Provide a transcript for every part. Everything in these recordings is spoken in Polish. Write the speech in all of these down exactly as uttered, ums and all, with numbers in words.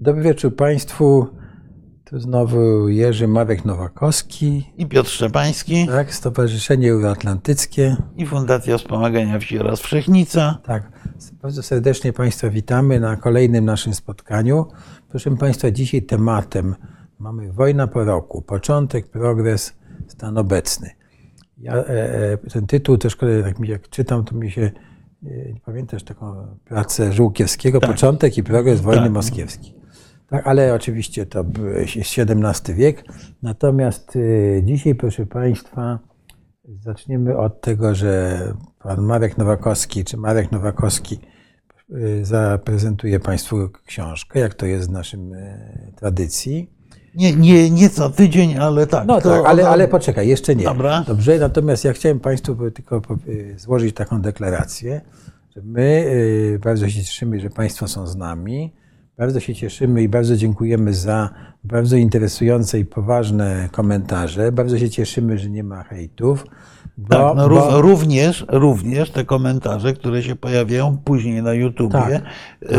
Dobry wieczór Państwu. Tu znowu Jerzy Marek-Nowakowski i Piotr Szczepański. Tak, Stowarzyszenie Euroatlantyckie i Fundacja Wspomagania Wsi oraz Wszechnica. Tak, bardzo serdecznie Państwa witamy na kolejnym naszym spotkaniu. Proszę Państwa, dzisiaj tematem mamy wojna po roku, początek, progres, stan obecny. Ja, e, ten tytuł też, tak mi jak czytam, to mi się, nie pamiętasz taką pracę Żółkiewskiego, tak. Początek i progres wojny tak. moskiewskiej. Tak, ale oczywiście to jest siedemnasty wiek. Natomiast dzisiaj, proszę Państwa, zaczniemy od tego, że pan Marek Nowakowski, czy Marek Nowakowski zaprezentuje Państwu książkę, jak to jest w naszym tradycji. Nie, nie, nie co tydzień, ale tak. No tak, ale, ale poczekaj, jeszcze nie. Dobra. Dobrze, natomiast ja chciałem Państwu tylko złożyć taką deklarację, że my bardzo się cieszymy, że Państwo są z nami. Bardzo się cieszymy i bardzo dziękujemy za bardzo interesujące i poważne komentarze. Bardzo się cieszymy, że nie ma hejtów. Bo, tak, no bo... również, również te komentarze, które się pojawiają później na YouTubie. Tak, tak.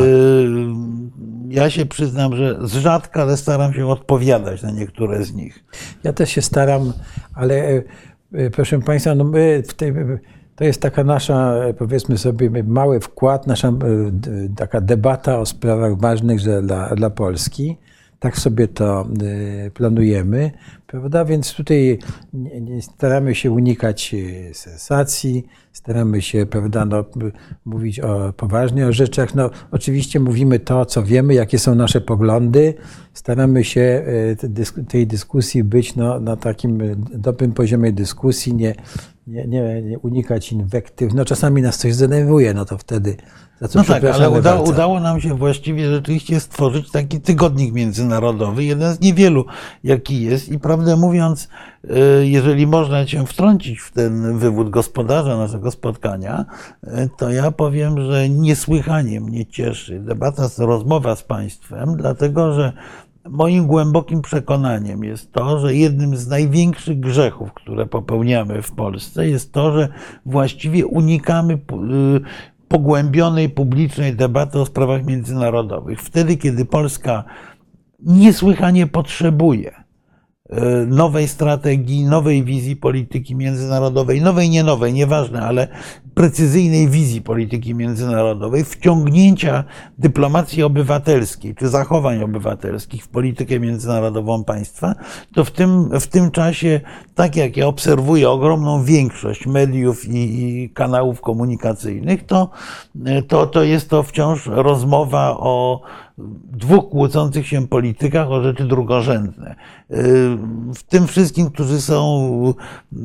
Ja się przyznam, że z rzadka, ale staram się odpowiadać na niektóre z nich. Ja też się staram, ale proszę Państwa, no my w tej... To jest taka nasza, powiedzmy sobie, mały wkład, nasza taka debata o sprawach ważnych dla, dla Polski. Tak sobie to planujemy, prawda? Więc tutaj nie, nie staramy się unikać sensacji, staramy się, prawda, no, mówić o, poważnie o rzeczach. No, oczywiście mówimy to, co wiemy, jakie są nasze poglądy. Staramy się tej dyskusji być no, na takim dobrym poziomie dyskusji, nie, nie, nie, nie unikać inwektyw. No, czasami nas coś zdenerwuje, no to wtedy za co No tak, ale udało, bardzo. udało nam się właściwie rzeczywiście stworzyć taki tygodnik międzynarodowy, jeden z niewielu, jaki jest. I prawdę mówiąc, jeżeli można cię wtrącić w ten wywód gospodarza naszego spotkania, to ja powiem, że niesłychanie mnie cieszy debata, rozmowa z Państwem, dlatego że moim głębokim przekonaniem jest to, że jednym z największych grzechów, które popełniamy w Polsce, jest to, że właściwie unikamy pogłębionej publicznej debaty o sprawach międzynarodowych. Wtedy, kiedy Polska niesłychanie potrzebuje nowej strategii, nowej wizji polityki międzynarodowej, nowej, nie nowej, nieważne, ale precyzyjnej wizji polityki międzynarodowej, wciągnięcia dyplomacji obywatelskiej czy zachowań obywatelskich w politykę międzynarodową państwa, to w tym, w tym czasie, tak jak ja obserwuję ogromną większość mediów i, i kanałów komunikacyjnych, to, to, to jest to wciąż rozmowa o dwóch kłócących się politykach o rzeczy drugorzędne. W tym wszystkim, którzy są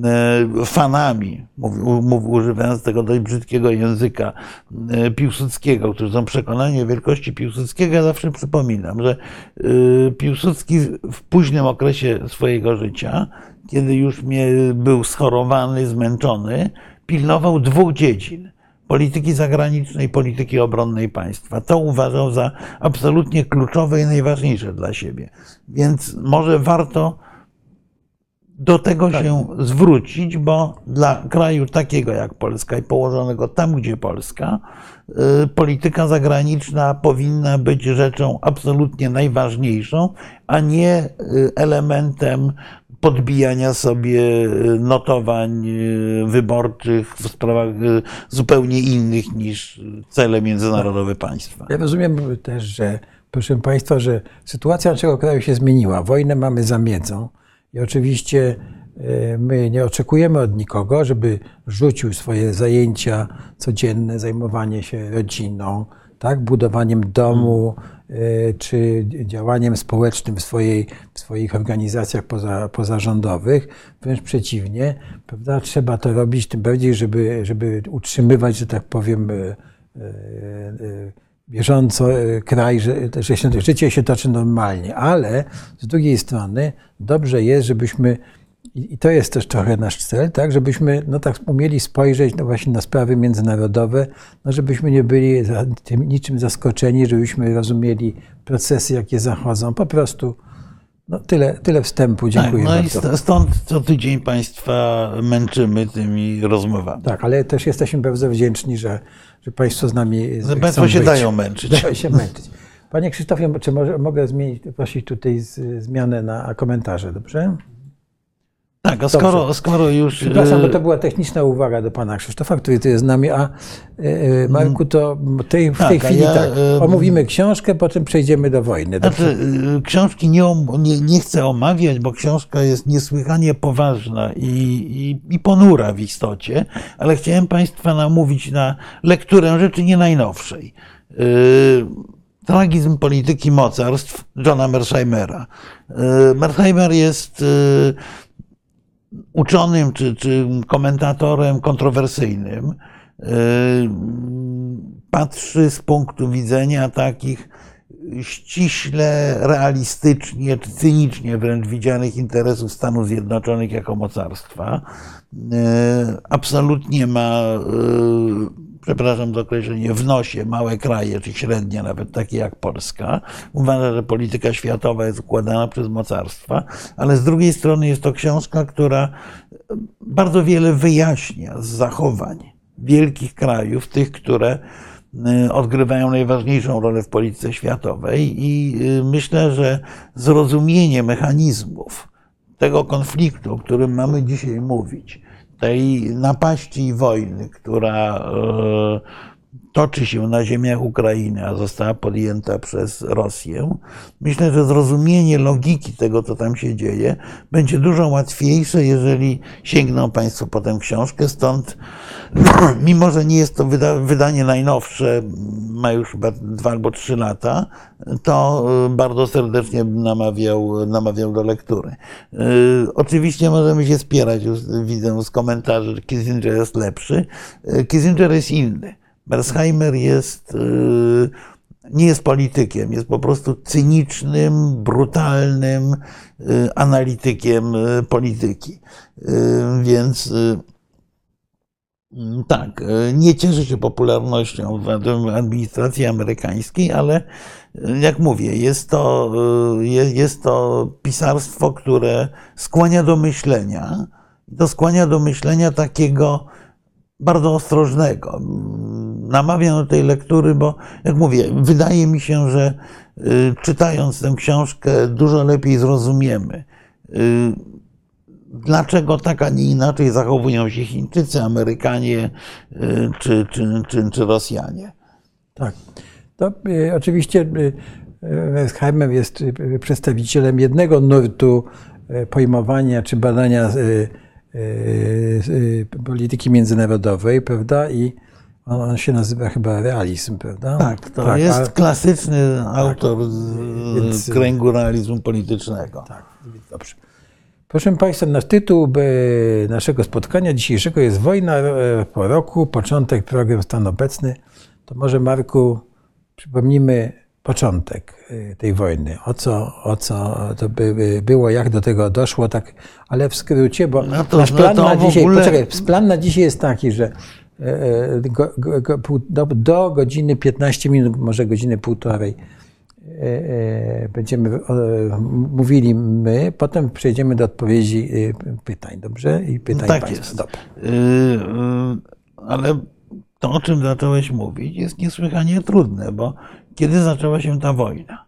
fanami, używając tego dość brzydkiego języka, Piłsudskiego, którzy są przekonani o wielkości Piłsudskiego, ja zawsze przypominam, że Piłsudski w późnym okresie swojego życia, kiedy już był schorowany, zmęczony, pilnował dwóch dziedzin: polityki zagranicznej i polityki obronnej państwa. To uważał za absolutnie kluczowe i najważniejsze dla siebie. Więc może warto do tego tak. się zwrócić, bo dla kraju takiego jak Polska i położonego tam, gdzie Polska, polityka zagraniczna powinna być rzeczą absolutnie najważniejszą, a nie elementem podbijania sobie notowań wyborczych w sprawach zupełnie innych niż cele międzynarodowe państwa. Ja rozumiem też, że, proszę Państwa, że sytuacja naszego kraju się zmieniła. Wojnę mamy za miedzą i oczywiście my nie oczekujemy od nikogo, żeby rzucił swoje zajęcia codzienne, zajmowanie się rodziną, tak, budowaniem domu, czy działaniem społecznym w, swojej, w swoich organizacjach poza, pozarządowych. Wręcz przeciwnie, prawda? Trzeba to robić, tym bardziej, żeby, żeby utrzymywać, że tak powiem, bieżąco kraj, że, że się, życie się toczy normalnie. Ale z drugiej strony dobrze jest, żebyśmy, i to jest też trochę nasz cel, tak, żebyśmy no tak umieli spojrzeć no właśnie na sprawy międzynarodowe, no żebyśmy nie byli za tym niczym zaskoczeni, żebyśmy rozumieli procesy, jakie zachodzą. Po prostu no tyle, tyle wstępu. Dziękuję tak, no bardzo. I stąd co tydzień Państwa męczymy tymi rozmowami. Tak, ale też jesteśmy bardzo wdzięczni, że, że Państwo z nami że Państwo się być. dają męczyć. Dają się męczyć. Panie Krzysztofie, czy może, mogę zmienić, prosić tutaj z, zmianę na komentarze, dobrze? Tak, a skoro, skoro już... Przepraszam, bo to była techniczna uwaga do pana Krzysztofa, który tu jest z nami, a Marku, to tej, w tej tak, chwili ja, tak, omówimy książkę, potem przejdziemy do wojny. Znaczy, książki nie, nie, nie chcę omawiać, bo książka jest niesłychanie poważna i, i, i ponura w istocie, ale chciałem państwa namówić na lekturę rzeczy nie najnowszej. Tragizm polityki mocarstw Johna Mersheimera. Mersheimer jest uczonym czy, czy komentatorem kontrowersyjnym. Patrzy z punktu widzenia takich ściśle realistycznie czy cynicznie wręcz widzianych interesów Stanów Zjednoczonych jako mocarstwa. Absolutnie ma, przepraszam za określenie, w nosie małe kraje, czy średnie, nawet takie jak Polska. Uważa, że polityka światowa jest układana przez mocarstwa, ale z drugiej strony jest to książka, która bardzo wiele wyjaśnia z zachowań wielkich krajów, tych, które odgrywają najważniejszą rolę w polityce światowej i myślę, że zrozumienie mechanizmów tego konfliktu, o którym mamy dzisiaj mówić, tej napaści i wojny, która toczy się na ziemiach Ukrainy, a została podjęta przez Rosję, myślę, że zrozumienie logiki tego, co tam się dzieje, będzie dużo łatwiejsze, jeżeli sięgną państwo po tę książkę. Stąd, mimo że nie jest to wyda wydanie najnowsze, ma już chyba dwa albo trzy lata, to bardzo serdecznie bym namawiał, namawiał do lektury. Oczywiście możemy się spierać, już widzę z komentarzy, że Kissinger jest lepszy. Kissinger jest inny. Mersheimer jest, nie jest politykiem, jest po prostu cynicznym, brutalnym analitykiem polityki. Więc tak, nie cieszy się popularnością w administracji amerykańskiej, ale jak mówię, jest to, jest to pisarstwo, które skłania do myślenia. To skłania do myślenia takiego bardzo ostrożnego. Namawiam do tej lektury, bo jak mówię, wydaje mi się, że czytając tę książkę dużo lepiej zrozumiemy, dlaczego tak, a nie inaczej zachowują się Chińczycy, Amerykanie czy, czy, czy, czy Rosjanie. Tak. To y, oczywiście Mersheimer jest przedstawicielem jednego nurtu pojmowania czy badania y, polityki międzynarodowej, prawda? I on, on się nazywa chyba realizm, prawda? Tak, to tak, jest a, klasyczny autor tak, z kręgu realizmu politycznego. Tak, dobrze. Proszę Państwa, nasz tytuł naszego spotkania dzisiejszego jest Wojna po roku, początek, program, stan obecny. To może, Marku, przypomnijmy początek tej wojny. O co, o co to by było, jak do tego doszło, tak, ale w skrócie, bo no to, nasz plan, no na dzisiaj, ogóle... poczekaj, plan na dzisiaj jest taki, że go, go, go, do, do godziny piętnaście minut, może godziny półtorej będziemy mówili my, potem przejdziemy do odpowiedzi pytań, dobrze? I pytań tak państwa. Jest. Dobrze. Ale to, o czym zacząłeś mówić, jest niesłychanie trudne, bo kiedy zaczęła się ta wojna?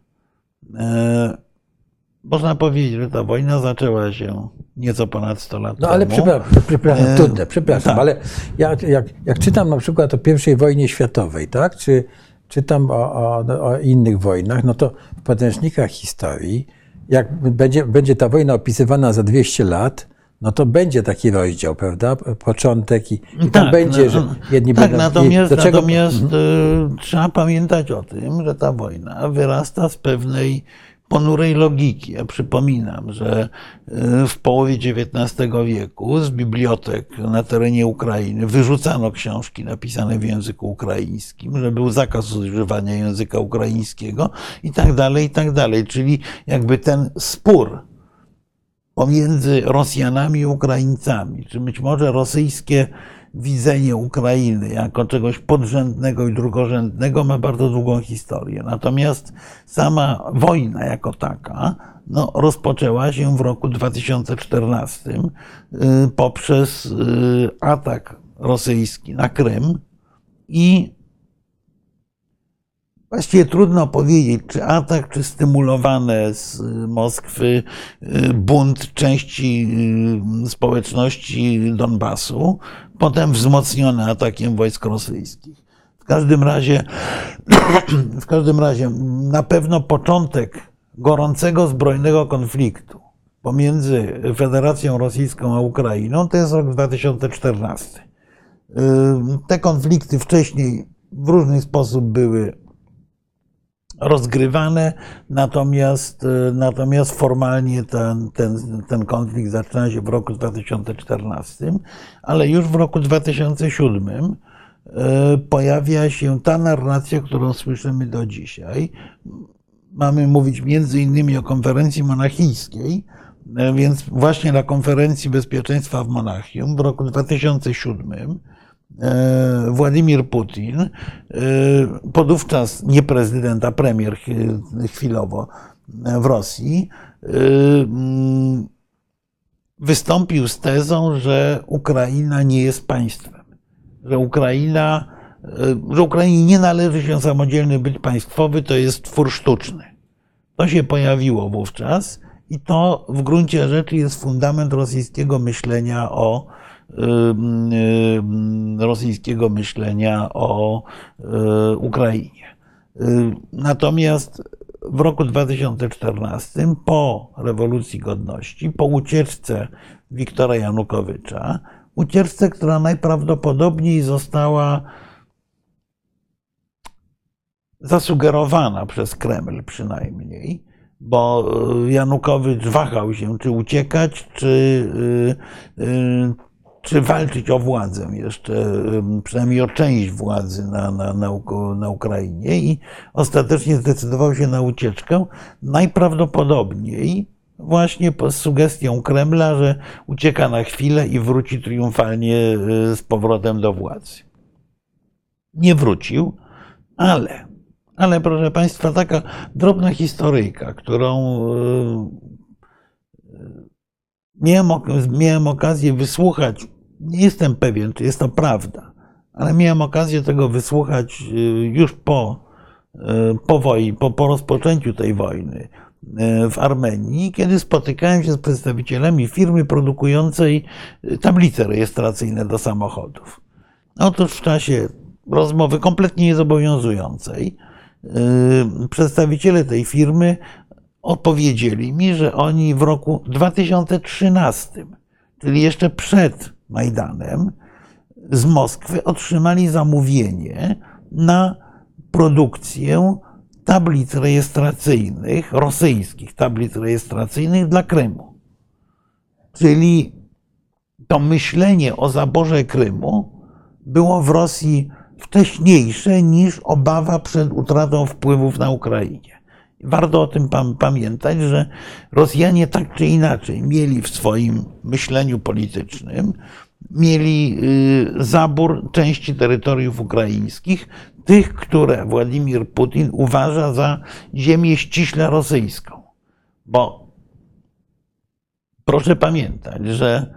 Można powiedzieć, że ta wojna zaczęła się nieco ponad sto lat no, temu. No ale przepraszam, przepraszam, trudne, przepraszam, tak. ale ja, jak, jak czytam na przykład o pierwszej wojnie światowej, tak, czy czytam o, o, o innych wojnach, no to w podręcznikach historii, jak będzie, będzie ta wojna opisywana za dwieście lat, no to będzie taki rozdział, prawda? Początek i, i tam tak, będzie, no, że jedni tak, będą... Natomiast, do czego... natomiast mhm. trzeba pamiętać o tym, że ta wojna wyrasta z pewnej ponurej logiki. Ja przypominam, że w połowie dziewiętnastego wieku z bibliotek na terenie Ukrainy wyrzucano książki napisane w języku ukraińskim, że był zakaz używania języka ukraińskiego i tak dalej, i tak dalej. Czyli jakby ten spór pomiędzy Rosjanami i Ukraińcami, czy być może rosyjskie widzenie Ukrainy jako czegoś podrzędnego i drugorzędnego ma bardzo długą historię. Natomiast sama wojna jako taka no, rozpoczęła się w roku dwa tysiące czternastym poprzez atak rosyjski na Krym i Właściwie trudno powiedzieć, czy atak, czy stymulowane z Moskwy bunt części społeczności Donbasu, potem wzmocniony atakiem wojsk rosyjskich. W każdym razie, w każdym razie na pewno początek gorącego zbrojnego konfliktu pomiędzy Federacją Rosyjską a Ukrainą to jest rok dwa tysiące czternasty. Te konflikty wcześniej w różny sposób były rozgrywane, natomiast, natomiast formalnie ten, ten, ten konflikt zaczyna się w roku dwa tysiące czternastym, ale już w roku dwa tysiące siódmym pojawia się ta narracja, którą słyszymy do dzisiaj. Mamy mówić między innymi o konferencji monachijskiej, więc właśnie na konferencji bezpieczeństwa w Monachium w roku dwa tysiące siódmym Władimir Putin, podówczas nie prezydent, a premier chwilowo w Rosji, wystąpił z tezą, że Ukraina nie jest państwem, że Ukraina, że Ukrainie nie należy się samodzielny byt państwowy, to jest twór sztuczny. To się pojawiło wówczas i to w gruncie rzeczy jest fundament rosyjskiego myślenia o rosyjskiego myślenia o Ukrainie. Natomiast w roku dwa tysiące czternastym, po rewolucji godności, po ucieczce Wiktora Janukowycza, ucieczce, która najprawdopodobniej została zasugerowana przez Kreml przynajmniej, bo Janukowycz wahał się, czy uciekać, czy, czy walczyć o władzę jeszcze, przynajmniej o część władzy na, na, na, na Ukrainie i ostatecznie zdecydował się na ucieczkę, najprawdopodobniej właśnie z sugestią Kremla, że ucieka na chwilę i wróci triumfalnie z powrotem do władzy. Nie wrócił, ale, ale proszę Państwa, taka drobna historyjka, którą miałem, miałem okazję wysłuchać, nie jestem pewien, czy jest to prawda, ale miałem okazję tego wysłuchać już po, po, wojnie, po, po rozpoczęciu tej wojny w Armenii, kiedy spotykałem się z przedstawicielami firmy produkującej tablice rejestracyjne do samochodów. Otóż w czasie rozmowy kompletnie niezobowiązującej przedstawiciele tej firmy odpowiedzieli mi, że oni w roku dwa tysiące trzynastym, czyli jeszcze przed Majdanem, z Moskwy otrzymali zamówienie na produkcję tablic rejestracyjnych, rosyjskich tablic rejestracyjnych dla Krymu. Czyli to myślenie o zaborze Krymu było w Rosji wcześniejsze niż obawa przed utratą wpływów na Ukrainie. Warto o tym pamiętać, że Rosjanie tak czy inaczej mieli w swoim myśleniu politycznym, mieli zabór części terytoriów ukraińskich, tych, które Władimir Putin uważa za ziemię ściśle rosyjską. Bo proszę pamiętać, że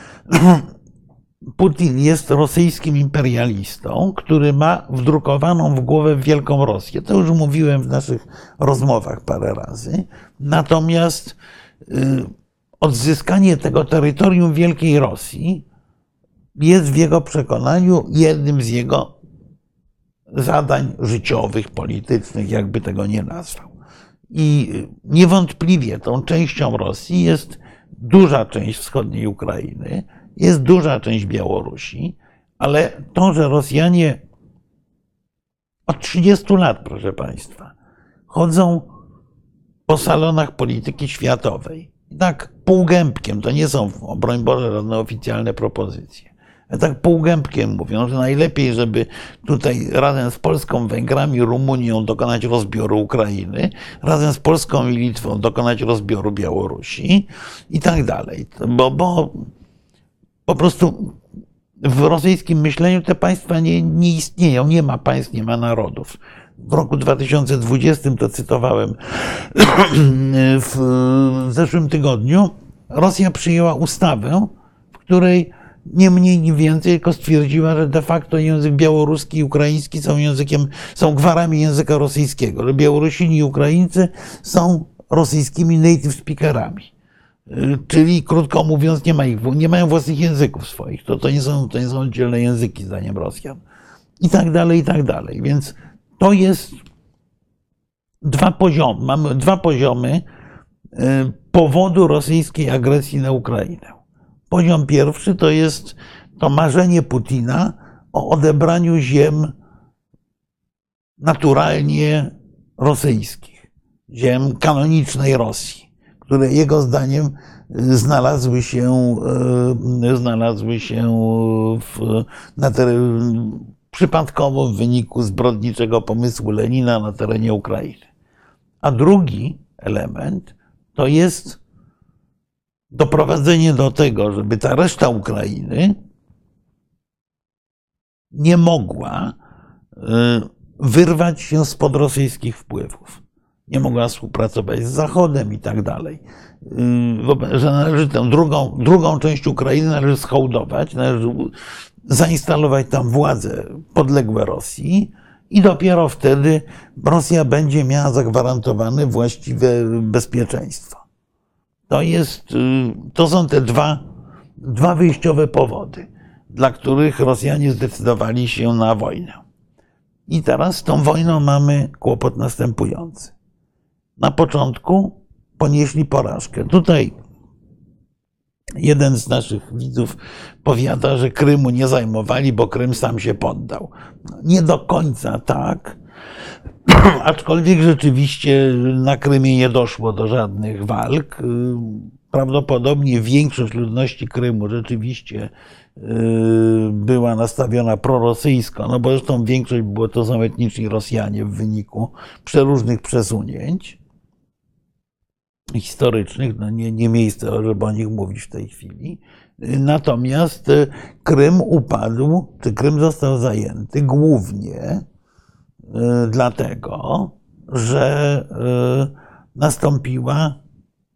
Putin jest rosyjskim imperialistą, który ma wdrukowaną w głowę Wielką Rosję. To już mówiłem w naszych rozmowach parę razy. Natomiast odzyskanie tego terytorium Wielkiej Rosji jest w jego przekonaniu jednym z jego zadań życiowych, politycznych, jakby tego nie nazwał. I niewątpliwie tą częścią Rosji jest duża część wschodniej Ukrainy, jest duża część Białorusi, ale to, że Rosjanie od trzydziestu lat, proszę Państwa, chodzą po salonach polityki światowej, tak półgębkiem, to nie są, broń Boże, żadne oficjalne propozycje, tak półgębkiem mówią, że najlepiej, żeby tutaj razem z Polską, Węgrami, Rumunią dokonać rozbioru Ukrainy, razem z Polską i Litwą dokonać rozbioru Białorusi i tak dalej. Bo, bo po prostu w rosyjskim myśleniu te państwa nie, nie istnieją, nie ma państw, nie ma narodów. W roku dwa tysiące dwudziestym, to cytowałem w zeszłym tygodniu, Rosja przyjęła ustawę, w której nie mniej, nie więcej, tylko stwierdziła, że de facto język białoruski i ukraiński są językiem, są gwarami języka rosyjskiego, że Białorusini i Ukraińcy są rosyjskimi native speakerami. Czyli, krótko mówiąc, nie, ma ich, nie mają własnych języków swoich. To, to, nie są, to nie są oddzielne języki, zdaniem Rosjan. I tak dalej, i tak dalej. Więc to jest dwa poziomy. Mamy dwa poziomy powodu rosyjskiej agresji na Ukrainę. Poziom pierwszy to jest to marzenie Putina o odebraniu ziem naturalnie rosyjskich, ziem kanonicznej Rosji, które jego zdaniem znalazły się, znalazły się w, na teren, przypadkowo w wyniku zbrodniczego pomysłu Lenina na terenie Ukrainy. A drugi element to jest doprowadzenie do tego, żeby ta reszta Ukrainy nie mogła wyrwać się spod rosyjskich wpływów. Nie mogła współpracować z Zachodem i tak dalej. Że należy tę drugą, drugą część Ukrainy należy schołdować, należy zainstalować tam władze podległe Rosji i dopiero wtedy Rosja będzie miała zagwarantowane właściwe bezpieczeństwo. To jest, to są te dwa, dwa wyjściowe powody, dla których Rosjanie zdecydowali się na wojnę. I teraz z tą wojną mamy kłopot następujący. Na początku ponieśli porażkę. Tutaj jeden z naszych widzów powiada, że Krymu nie zajmowali, bo Krym sam się poddał. Nie do końca tak, aczkolwiek rzeczywiście na Krymie nie doszło do żadnych walk. Prawdopodobnie większość ludności Krymu rzeczywiście była nastawiona prorosyjsko, no bo zresztą większość było to są etniczni Rosjanie w wyniku przeróżnych przesunięć historycznych, no nie, nie miejsce, żeby o nich mówić w tej chwili. Natomiast Krym upadł, czy Krym został zajęty głównie dlatego, że nastąpiła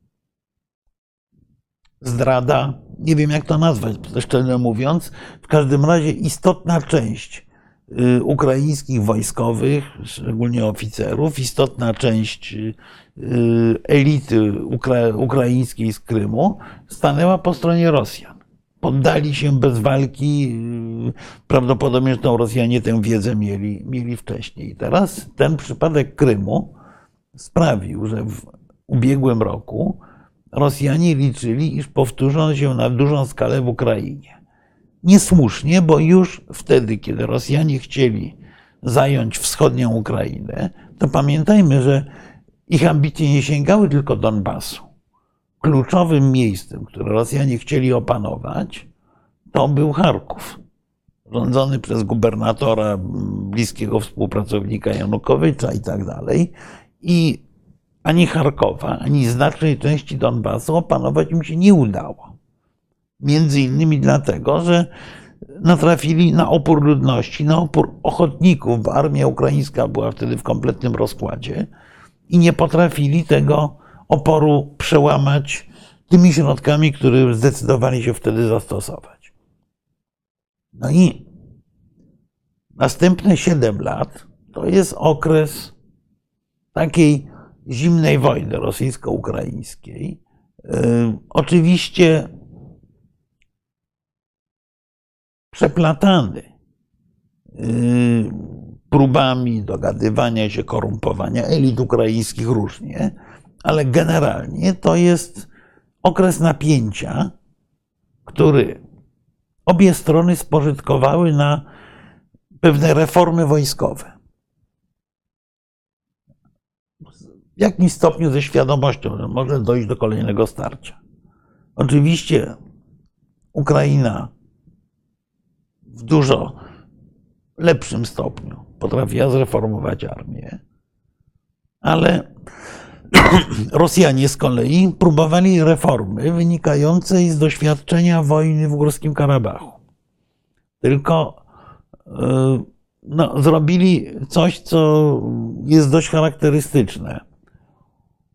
zdrada, nie wiem jak to nazwać, szczerze mówiąc, w każdym razie istotna część ukraińskich wojskowych, szczególnie oficerów, istotna część elity ukra- ukraińskiej z Krymu stanęła po stronie Rosjan. Poddali się bez walki, prawdopodobnie że Rosjanie tę wiedzę mieli, mieli wcześniej. I teraz ten przypadek Krymu sprawił, że w ubiegłym roku Rosjanie liczyli, iż powtórzą się na dużą skalę w Ukrainie. Niesłusznie, bo już wtedy, kiedy Rosjanie chcieli zająć wschodnią Ukrainę, to pamiętajmy, że ich ambicje nie sięgały tylko Donbasu. Kluczowym miejscem, które Rosjanie chcieli opanować, to był Charków, rządzony przez gubernatora, bliskiego współpracownika Janukowycza i tak dalej. I ani Charkowa, ani znacznej części Donbasu opanować im się nie udało. Między innymi dlatego, że natrafili na opór ludności, na opór ochotników, bo armia ukraińska była wtedy w kompletnym rozkładzie i nie potrafili tego oporu przełamać tymi środkami, które zdecydowali się wtedy zastosować. No i następne siedem lat to jest okres takiej zimnej wojny rosyjsko-ukraińskiej. Oczywiście przeplatany próbami dogadywania się, korumpowania elit ukraińskich różnie, ale generalnie to jest okres napięcia, który obie strony spożytkowały na pewne reformy wojskowe. W jakimś stopniu ze świadomością, że może dojść do kolejnego starcia. Oczywiście Ukraina w dużo lepszym stopniu potrafiła zreformować armię, ale Rosjanie z kolei próbowali reformy wynikającej z doświadczenia wojny w Górskim Karabachu. Tylko no, zrobili coś, co jest dość charakterystyczne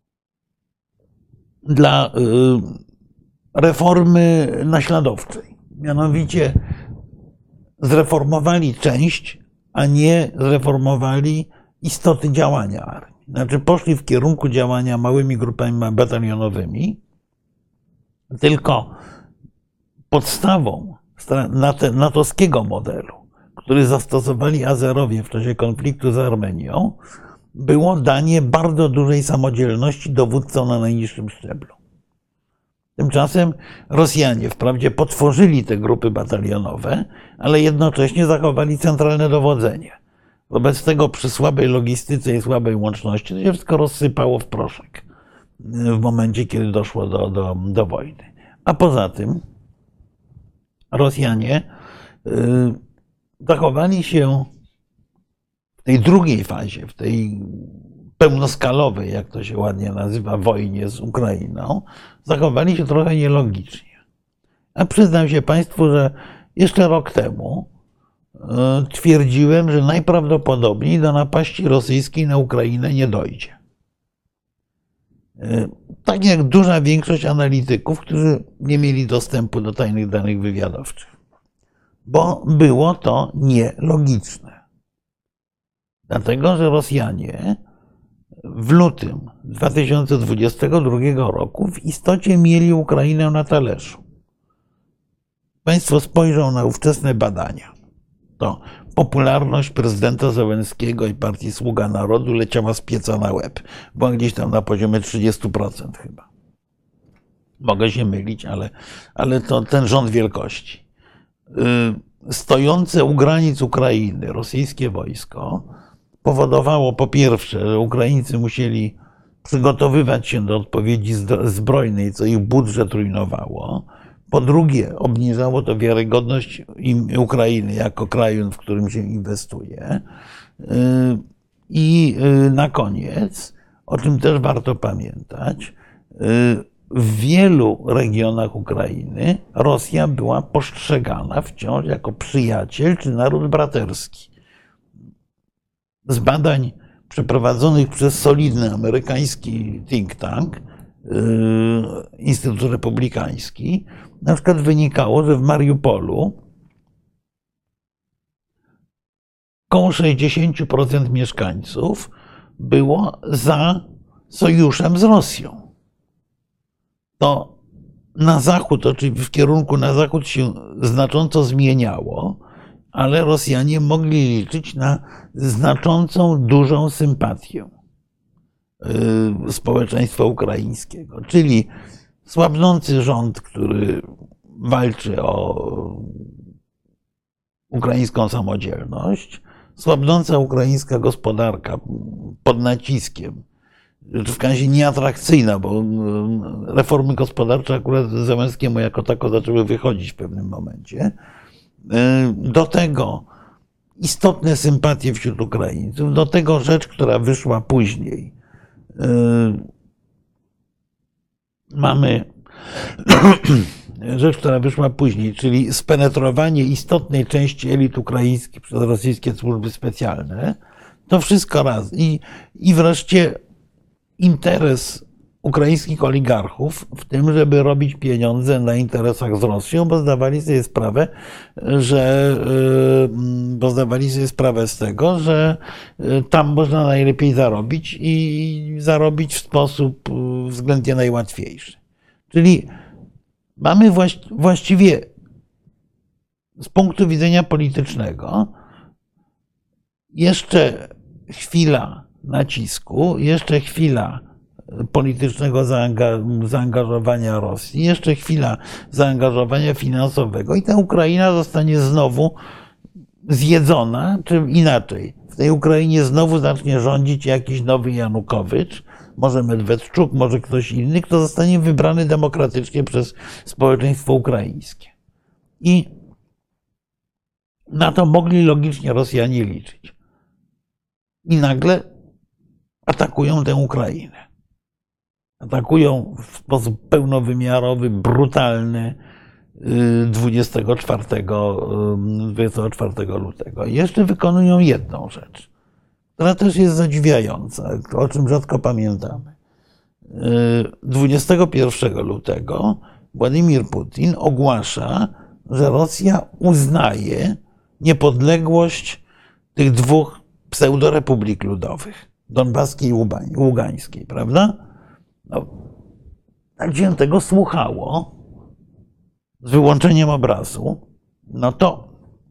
dla reformy naśladowczej. Mianowicie zreformowali część, a nie zreformowali istoty działania armii. Znaczy poszli w kierunku działania małymi grupami batalionowymi, tylko podstawą natowskiego modelu, który zastosowali Azerowie w czasie konfliktu z Armenią, było danie bardzo dużej samodzielności dowódcom na najniższym szczeblu. Tymczasem Rosjanie wprawdzie potworzyli te grupy batalionowe, ale jednocześnie zachowali centralne dowodzenie. Wobec tego przy słabej logistyce i słabej łączności to się wszystko rozsypało w proszek w momencie, kiedy doszło do, do, do wojny. A poza tym Rosjanie yy, zachowali się w tej drugiej fazie, w tej pełnoskalowej, jak to się ładnie nazywa, wojnie z Ukrainą, zachowali się trochę nielogicznie. A przyznam się Państwu, że jeszcze rok temu twierdziłem, że najprawdopodobniej do napaści rosyjskiej na Ukrainę nie dojdzie. Tak jak duża większość analityków, którzy nie mieli dostępu do tajnych danych wywiadowczych. Bo było to nielogiczne. Dlatego, że Rosjanie w lutym dwa tysiące dwudziestego drugiego roku w istocie mieli Ukrainę na talerzu. Państwo spojrzą na ówczesne badania. To popularność prezydenta Zełenskiego i partii Sługa Narodu leciała z pieca na łeb. Była gdzieś tam na poziomie trzydziestu procent chyba. Mogę się mylić, ale, ale to ten rząd wielkości. Stojące u granic Ukrainy rosyjskie wojsko powodowało po pierwsze, że Ukraińcy musieli przygotowywać się do odpowiedzi zbrojnej, co ich budżet rujnowało. Po drugie, obniżało to wiarygodność Ukrainy jako kraju, w którym się inwestuje. I na koniec, o czym też warto pamiętać, w wielu regionach Ukrainy Rosja była postrzegana wciąż jako przyjaciel czy naród braterski. Z badań przeprowadzonych przez solidny amerykański think tank, Instytut Republikański, na przykład wynikało, że w Mariupolu około sześćdziesiąt procent mieszkańców było za sojuszem z Rosją. To na zachód, oczywiście w kierunku na zachód się znacząco zmieniało, ale Rosjanie mogli liczyć na znaczącą, dużą sympatię społeczeństwa ukraińskiego, czyli słabnący rząd, który walczy o ukraińską samodzielność, słabnąca ukraińska gospodarka pod naciskiem, czy w razie nieatrakcyjna, bo reformy gospodarcze akurat Zełenskiemu jako tako zaczęły wychodzić w pewnym momencie. Do tego istotne sympatie wśród Ukraińców, do tego rzecz, która wyszła później. Mamy rzecz, która wyszła później, czyli spenetrowanie istotnej części elit ukraińskich przez rosyjskie służby specjalne. To wszystko raz. I, i wreszcie interes ukraińskich oligarchów w tym, żeby robić pieniądze na interesach z Rosją, bo zdawali sobie sprawę, że bo zdawali sobie sprawę z tego, że tam można najlepiej zarobić i zarobić w sposób względnie najłatwiejszy. Czyli mamy właściwie z punktu widzenia politycznego jeszcze chwila nacisku, jeszcze chwila politycznego zaangażowania Rosji, jeszcze chwila zaangażowania finansowego i ta Ukraina zostanie znowu zjedzona, czy inaczej. W tej Ukrainie znowu zacznie rządzić jakiś nowy Janukowycz, może Medwedczuk, może ktoś inny, kto zostanie wybrany demokratycznie przez społeczeństwo ukraińskie. I na to mogli logicznie Rosjanie liczyć. I nagle atakują tę Ukrainę. Atakują w sposób pełnowymiarowy, brutalny dwudziestego czwartego lutego. I jeszcze wykonują jedną rzecz, która też jest zadziwiająca, o czym rzadko pamiętamy. dwudziestego pierwszego lutego Władimir Putin ogłasza że Rosja uznaje niepodległość tych dwóch pseudorepublik ludowych, donbaskiej i ługańskiej, prawda? No, jak się tego słuchało, z wyłączeniem obrazu, no to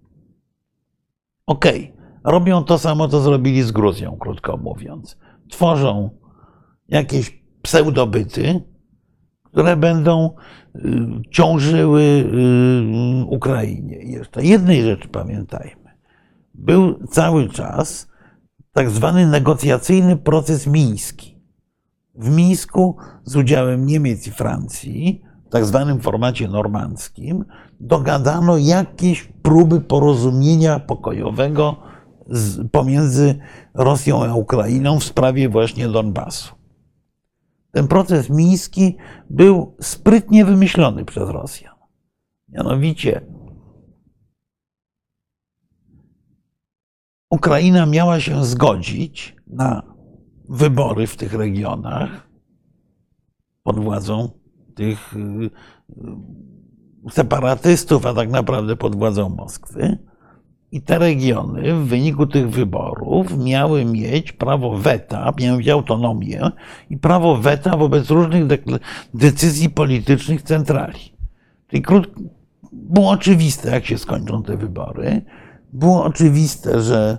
okej, okay, robią to samo, co zrobili z Gruzją, krótko mówiąc. Tworzą jakieś pseudobyty, które będą ciążyły Ukrainie. I jeszcze jednej rzeczy pamiętajmy. Był cały czas tak zwany negocjacyjny proces miński. W Mińsku z udziałem Niemiec i Francji, w tak zwanym formacie normandzkim, dogadano jakieś próby porozumienia pokojowego z, pomiędzy Rosją a Ukrainą w sprawie właśnie Donbasu. Ten proces miński był sprytnie wymyślony przez Rosjan. Mianowicie Ukraina miała się zgodzić na wybory w tych regionach pod władzą tych separatystów, a tak naprawdę pod władzą Moskwy. I te regiony w wyniku tych wyborów miały mieć prawo weta, miały mieć autonomię i prawo weta wobec różnych decyzji politycznych centrali. Czyli krótko, było oczywiste, jak się skończą te wybory. Było oczywiste, że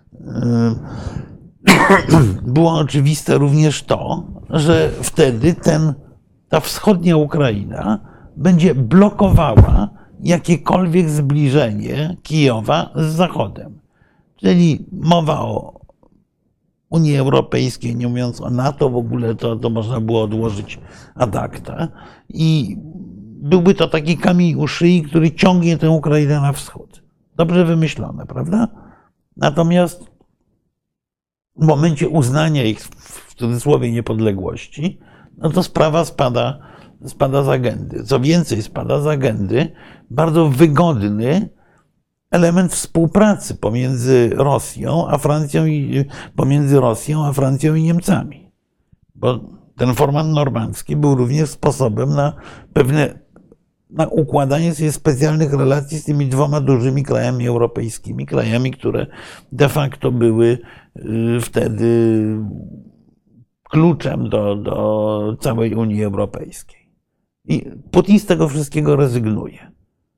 było oczywiste również to, że wtedy ten, ta wschodnia Ukraina będzie blokowała jakiekolwiek zbliżenie Kijowa z Zachodem. Czyli mowa o Unii Europejskiej, nie mówiąc o NATO, w ogóle to, to można było odłożyć ad acta. I byłby to taki kamień u szyi, który ciągnie tę Ukrainę na wschód. Dobrze wymyślone, prawda? Natomiast w momencie uznania ich w cudzysłowie niepodległości, no to sprawa spada, spada z agendy. Co więcej, spada z agendy bardzo wygodny element współpracy pomiędzy Rosją a Francją i pomiędzy Rosją a Francją i Niemcami. Bo ten format normandzki był również sposobem na pewne na układanie sobie specjalnych relacji z tymi dwoma dużymi krajami europejskimi, krajami, które de facto były wtedy kluczem do, do całej Unii Europejskiej. I Putin z tego wszystkiego rezygnuje.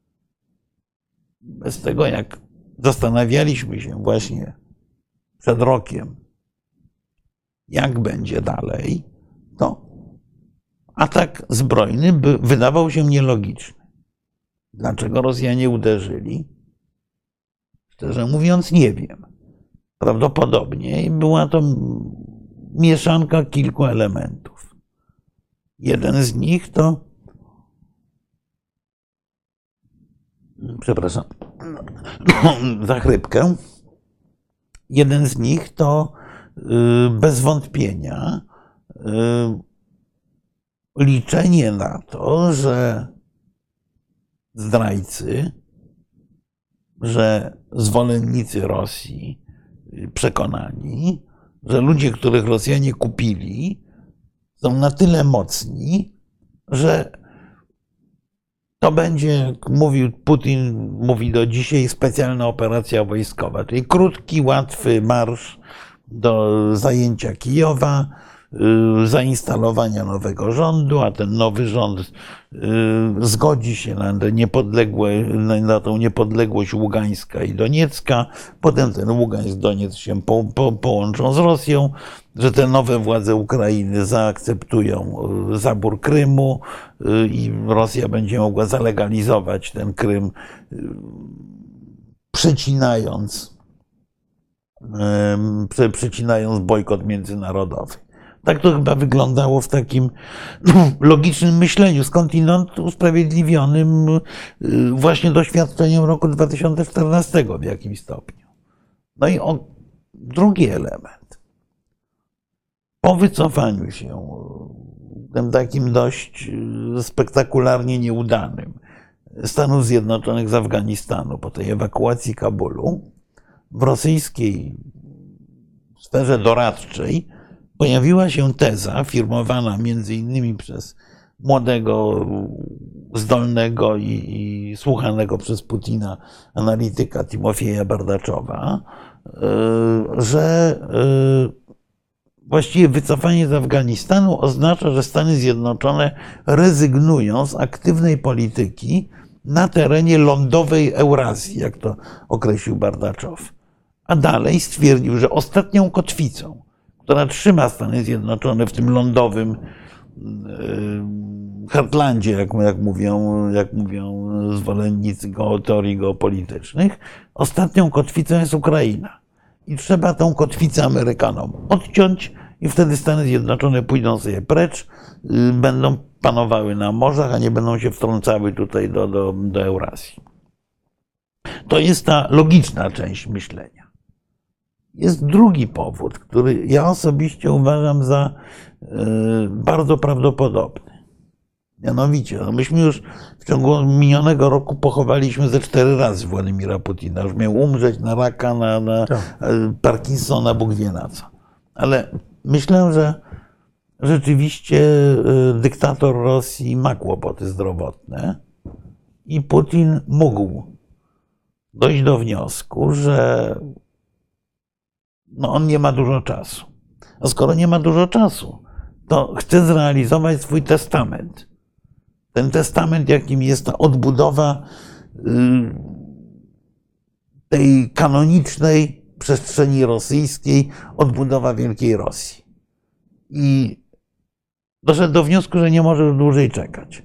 Bez tego, jak zastanawialiśmy się właśnie przed rokiem, jak będzie dalej, to atak zbrojny by wydawał się nielogiczny. Dlaczego Rosjanie uderzyli? Szczerze mówiąc, nie wiem. Prawdopodobnie była to mieszanka kilku elementów. Jeden z nich to, przepraszam za chrypkę, jeden z nich to bez wątpienia liczenie na to, że zdrajcy, że zwolennicy Rosji przekonani, że ludzie, których Rosjanie kupili, są na tyle mocni, że to będzie, jak mówił Putin, mówi do dzisiaj, specjalna operacja wojskowa, czyli krótki, łatwy marsz do zajęcia Kijowa, zainstalowania nowego rządu, a ten nowy rząd zgodzi się na, niepodległe, na tą niepodległość Ługańska i Doniecka, potem ten Ługańsk, Doniec się po, po, połączą z Rosją, że te nowe władze Ukrainy zaakceptują zabór Krymu i Rosja będzie mogła zalegalizować ten Krym, przecinając, przecinając bojkot międzynarodowy. Tak to chyba wyglądało w takim logicznym myśleniu, skądinąd usprawiedliwionym właśnie doświadczeniem roku dwa tysiące czternastego w jakimś stopniu. No i o, drugi element. Po wycofaniu się, tym takim dość spektakularnie nieudanym, Stanów Zjednoczonych z Afganistanu, po tej ewakuacji Kabulu, w rosyjskiej sferze doradczej pojawiła się teza, firmowana między innymi przez młodego, zdolnego i, i słuchanego przez Putina analityka Timofieja Bardaczowa, że właściwie wycofanie z Afganistanu oznacza, że Stany Zjednoczone rezygnują z aktywnej polityki na terenie lądowej Eurazji, jak to określił Bardaczow. A dalej stwierdził, że ostatnią kotwicą, która trzyma Stany Zjednoczone w tym lądowym Heartlandzie, jak, jak, mówią, jak mówią zwolennicy teorii geopolitycznych, ostatnią kotwicą jest Ukraina. I trzeba tą kotwicę Amerykanom odciąć i wtedy Stany Zjednoczone pójdą sobie precz, będą panowały na morzach, a nie będą się wtrącały tutaj do, do, do Eurazji. To jest ta logiczna część myślenia. Jest drugi powód, który ja osobiście uważam za y, bardzo prawdopodobny. Mianowicie, no myśmy już w ciągu minionego roku pochowaliśmy ze cztery razy Władimira Putina. Już miał umrzeć na raka, na, na Parkinsona, Bóg wie na co. Ale myślę, że rzeczywiście dyktator Rosji ma kłopoty zdrowotne i Putin mógł dojść do wniosku, że no on nie ma dużo czasu. A skoro nie ma dużo czasu, to chce zrealizować swój testament. Ten testament, jakim jest ta odbudowa tej kanonicznej przestrzeni rosyjskiej, odbudowa Wielkiej Rosji. I doszedł do wniosku, że nie może już dłużej czekać.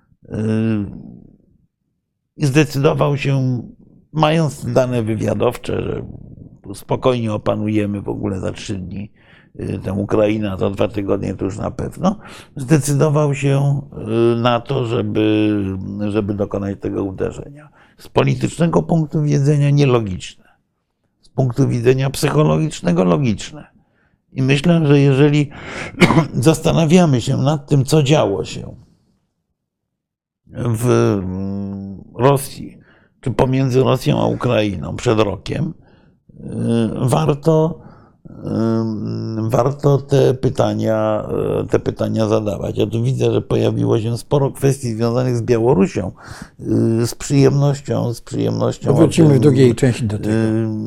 I zdecydował się, mając dane wywiadowcze, że spokojnie opanujemy w ogóle za trzy dni tę Ukrainę, za dwa tygodnie to już na pewno, zdecydował się na to, żeby, żeby dokonać tego uderzenia. Z politycznego punktu widzenia nielogiczne. Z punktu widzenia psychologicznego logiczne. I myślę, że jeżeli zastanawiamy się nad tym, co działo się w Rosji, czy pomiędzy Rosją a Ukrainą przed rokiem, warto, warto te pytania, te pytania zadawać. Ja tu widzę, że pojawiło się sporo kwestii związanych z Białorusią. Z przyjemnością, z przyjemnością. Wrócimy w drugiej części do tego.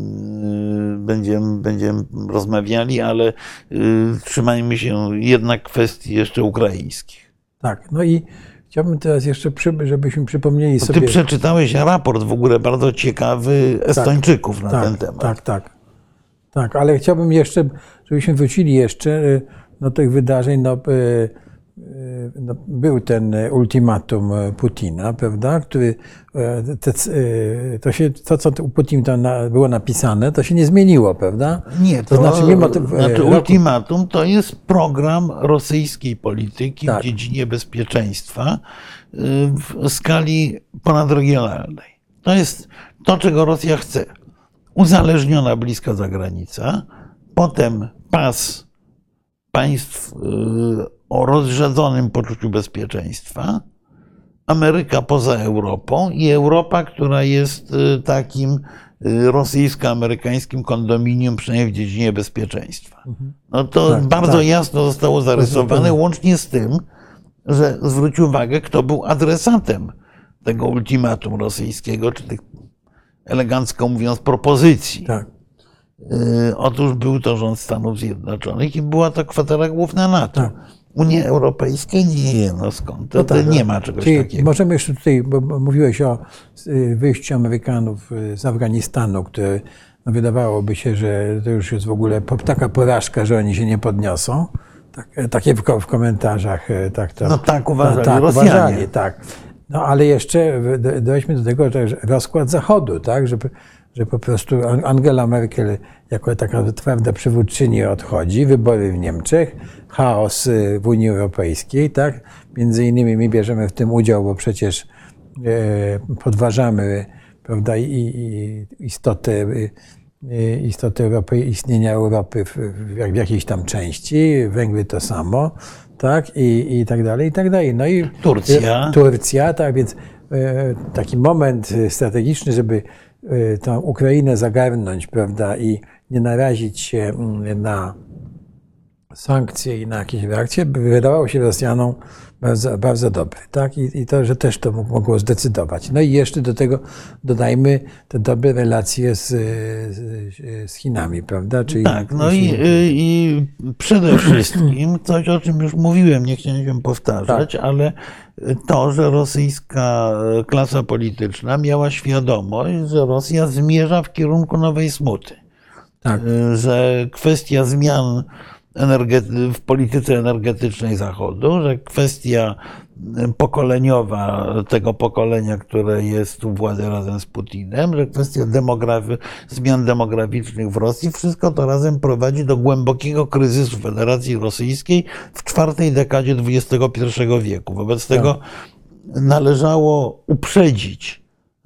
Będziemy, będziemy rozmawiali, ale trzymajmy się jednak kwestii jeszcze ukraińskich. Tak, no i chciałbym teraz jeszcze, żebyśmy przypomnieli Ty sobie... Ty przeczytałeś raport w ogóle bardzo ciekawy Estończyków tak, na tak, ten temat. Tak, tak. Tak, ale chciałbym jeszcze, żebyśmy wrócili jeszcze do tych wydarzeń. No, no, był ten ultimatum Putina, prawda, który te, to, się, to, co u Putina tam na, było napisane, to się nie zmieniło, prawda? Nie, to, to znaczy, mimo te, znaczy roku... ultimatum to jest program rosyjskiej polityki tak. w dziedzinie bezpieczeństwa w skali ponadregionalnej. To jest to, czego Rosja chce. Uzależniona bliska zagranica, potem pas państw o rozrzedzonym poczuciu bezpieczeństwa, Ameryka poza Europą i Europa, która jest takim rosyjsko-amerykańskim kondominium, przynajmniej w dziedzinie bezpieczeństwa. No to tak, bardzo tak. jasno zostało zarysowane, łącznie z tym, że zwróć uwagę, kto był adresatem tego ultimatum rosyjskiego, czy tych, elegancko mówiąc, propozycji. Tak. Otóż był to rząd Stanów Zjednoczonych i była to kwatera główna NATO. Tak. Unia Europejska nie, no skąd? To, no tak, to nie ma czegoś Czyli takiego. Możemy jeszcze tutaj, bo mówiłeś o wyjściu Amerykanów z Afganistanu, które no wydawałoby się, że to już jest w ogóle taka porażka, że oni się nie podniosą. Tak, takie w, w komentarzach. Tak to, no tak uważali no, tak, Rosjanie. Uważali, tak. No ale jeszcze dojdźmy do tego, że rozkład Zachodu, tak, że, że po prostu Angela Merkel jako taka twarda przywódczyni odchodzi, wybory w Niemczech, chaos w Unii Europejskiej, tak, między innymi my bierzemy w tym udział, bo przecież e, podważamy, prawda, i, i istotę, istotę Europy, istnienia Europy w, w jakiejś tam części, Węgry to samo, tak, i, i tak dalej, i tak dalej. No i Turcja. Turcja, tak, więc e, taki moment strategiczny, żeby e, tę Ukrainę zagarnąć, prawda, i nie narazić się na sankcje i na jakieś reakcje, wydawało się Rosjanom bardzo, bardzo dobre. Tak? I, I to, że też to mogło zdecydować. No i jeszcze do tego dodajmy te dobre relacje z, z, z Chinami, prawda? Czyli tak, no i, i przede wszystkim coś, o czym już mówiłem, nie chciałem się powtarzać, tak. ale to, że rosyjska klasa polityczna miała świadomość, że Rosja zmierza w kierunku nowej smuty. Tak. Że kwestia zmian w polityce energetycznej Zachodu, że kwestia pokoleniowa tego pokolenia, które jest u władzy razem z Putinem, że kwestia demografi- zmian demograficznych w Rosji, wszystko to razem prowadzi do głębokiego kryzysu Federacji Rosyjskiej w czwartej dekadzie dwudziestego pierwszego wieku. Wobec tego należało uprzedzić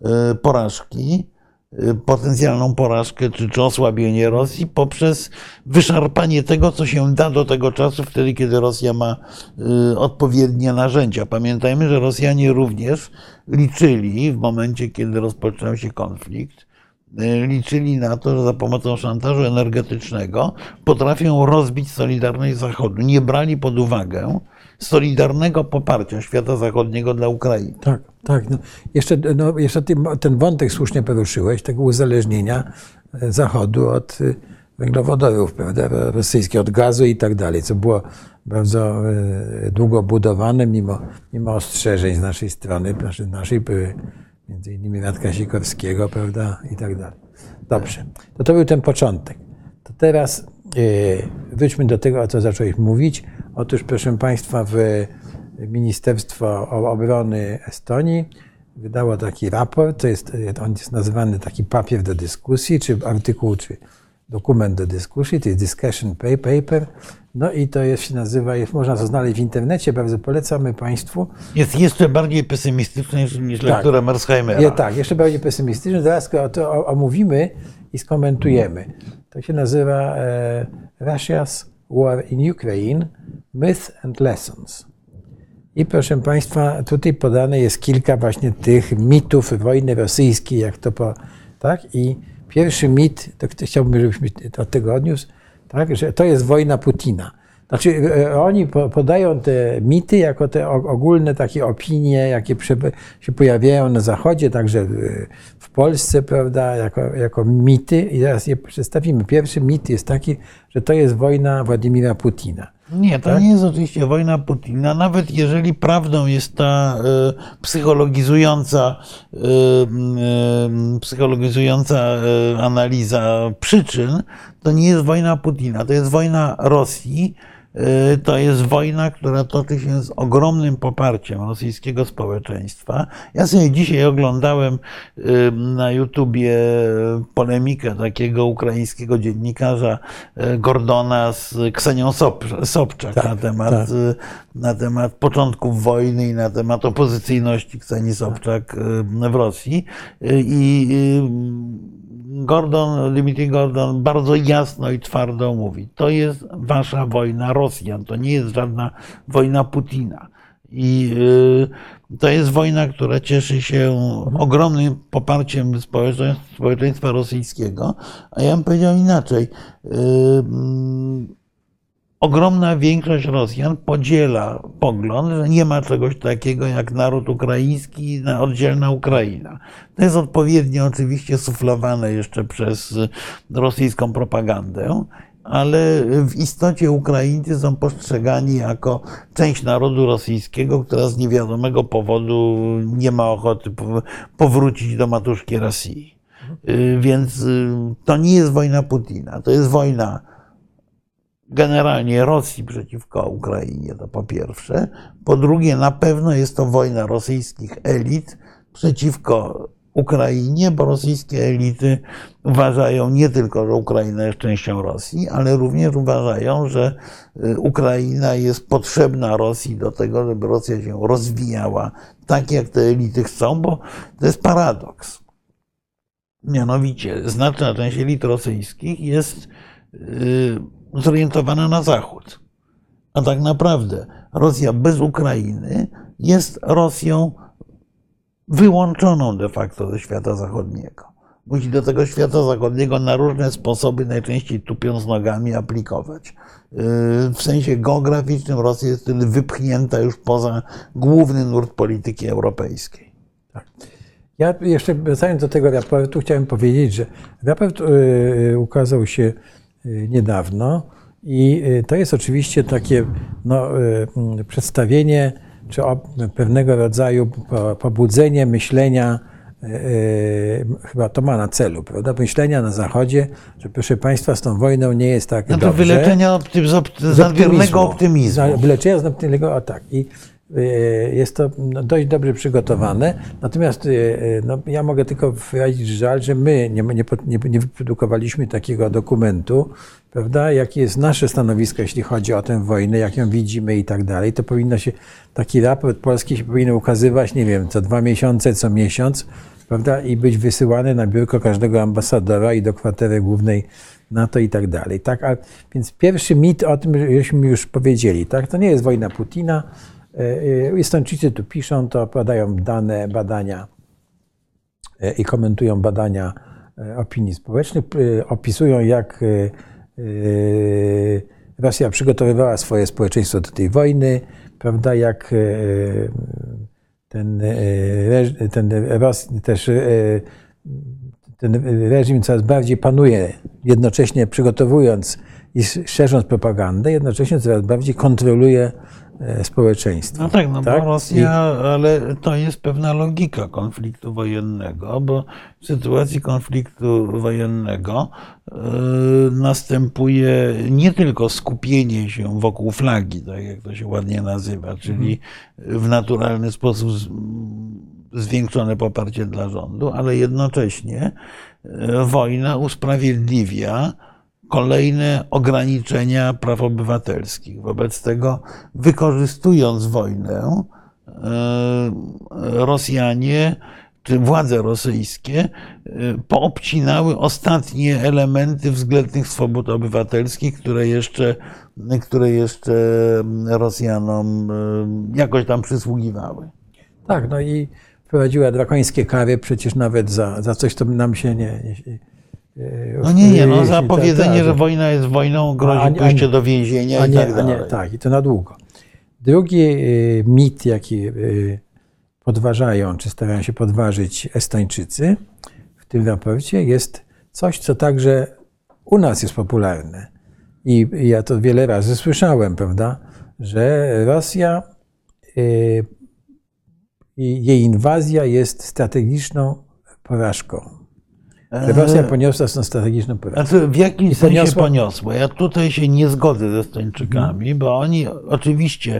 porażki, potencjalną porażkę czy, czy osłabienie Rosji poprzez wyszarpanie tego, co się da do tego czasu, wtedy, kiedy Rosja ma y, odpowiednie narzędzia. Pamiętajmy, że Rosjanie również liczyli w momencie, kiedy rozpoczął się konflikt, y, liczyli na to, że za pomocą szantażu energetycznego potrafią rozbić Solidarność Zachodu. Nie brali pod uwagę solidarnego poparcia świata zachodniego dla Ukrainy. Tak, tak. No, jeszcze no, jeszcze ten wątek słusznie poruszyłeś, tego uzależnienia Zachodu od węglowodorów, prawda, rosyjskich, od gazu i tak dalej, co było bardzo długo budowane, mimo, mimo ostrzeżeń z naszej strony, naszej były między innymi Radka Sikorskiego, prawda, i tak dalej. Dobrze, to to był ten początek. To teraz wróćmy do tego, o co zacząłeś mówić. Otóż, proszę Państwa, w Ministerstwo Obrony Estonii wydało taki raport, to jest, on jest nazywany taki papier do dyskusji, czy artykuł, czy dokument do dyskusji, to jest discussion paper. No i to jest, się nazywa, jest, można to znaleźć w internecie, bardzo polecamy Państwu. Jest jeszcze bardziej pesymistyczny niż lektura tak. Mersheimera. Je, tak, jeszcze bardziej pesymistyczny. Zaraz to omówimy i skomentujemy. To się nazywa e, Russia's War in Ukraine, Myth and Lessons. I proszę Państwa, tutaj podane jest kilka właśnie tych mitów wojny rosyjskiej, jak to po, tak? I pierwszy mit, to chciałbym, żebyśmy od tego odniósł, tak? Że to jest wojna Putina. Znaczy, oni podają te mity jako te ogólne takie opinie, jakie się pojawiają na Zachodzie, także w Polsce, prawda, jako, jako mity. I teraz je przedstawimy. Pierwszy mit jest taki, że to jest wojna Władimira Putina. Nie, to tak? nie jest oczywiście wojna Putina, nawet jeżeli prawdą jest ta y, psychologizująca, y, y, psychologizująca y, analiza przyczyn, to nie jest wojna Putina, to jest wojna Rosji. To jest wojna, która toczy się z ogromnym poparciem rosyjskiego społeczeństwa. Ja sobie dzisiaj oglądałem na YouTubie polemikę takiego ukraińskiego dziennikarza Gordona z Ksenią Sobczak tak, na temat, tak. na temat początków wojny i na temat opozycyjności Ksenii Sobczak w Rosji. I Gordon, Dmitry Gordon bardzo jasno i twardo mówi, to jest wasza wojna Rosjan, to nie jest żadna wojna Putina. I to jest wojna, która cieszy się ogromnym poparciem społeczeństwa rosyjskiego, a ja bym powiedział inaczej. Ogromna większość Rosjan podziela pogląd, że nie ma czegoś takiego jak naród ukraiński i oddzielna Ukraina. To jest odpowiednio oczywiście suflowane jeszcze przez rosyjską propagandę, ale w istocie Ukraińcy są postrzegani jako część narodu rosyjskiego, która z niewiadomego powodu nie ma ochoty powrócić do matuszki Rosji. Więc to nie jest wojna Putina, to jest wojna generalnie Rosji przeciwko Ukrainie, to po pierwsze. Po drugie, na pewno jest to wojna rosyjskich elit przeciwko Ukrainie, bo rosyjskie elity uważają nie tylko, że Ukraina jest częścią Rosji, ale również uważają, że Ukraina jest potrzebna Rosji do tego, żeby Rosja się rozwijała tak, jak te elity chcą, bo to jest paradoks. Mianowicie, znaczna część elit rosyjskich jest zorientowana na Zachód. A tak naprawdę Rosja bez Ukrainy jest Rosją wyłączoną de facto ze świata zachodniego. musi do tego świata zachodniego na różne sposoby, najczęściej tupiąc nogami, aplikować. W sensie geograficznym Rosja jest wtedy wypchnięta już poza główny nurt polityki europejskiej. Tak. Ja jeszcze wracając do tego raportu, chciałem powiedzieć, że raport ukazał się niedawno i to jest oczywiście takie no, przedstawienie czy pewnego rodzaju pobudzenie myślenia, chyba to ma na celu, prawda? Myślenia na Zachodzie, że proszę Państwa, z tą wojną nie jest tak no to dobrze. Wyleczenia z nadmiernego optymizmu. Wyleczenia z nadmiernego, a tak. I jest to dość dobrze przygotowane. Natomiast no, ja mogę tylko wyrazić żal, że my nie, nie, nie wyprodukowaliśmy takiego dokumentu, prawda, jakie jest nasze stanowisko, jeśli chodzi o tę wojnę, jak ją widzimy i tak dalej. To powinno się, taki raport polski się powinien ukazywać, nie wiem, co dwa miesiące, co miesiąc, prawda, i być wysyłany na biurko każdego ambasadora i do kwatery głównej NATO i tak dalej. Tak? A więc pierwszy mit o tym, żeśmy już powiedzieli, tak? To nie jest wojna Putina. Estończycy tu piszą, to podają dane, badania i komentują badania opinii społecznej, opisują, jak Rosja przygotowywała swoje społeczeństwo do tej wojny, prawda, jak ten, ten, też, ten reżim coraz bardziej panuje, jednocześnie przygotowując i szerząc propagandę, jednocześnie coraz bardziej kontroluje społeczeństwo. No tak, no tak? bo Rosja, I... ale to jest pewna logika konfliktu wojennego, bo w sytuacji konfliktu wojennego yy, następuje nie tylko skupienie się wokół flagi, tak jak to się ładnie nazywa, czyli w naturalny sposób zwiększone poparcie dla rządu, ale jednocześnie wojna usprawiedliwia kolejne ograniczenia praw obywatelskich. Wobec tego, wykorzystując wojnę, Rosjanie czy władze rosyjskie poobcinały ostatnie elementy względnych swobód obywatelskich, które jeszcze, które jeszcze Rosjanom jakoś tam przysługiwały. Tak, no i wprowadziła drakońskie kary przecież nawet za, za coś, co nam się nie... nie No nie, nie, no za powiedzenie, że wojna jest wojną, grozi pójście do więzienia i tak dalej. Tak, i to na długo. Drugi mit, jaki podważają, czy starają się podważyć Estończycy w tym raporcie, jest coś, co także u nas jest popularne. I ja to wiele razy słyszałem, prawda, że Rosja i jej inwazja jest strategiczną porażką. Rosja poniosła tą strategiczną porażkę. Znaczy, w jakim sensie poniosła? poniosła? Ja tutaj się nie zgodzę ze Estończykami, hmm. bo oni oczywiście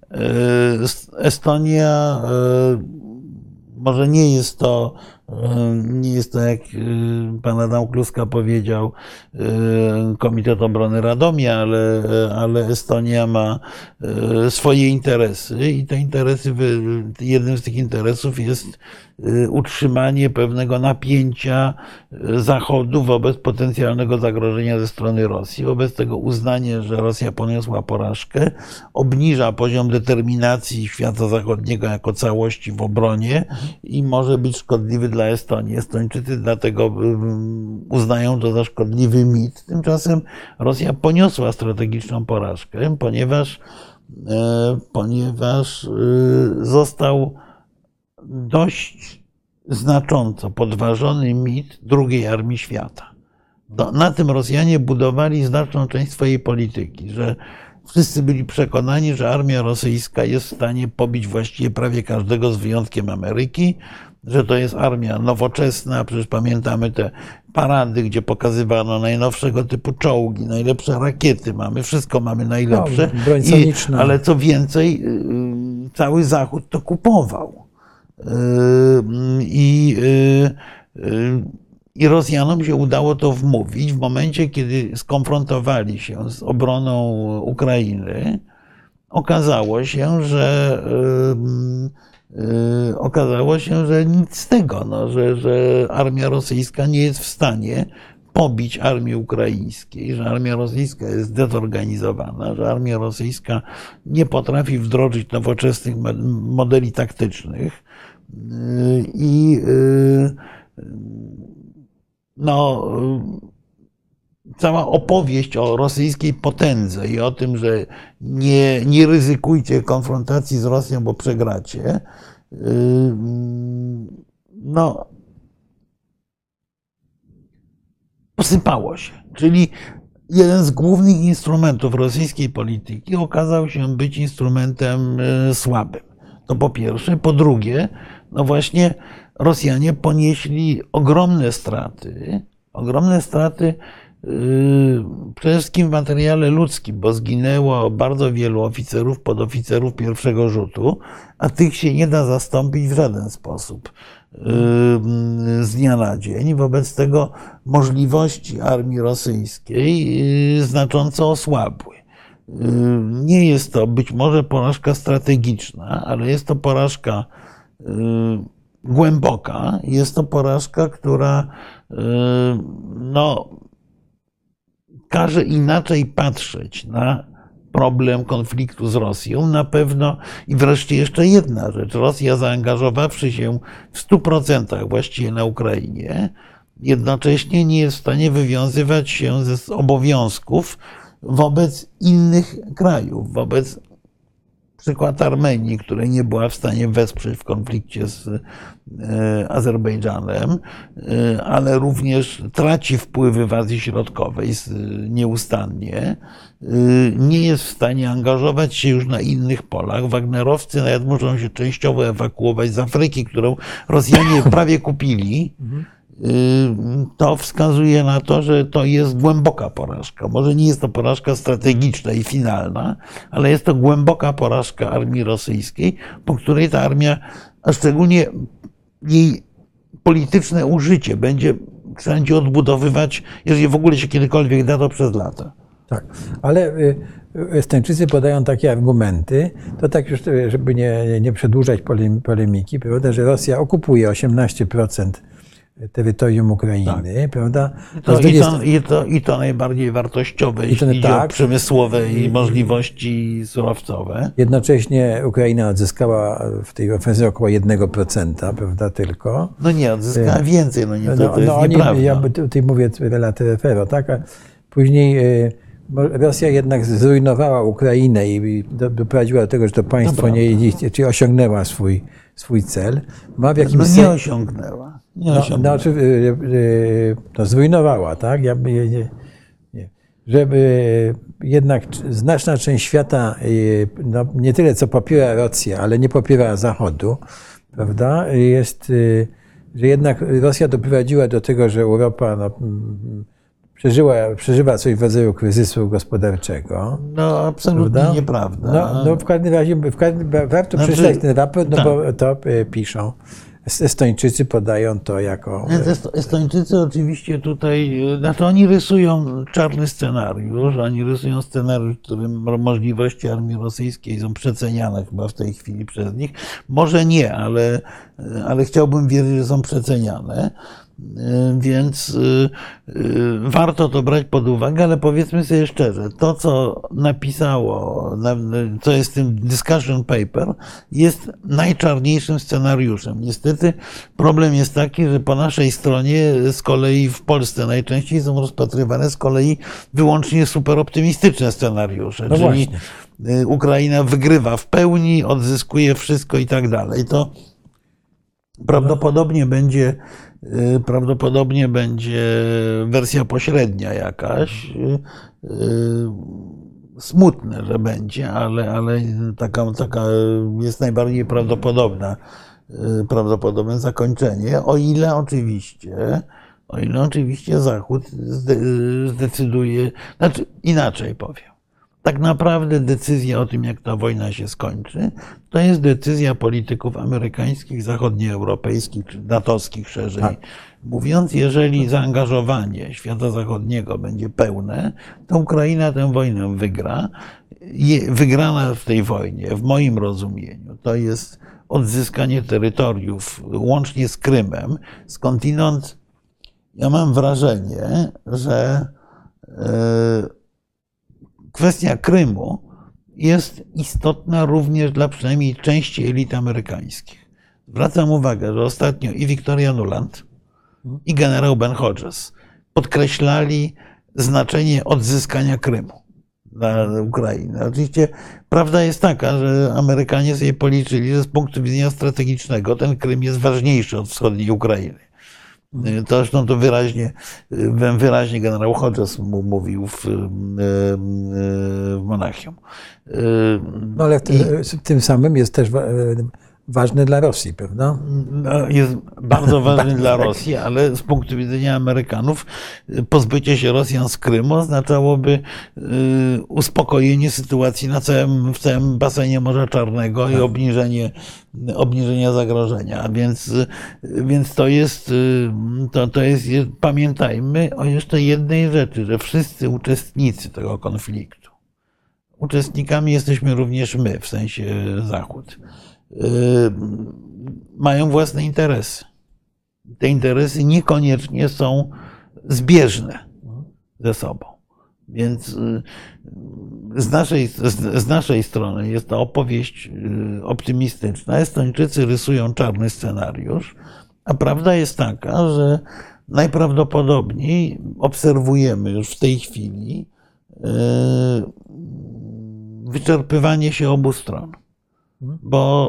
Estonia może nie jest to, nie jest to, jak pan Adam Kluska powiedział, Komitet Obrony Radomia, ale, ale Estonia ma swoje interesy i te interesy, jednym z tych interesów jest utrzymanie pewnego napięcia Zachodu wobec potencjalnego zagrożenia ze strony Rosji. Wobec tego uznanie, że Rosja poniosła porażkę, obniża poziom determinacji świata zachodniego jako całości w obronie i może być szkodliwy dla Estonii. Estończycy dlatego uznają to za szkodliwy mit. Tymczasem Rosja poniosła strategiczną porażkę, ponieważ, ponieważ został dość znacząco podważony mit drugiej armii świata. To na tym Rosjanie budowali znaczną część swojej polityki, że wszyscy byli przekonani, że armia rosyjska jest w stanie pobić właściwie prawie każdego z wyjątkiem Ameryki, że to jest armia nowoczesna, przecież pamiętamy te parady, gdzie pokazywano najnowszego typu czołgi, najlepsze rakiety mamy, wszystko mamy najlepsze, no, broń soniczna. I, ale co więcej, cały Zachód to kupował. I, I Rosjanom się udało to wmówić w momencie, kiedy skonfrontowali się z obroną Ukrainy. Okazało się, że okazało się, że nic z tego, no, że, że armia rosyjska nie jest w stanie pobić armii ukraińskiej, że armia rosyjska jest zdezorganizowana, że armia rosyjska nie potrafi wdrożyć nowoczesnych modeli taktycznych. I no, cała opowieść o rosyjskiej potędze i o tym, że nie, nie ryzykujcie konfrontacji z Rosją, bo przegracie, no, posypało się. Czyli jeden z głównych instrumentów rosyjskiej polityki okazał się być instrumentem słabym. To po pierwsze. Po drugie, no właśnie Rosjanie ponieśli ogromne straty, ogromne straty przede wszystkim w materiale ludzkim, bo zginęło bardzo wielu oficerów, podoficerów pierwszego rzutu, a tych się nie da zastąpić w żaden sposób z dnia na dzień. Wobec tego możliwości armii rosyjskiej znacząco osłabły. Nie jest to być może porażka strategiczna, ale jest to porażka głęboka. Jest to porażka, która no, każe inaczej patrzeć na problem konfliktu z Rosją. Na pewno i wreszcie jeszcze jedna rzecz. Rosja, zaangażowawszy się w stu procentach właściwie na Ukrainie, jednocześnie nie jest w stanie wywiązywać się ze obowiązków wobec innych krajów, wobec przykład Armenii, której nie była w stanie wesprzeć w konflikcie z Azerbejdżanem, ale również traci wpływy w Azji Środkowej nieustannie, nie jest w stanie angażować się już na innych polach. Wagnerowcy nawet muszą się częściowo ewakuować z Afryki, którą Rosjanie prawie kupili. To wskazuje na to, że to jest głęboka porażka. Może nie jest to porażka strategiczna i finalna, ale jest to głęboka porażka armii rosyjskiej, po której ta armia, a szczególnie jej polityczne użycie będzie wszędzie odbudowywać, jeżeli w ogóle się kiedykolwiek da, to przez lata. Tak, ale Estończycy podają takie argumenty, to tak już, żeby nie, nie przedłużać polemiki, prawda, że Rosja okupuje osiemnaście procent terytorium Ukrainy, tak, prawda? To, i, to, i, to, I to najbardziej wartościowe, jeśli chodzi tak, o przemysłowe i możliwości surowcowe. Jednocześnie Ukraina odzyskała w tej ofensywie około jednego procenta, prawda, tylko. No nie, odzyskała więcej, no nie, to, no, to jest no, nieprawda. Ja tutaj mówię relatywero, tak? A później Rosja jednak zrujnowała Ukrainę i doprowadziła do tego, że to państwo nie, czyli osiągnęła swój, swój cel. Ma w jakimś no nie osiągnęła. Nie no, znaczy, no, zrujnowała, tak? Ja, nie, nie, nie. Żeby jednak znaczna część świata no, nie tyle co popiera Rosję, ale nie popiera Zachodu, prawda? Jest, że jednak Rosja doprowadziła do tego, że Europa no, przeżyła, przeżywa coś w rodzaju kryzysu gospodarczego. No absolutnie prawda? Nieprawda. No, no w każdym razie w każdym, warto znaczy, przeczytać ten raport, no tak. Bo to piszą. Estończycy podają to jako... Estończycy oczywiście tutaj, znaczy oni rysują czarny scenariusz, oni rysują scenariusz, w którym możliwości armii rosyjskiej są przeceniane chyba w tej chwili przez nich. Może nie, ale, ale chciałbym wierzyć, że są przeceniane. Więc warto to brać pod uwagę, ale powiedzmy sobie szczerze, to co napisało, co jest w tym discussion paper, jest najczarniejszym scenariuszem. Niestety problem jest taki, że po naszej stronie z kolei w Polsce najczęściej są rozpatrywane z kolei wyłącznie superoptymistyczne scenariusze, no czyli właśnie. Ukraina wygrywa w pełni, odzyskuje wszystko i tak dalej. To prawdopodobnie będzie Prawdopodobnie będzie wersja pośrednia jakaś. Smutne, że będzie, ale, ale taka, taka jest najbardziej prawdopodobna, prawdopodobne zakończenie, o ile oczywiście, o ile oczywiście Zachód zdecyduje, znaczy inaczej powiem. Tak naprawdę decyzja o tym, jak ta wojna się skończy, to jest decyzja polityków amerykańskich, zachodnioeuropejskich, czy natowskich szerzej tak. mówiąc. Jeżeli zaangażowanie świata zachodniego będzie pełne, to Ukraina tę wojnę wygra. Wygrana w tej wojnie, w moim rozumieniu, to jest odzyskanie terytoriów, łącznie z Krymem, skądinąd ja mam wrażenie, że kwestia Krymu jest istotna również dla przynajmniej części elit amerykańskich. Zwracam uwagę, że ostatnio i Victoria Nuland, i generał Ben Hodges podkreślali znaczenie odzyskania Krymu dla Ukrainy. Oczywiście prawda jest taka, że Amerykanie sobie policzyli, że z punktu widzenia strategicznego ten Krym jest ważniejszy od wschodniej Ukrainy. To zresztą to wyraźnie, wyraźnie generał Hodges mówił w, w Monachium. No ale w tym, I, tym samym jest też ważny dla Rosji, prawda? Jest bardzo ważny dla Rosji, ale z punktu widzenia Amerykanów pozbycie się Rosjan z Krymu oznaczałoby uspokojenie sytuacji na całym, w całym basenie Morza Czarnego i obniżenie, obniżenie zagrożenia. Więc, więc to jest, to, to jest, pamiętajmy o jeszcze jednej rzeczy, że wszyscy uczestnicy tego konfliktu, uczestnikami jesteśmy również my, w sensie Zachód, mają własne interesy. Te interesy niekoniecznie są zbieżne ze sobą. Więc z naszej, z naszej strony jest to opowieść optymistyczna. Estończycy rysują czarny scenariusz, a prawda jest taka, że najprawdopodobniej obserwujemy już w tej chwili wyczerpywanie się obu stron. Bo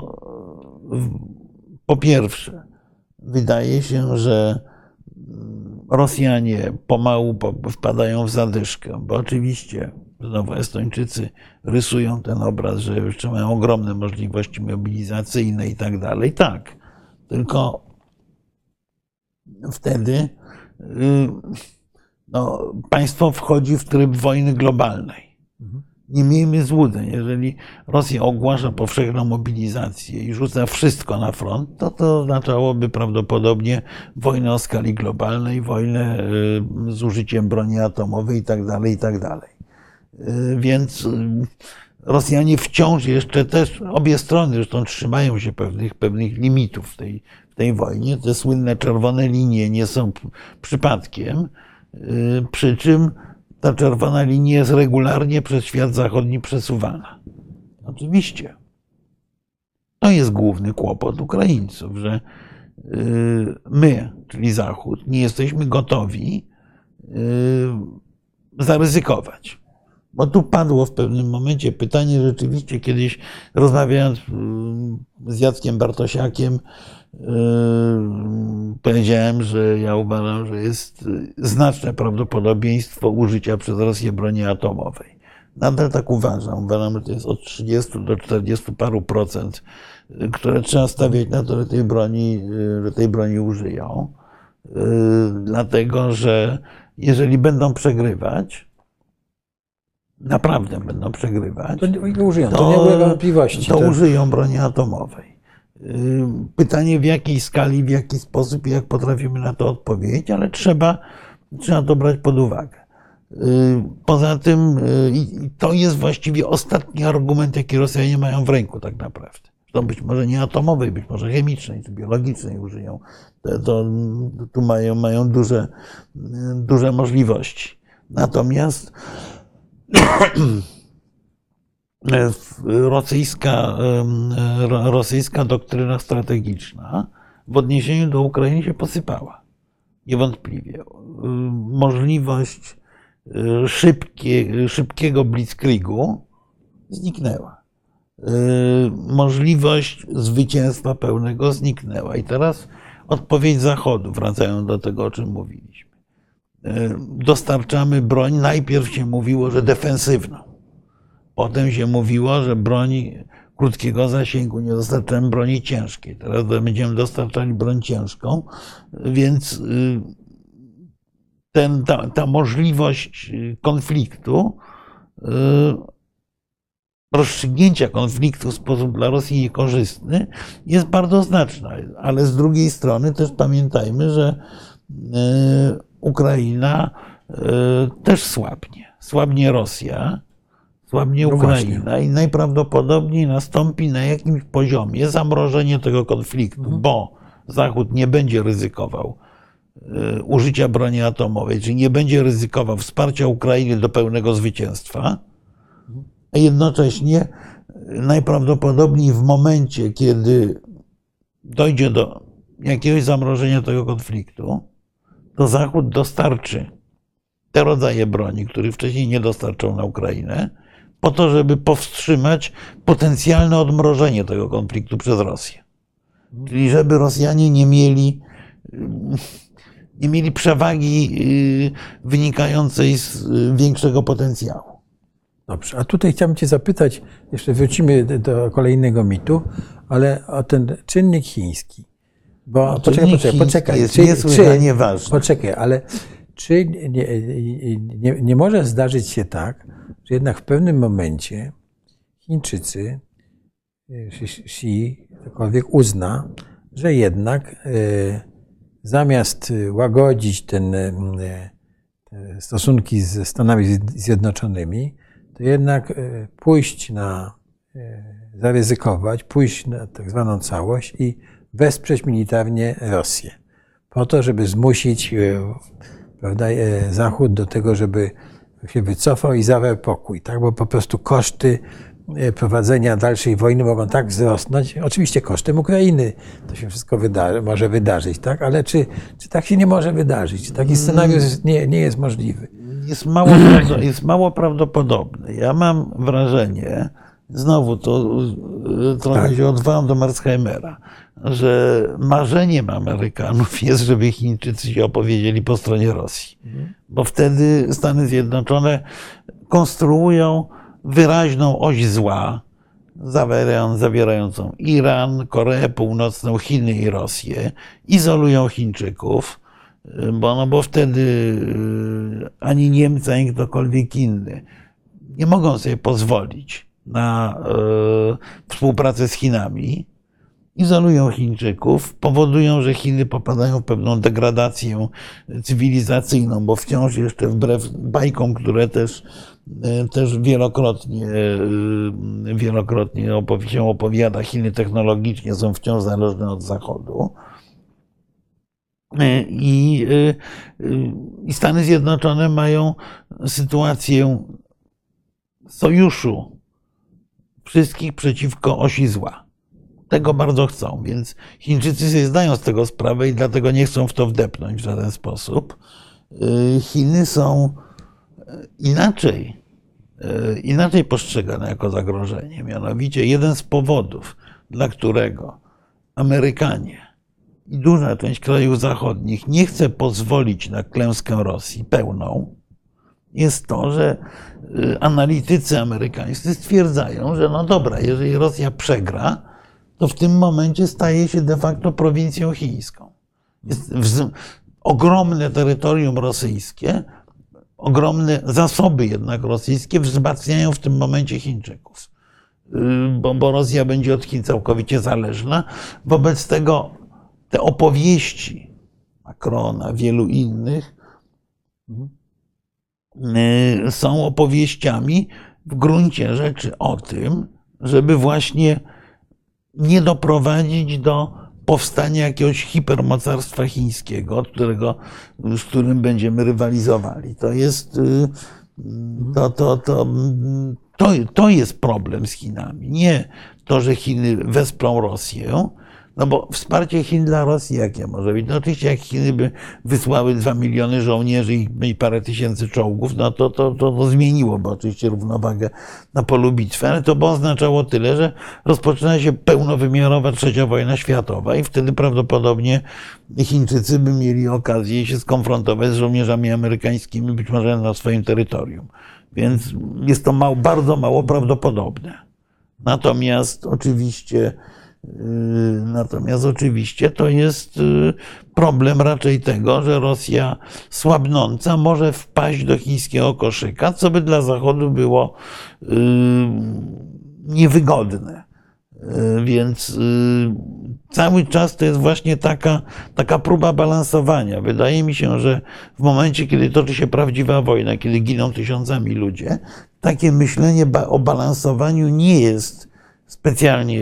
po pierwsze, wydaje się, że Rosjanie pomału wpadają w zadyszkę, bo oczywiście znowu Estończycy rysują ten obraz, że jeszcze mają ogromne możliwości mobilizacyjne i tak dalej. Tak, tylko wtedy no, państwo wchodzi w tryb wojny globalnej. Nie miejmy złudzeń. Jeżeli Rosja ogłasza powszechną mobilizację i rzuca wszystko na front, to to oznaczałoby prawdopodobnie wojnę o skali globalnej, wojnę z użyciem broni atomowej itd., itd. Więc Rosjanie wciąż jeszcze też, obie strony zresztą trzymają się pewnych, pewnych limitów w tej, w tej wojnie. Te słynne czerwone linie nie są przypadkiem, przy czym ta czerwona linia jest regularnie przez świat zachodni przesuwana. Oczywiście. To jest główny kłopot Ukraińców, że my, czyli Zachód, nie jesteśmy gotowi zaryzykować. Bo tu padło w pewnym momencie pytanie, rzeczywiście kiedyś rozmawiając z Jackiem Bartosiakiem, powiedziałem, że ja uważam, że jest znaczne prawdopodobieństwo użycia przez Rosję broni atomowej. Nadal tak uważam. Uważam, że to jest od trzydziestu do czterdziestu paru procent, które trzeba stawiać na to, że tej broni, że tej broni użyją. Dlatego, że jeżeli będą przegrywać, naprawdę będą przegrywać, to nie użyją, to, to nie ulega wątpliwości. To, to użyją broni atomowej. Pytanie w jakiej skali, w jaki sposób i jak potrafimy na to odpowiedzieć, ale trzeba, trzeba to brać pod uwagę. Poza tym to jest właściwie ostatni argument, jaki Rosjanie mają w ręku tak naprawdę. To być może nie atomowej, być może chemicznej czy biologicznej użyją. To, to, tu mają, mają duże, duże możliwości. Natomiast rosyjska, rosyjska doktryna strategiczna w odniesieniu do Ukrainy się posypała. Niewątpliwie. Możliwość szybkie, szybkiego blitzkriegu zniknęła. Możliwość zwycięstwa pełnego zniknęła. I teraz odpowiedź Zachodu, wracając do tego, o czym mówiliśmy. Dostarczamy broń. Najpierw się mówiło, że defensywną. Potem się mówiło, że broń krótkiego zasięgu, nie dostarczamy broni ciężkiej. Teraz będziemy dostarczali broń ciężką, więc ten, ta, ta możliwość konfliktu, rozstrzygnięcia konfliktu w sposób dla Rosji niekorzystny jest bardzo znaczna. Ale z drugiej strony też pamiętajmy, że Ukraina też słabnie. Słabnie Rosja, słabnie Ukraina i najprawdopodobniej nastąpi na jakimś poziomie zamrożenie tego konfliktu, mhm. bo Zachód nie będzie ryzykował użycia broni atomowej, czyli nie będzie ryzykował wsparcia Ukrainy do pełnego zwycięstwa, a jednocześnie najprawdopodobniej w momencie, kiedy dojdzie do jakiegoś zamrożenia tego konfliktu, to Zachód dostarczy te rodzaje broni, których wcześniej nie dostarczał na Ukrainę, po to, żeby powstrzymać potencjalne odmrożenie tego konfliktu przez Rosję. Czyli żeby Rosjanie nie mieli, nie mieli przewagi wynikającej z większego potencjału. Dobrze, a tutaj chciałbym cię zapytać, jeszcze wrócimy do kolejnego mitu, ale o ten czynnik chiński. Bo no, poczekaj, poczekaj, poczekaj. Jest czy, niesłychanie czy, ważny. Poczekaj, ale czy nie, nie, nie może zdarzyć się tak, że jednak w pewnym momencie Chińczycy, Xi, ktokolwiek uzna, że jednak y, zamiast łagodzić ten, y, te stosunki ze Stanami Zjednoczonymi, to jednak y, pójść na, y, zaryzykować, pójść na tak zwaną całość i wesprzeć militarnie Rosję. Po to, żeby zmusić y, prawda, y, Zachód do tego, żeby się wycofał i zawarł pokój, tak? Bo po prostu koszty prowadzenia dalszej wojny mogą tak wzrosnąć, oczywiście kosztem Ukrainy to się wszystko wydarzy, może wydarzyć, tak? Ale czy, czy tak się nie może wydarzyć? Czy taki scenariusz nie, nie jest możliwy? Jest mało, jest mało prawdopodobny. Ja mam wrażenie, znowu to trochę tak. się odwołam do Merzheimera, że marzeniem Amerykanów jest, żeby Chińczycy się opowiedzieli po stronie Rosji. Bo wtedy Stany Zjednoczone konstruują wyraźną oś zła, zawierającą Iran, Koreę Północną, Chiny i Rosję, izolują Chińczyków, bo, no bo wtedy ani Niemcy, ani ktokolwiek inny nie mogą sobie pozwolić na e, współpracę z Chinami. Izolują Chińczyków, powodują, że Chiny popadają w pewną degradację cywilizacyjną, bo wciąż jeszcze wbrew bajkom, które też, też wielokrotnie, wielokrotnie się opowiada, Chiny technologicznie są wciąż zależne od Zachodu. I, i Stany Zjednoczone mają sytuację sojuszu wszystkich przeciwko osi zła. Tego bardzo chcą, więc Chińczycy sobie zdają z tego sprawę i dlatego nie chcą w to wdepnąć w żaden sposób. Chiny są inaczej, inaczej postrzegane jako zagrożenie. Mianowicie jeden z powodów, dla którego Amerykanie i duża część krajów zachodnich nie chce pozwolić na klęskę Rosji pełną, jest to, że analitycy amerykańscy stwierdzają, że no dobra, jeżeli Rosja przegra, to w tym momencie staje się de facto prowincją chińską. Jest ogromne terytorium rosyjskie, ogromne zasoby jednak rosyjskie wzmacniają w tym momencie Chińczyków, bo, bo Rosja będzie od Chin całkowicie zależna. Wobec tego te opowieści Macrona, wielu innych są opowieściami w gruncie rzeczy o tym, żeby właśnie nie doprowadzić do powstania jakiegoś hipermocarstwa chińskiego, od którego, z którym będziemy rywalizowali. To jest, to, to, to, to, to jest problem z Chinami. Nie to, że Chiny wesprą Rosję, no bo wsparcie Chin dla Rosji jakie może być? No oczywiście jak Chiny by wysłały dwa miliony żołnierzy i parę tysięcy czołgów, no to to, to, to zmieniłoby oczywiście równowagę na polu bitwy, ale to by oznaczało tyle, że rozpoczyna się pełnowymiarowa trzecia wojna światowa i wtedy prawdopodobnie Chińczycy by mieli okazję się skonfrontować z żołnierzami amerykańskimi, być może na swoim terytorium. Więc jest to mało, bardzo mało prawdopodobne. Natomiast oczywiście Natomiast oczywiście to jest problem raczej tego, że Rosja słabnąca może wpaść do chińskiego koszyka, co by dla Zachodu było niewygodne. Więc cały czas to jest właśnie taka, taka próba balansowania. Wydaje mi się, że w momencie, kiedy toczy się prawdziwa wojna, kiedy giną tysiącami ludzie, takie myślenie o balansowaniu nie jest specjalnie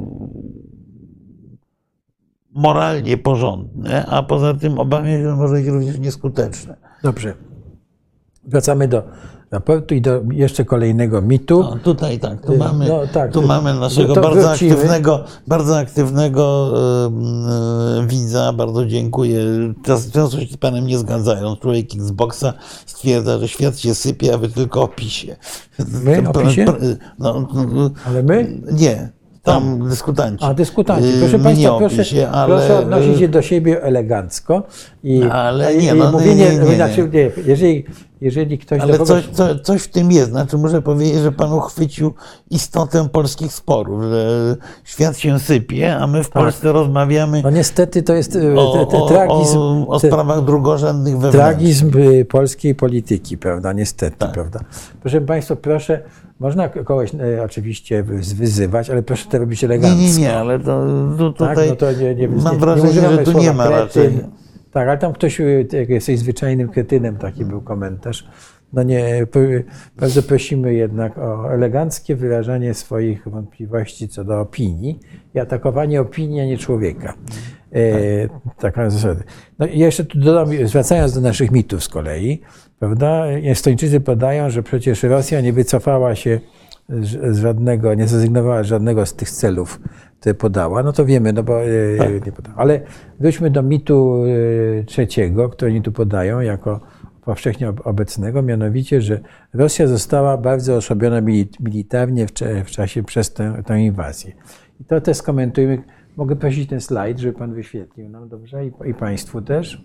moralnie porządne, a poza tym obawiam się, że może być również nieskuteczne. Dobrze. Wracamy do, raportu i do jeszcze kolejnego mitu. No, tutaj tak, tu mamy, no, tak, tu mamy naszego to bardzo wrócimy. aktywnego, bardzo aktywnego e, e, widza, bardzo dziękuję. Często się z panem nie zgadzają. Człowiek Xboxa stwierdza, że świat się sypie, a wy tylko o PiSie. My? O PiSie? No, Ale my? Nie. Tam dyskutanci. A, dyskutanci. Proszę Państwa, proszę, się, ale... proszę odnosić się do siebie elegancko. I, ale i, nie, i no, mówienie, nie, nie, nie. Znaczy, nie, jeżeli, jeżeli ktoś... Ale kogoś... coś, co, coś w tym jest. Znaczy, muszę powiedzieć, że pan uchwycił istotę polskich sporów, że świat się sypie, a my w Tak. Polsce rozmawiamy No niestety to jest o, te, te, o, tragizm... o, o sprawach drugorzędnych wewnętrznych. Tragizm polskiej polityki, prawda? Niestety, tak. Prawda? Proszę Państwa, proszę, można kogoś e, oczywiście wyzywać, ale proszę to robić elegancko. Nie, nie, nie, ale to, to tutaj tak? No to nie, nie, mam nie, wrażenie, nie że tu nie ma kretyn. raczej. Tak, ale tam ktoś, jak jesteś zwyczajnym kretynem, taki był komentarz. No nie, bardzo prosimy jednak o eleganckie wyrażanie swoich wątpliwości co do opinii i atakowanie opinii, a nie człowieka. E, taka zasada. No i jeszcze tu dodam, zwracając do naszych mitów z kolei, prawda, Estończycy podają, że przecież Rosja nie wycofała się z żadnego, nie zrezygnowała z żadnego z tych celów, które podała, no to wiemy, no bo tak. nie podała. Ale wróćmy do mitu trzeciego, który oni tu podają jako powszechnie obecnego, mianowicie, że Rosja została bardzo osłabiona militarnie w, w czasie przez tę, tę inwazję. I to też skomentujmy. Mogę prosić ten slajd, żeby pan wyświetlił nam, dobrze? I, i państwu też.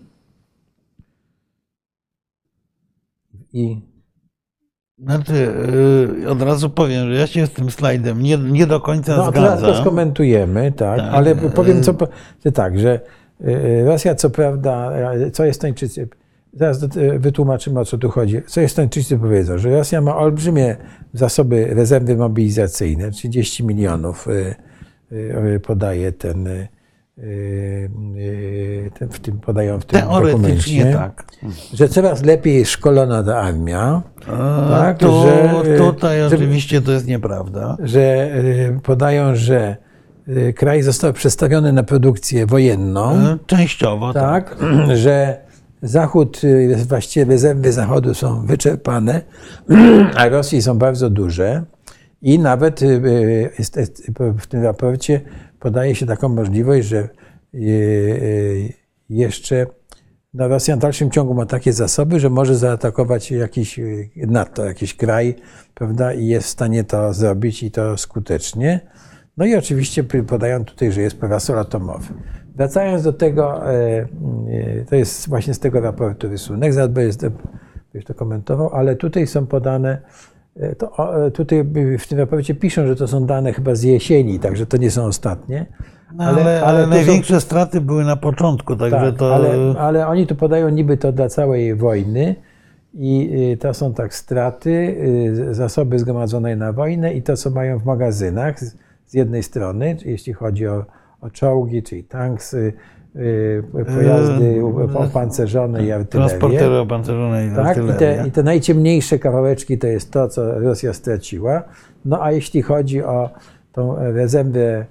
I Znaczy, yy, od razu powiem, że ja się z tym slajdem nie, nie do końca no, zgadzam. No to skomentujemy, tak, tak, ale powiem co, że tak, że Rosja co prawda, co Estończycy, zaraz wytłumaczymy, o co tu chodzi. Co Estończycy powiedzą, że Rosja ma olbrzymie zasoby, rezerwy mobilizacyjne, trzydzieści milionów podaje ten, ten w tym podają w tym dokumencie, tak. Że coraz lepiej jest szkolona ta armia. A, tak, to, że, tutaj że, oczywiście to jest nieprawda. Że podają, że kraj został przestawiony na produkcję wojenną. Częściowo, tak. tak. Że Zachód, właściwie rezerwy Zachodu są wyczerpane, a Rosji są bardzo duże. I nawet w tym raporcie podaje się taką możliwość, że jeszcze no Rosja w dalszym ciągu ma takie zasoby, że może zaatakować jakiś NATO, jakiś kraj, prawda, i jest w stanie to zrobić i to skutecznie. No i oczywiście podają tutaj, że jest parasol atomowy. Wracając do tego, to jest właśnie z tego raportu rysunek, zaraz będziesz to komentował, ale tutaj są podane, to tutaj w tym raporcie piszą, że to są dane chyba z jesieni, także to nie są ostatnie. No, ale, ale, ale największe są... straty były na początku, także tak, to... Ale, ale oni tu podają niby to dla całej wojny i to są tak straty, zasoby zgromadzone na wojnę i to, co mają w magazynach z jednej strony, jeśli chodzi o, o czołgi, czyli tanksy, pojazdy opancerzone i artylerię. Transportery opancerzone i tak, artylerię. I te, I te najciemniejsze kawałeczki to jest to, co Rosja straciła. No a jeśli chodzi o tą rezerwę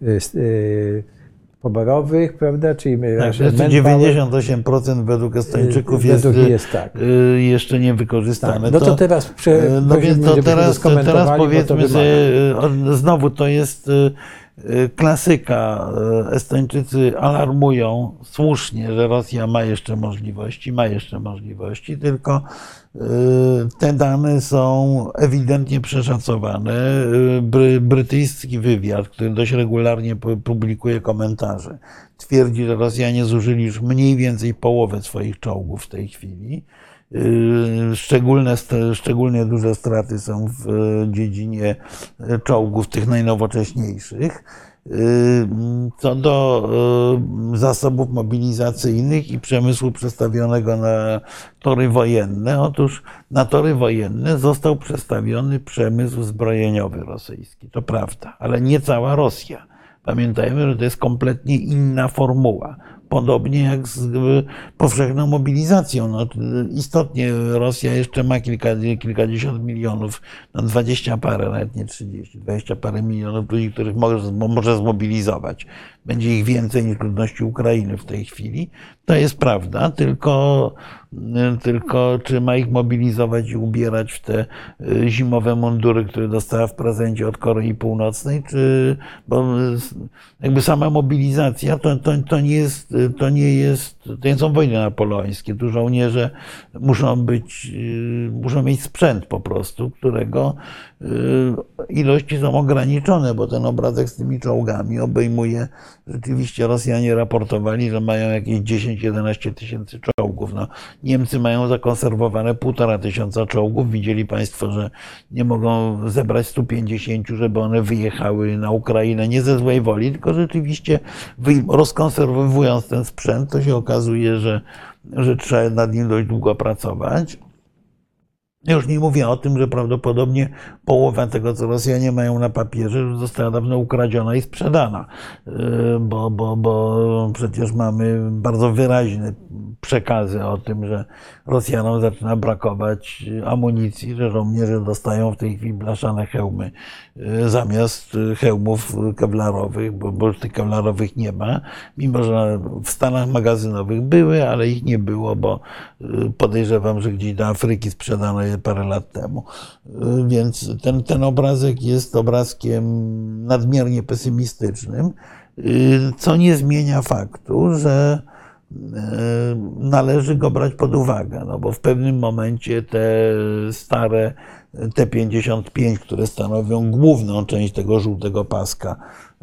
poborowych, prawda, czyli tak, dziewięćdziesiąt osiem procent według Estończyków jest, jest tak. jeszcze niewykorzystane. Tak, no to, to teraz, prze, no więc to teraz, teraz powiedzmy sobie, znowu to jest klasyka. Estończycy alarmują słusznie, że Rosja ma jeszcze możliwości, ma jeszcze możliwości, tylko te dane są ewidentnie przeszacowane. Bry, brytyjski wywiad, który dość regularnie publikuje komentarze, twierdzi, że Rosjanie zużyli już mniej więcej połowę swoich czołgów w tej chwili. Szczególne, szczególnie duże straty są w dziedzinie czołgów tych najnowocześniejszych. Co do zasobów mobilizacyjnych i przemysłu przestawionego na tory wojenne, otóż na tory wojenne został przestawiony przemysł zbrojeniowy rosyjski, to prawda, ale nie cała Rosja. Pamiętajmy, że to jest kompletnie inna formuła. podobnie jak z powszechną mobilizacją. No, istotnie Rosja jeszcze ma kilka, kilkadziesiąt milionów, no dwadzieścia parę, nawet nie trzydzieści, dwadzieścia parę milionów ludzi, których może, może zmobilizować. Będzie ich więcej niż ludności Ukrainy w tej chwili. To jest prawda, tylko, tylko czy ma ich mobilizować i ubierać w te zimowe mundury, które dostała w prezencie od Korei Północnej, czy, bo jakby sama mobilizacja to, to, to nie jest, to nie jest, to nie są wojny napoleońskie. Tu żołnierze muszą być, muszą mieć sprzęt po prostu, którego ilości są ograniczone, bo ten obrazek z tymi czołgami obejmuje, rzeczywiście Rosjanie raportowali, że mają jakieś dziesięć jedenaście tysięcy czołgów. No, Niemcy mają zakonserwowane półtora tysiąca czołgów. Widzieli Państwo, że nie mogą zebrać stu pięćdziesięciu, żeby one wyjechały na Ukrainę nie ze złej woli, tylko rzeczywiście rozkonserwowując ten sprzęt, to się okazuje, że, że trzeba nad nim dość długo pracować. Ja już nie mówię o tym, że prawdopodobnie połowa tego, co Rosjanie mają na papierze, już została dawno ukradziona i sprzedana, bo, bo, bo przecież mamy bardzo wyraźne przekazy o tym, że Rosjanom zaczyna brakować amunicji, że żołnierze dostają w tej chwili blaszane hełmy zamiast hełmów kewlarowych, bo, bo już tych kewlarowych nie ma, mimo że w stanach magazynowych były, ale ich nie było, bo podejrzewam, że gdzieś do Afryki sprzedano je parę lat temu. Więc ten, ten obrazek jest obrazkiem nadmiernie pesymistycznym, co nie zmienia faktu, że należy go brać pod uwagę, no bo w pewnym momencie te stare T pięćdziesiąt pięć, które stanowią główną część tego żółtego paska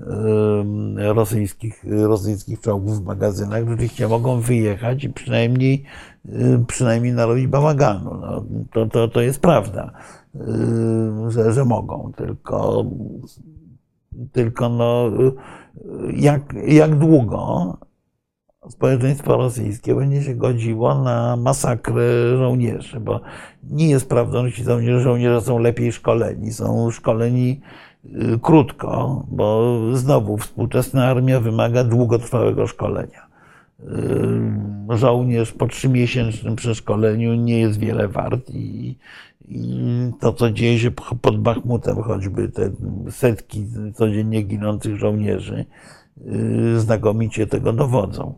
rosyjskich, rosyjskich czołgów w magazynach, rzeczywiście mogą wyjechać i przynajmniej, przynajmniej narobić bałaganu. No, to, to, to jest prawda, że, że mogą, tylko, tylko no, jak, jak długo społeczeństwo rosyjskie będzie się godziło na masakrę żołnierzy, bo nie jest prawdą, że ci żołnierze są lepiej szkoleni. Są szkoleni krótko, bo znowu współczesna armia wymaga długotrwałego szkolenia. Żołnierz po trzymiesięcznym przeszkoleniu nie jest wiele wart i, i to, co dzieje się pod Bachmutem, choćby te setki codziennie ginących żołnierzy, znakomicie tego dowodzą.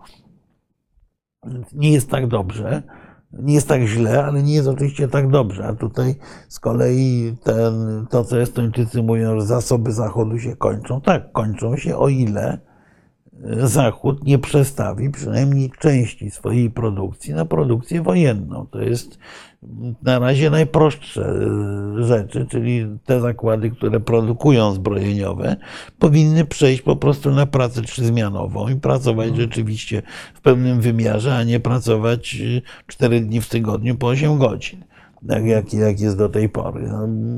Nie jest tak dobrze, nie jest tak źle, ale nie jest oczywiście tak dobrze. A tutaj z kolei ten, to, co Estończycy mówią, że zasoby Zachodu się kończą. Tak, kończą się, o ile Zachód nie przestawi przynajmniej części swojej produkcji na produkcję wojenną. To jest na razie najprostsze rzeczy, czyli te zakłady, które produkują zbrojeniowe, powinny przejść po prostu na pracę trzyzmianową i pracować rzeczywiście w pełnym wymiarze, a nie pracować cztery dni w tygodniu po osiem godzin, jak, jak jest do tej pory.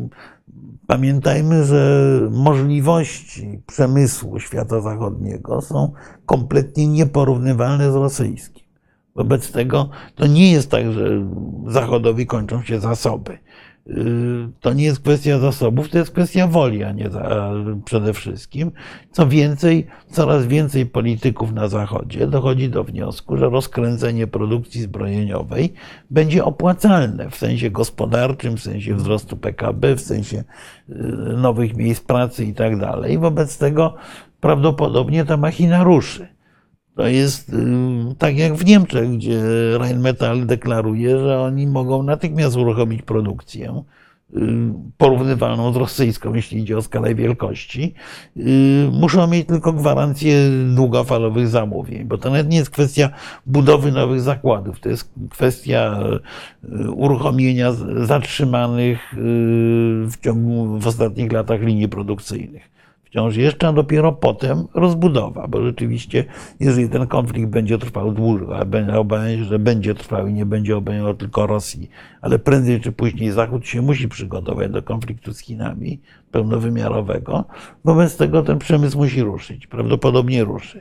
Pamiętajmy, że możliwości przemysłu świata zachodniego są kompletnie nieporównywalne z rosyjskim. Wobec tego to nie jest tak, że Zachodowi kończą się zasoby. To nie jest kwestia zasobów, to jest kwestia woli, a nie za, przede wszystkim. Co więcej, coraz więcej polityków na Zachodzie dochodzi do wniosku, że rozkręcenie produkcji zbrojeniowej będzie opłacalne w sensie gospodarczym, w sensie wzrostu P K B, w sensie nowych miejsc pracy i tak dalej. Wobec tego prawdopodobnie ta machina ruszy. To jest tak jak w Niemczech, gdzie Rheinmetall deklaruje, że oni mogą natychmiast uruchomić produkcję porównywalną z rosyjską, jeśli idzie o skalę wielkości. Muszą mieć tylko gwarancję długofalowych zamówień, bo to nawet nie jest kwestia budowy nowych zakładów, to jest kwestia uruchomienia zatrzymanych w ciągu w ostatnich latach linii produkcyjnych. Wciąż jeszcze, a dopiero potem rozbudowa, bo rzeczywiście, jeżeli ten konflikt będzie trwał dłużej, a obawiam się, że będzie trwał i nie będzie obejmował tylko Rosji, ale prędzej czy później Zachód się musi przygotować do konfliktu z Chinami pełnowymiarowego, wobec tego ten przemysł musi ruszyć, prawdopodobnie ruszy.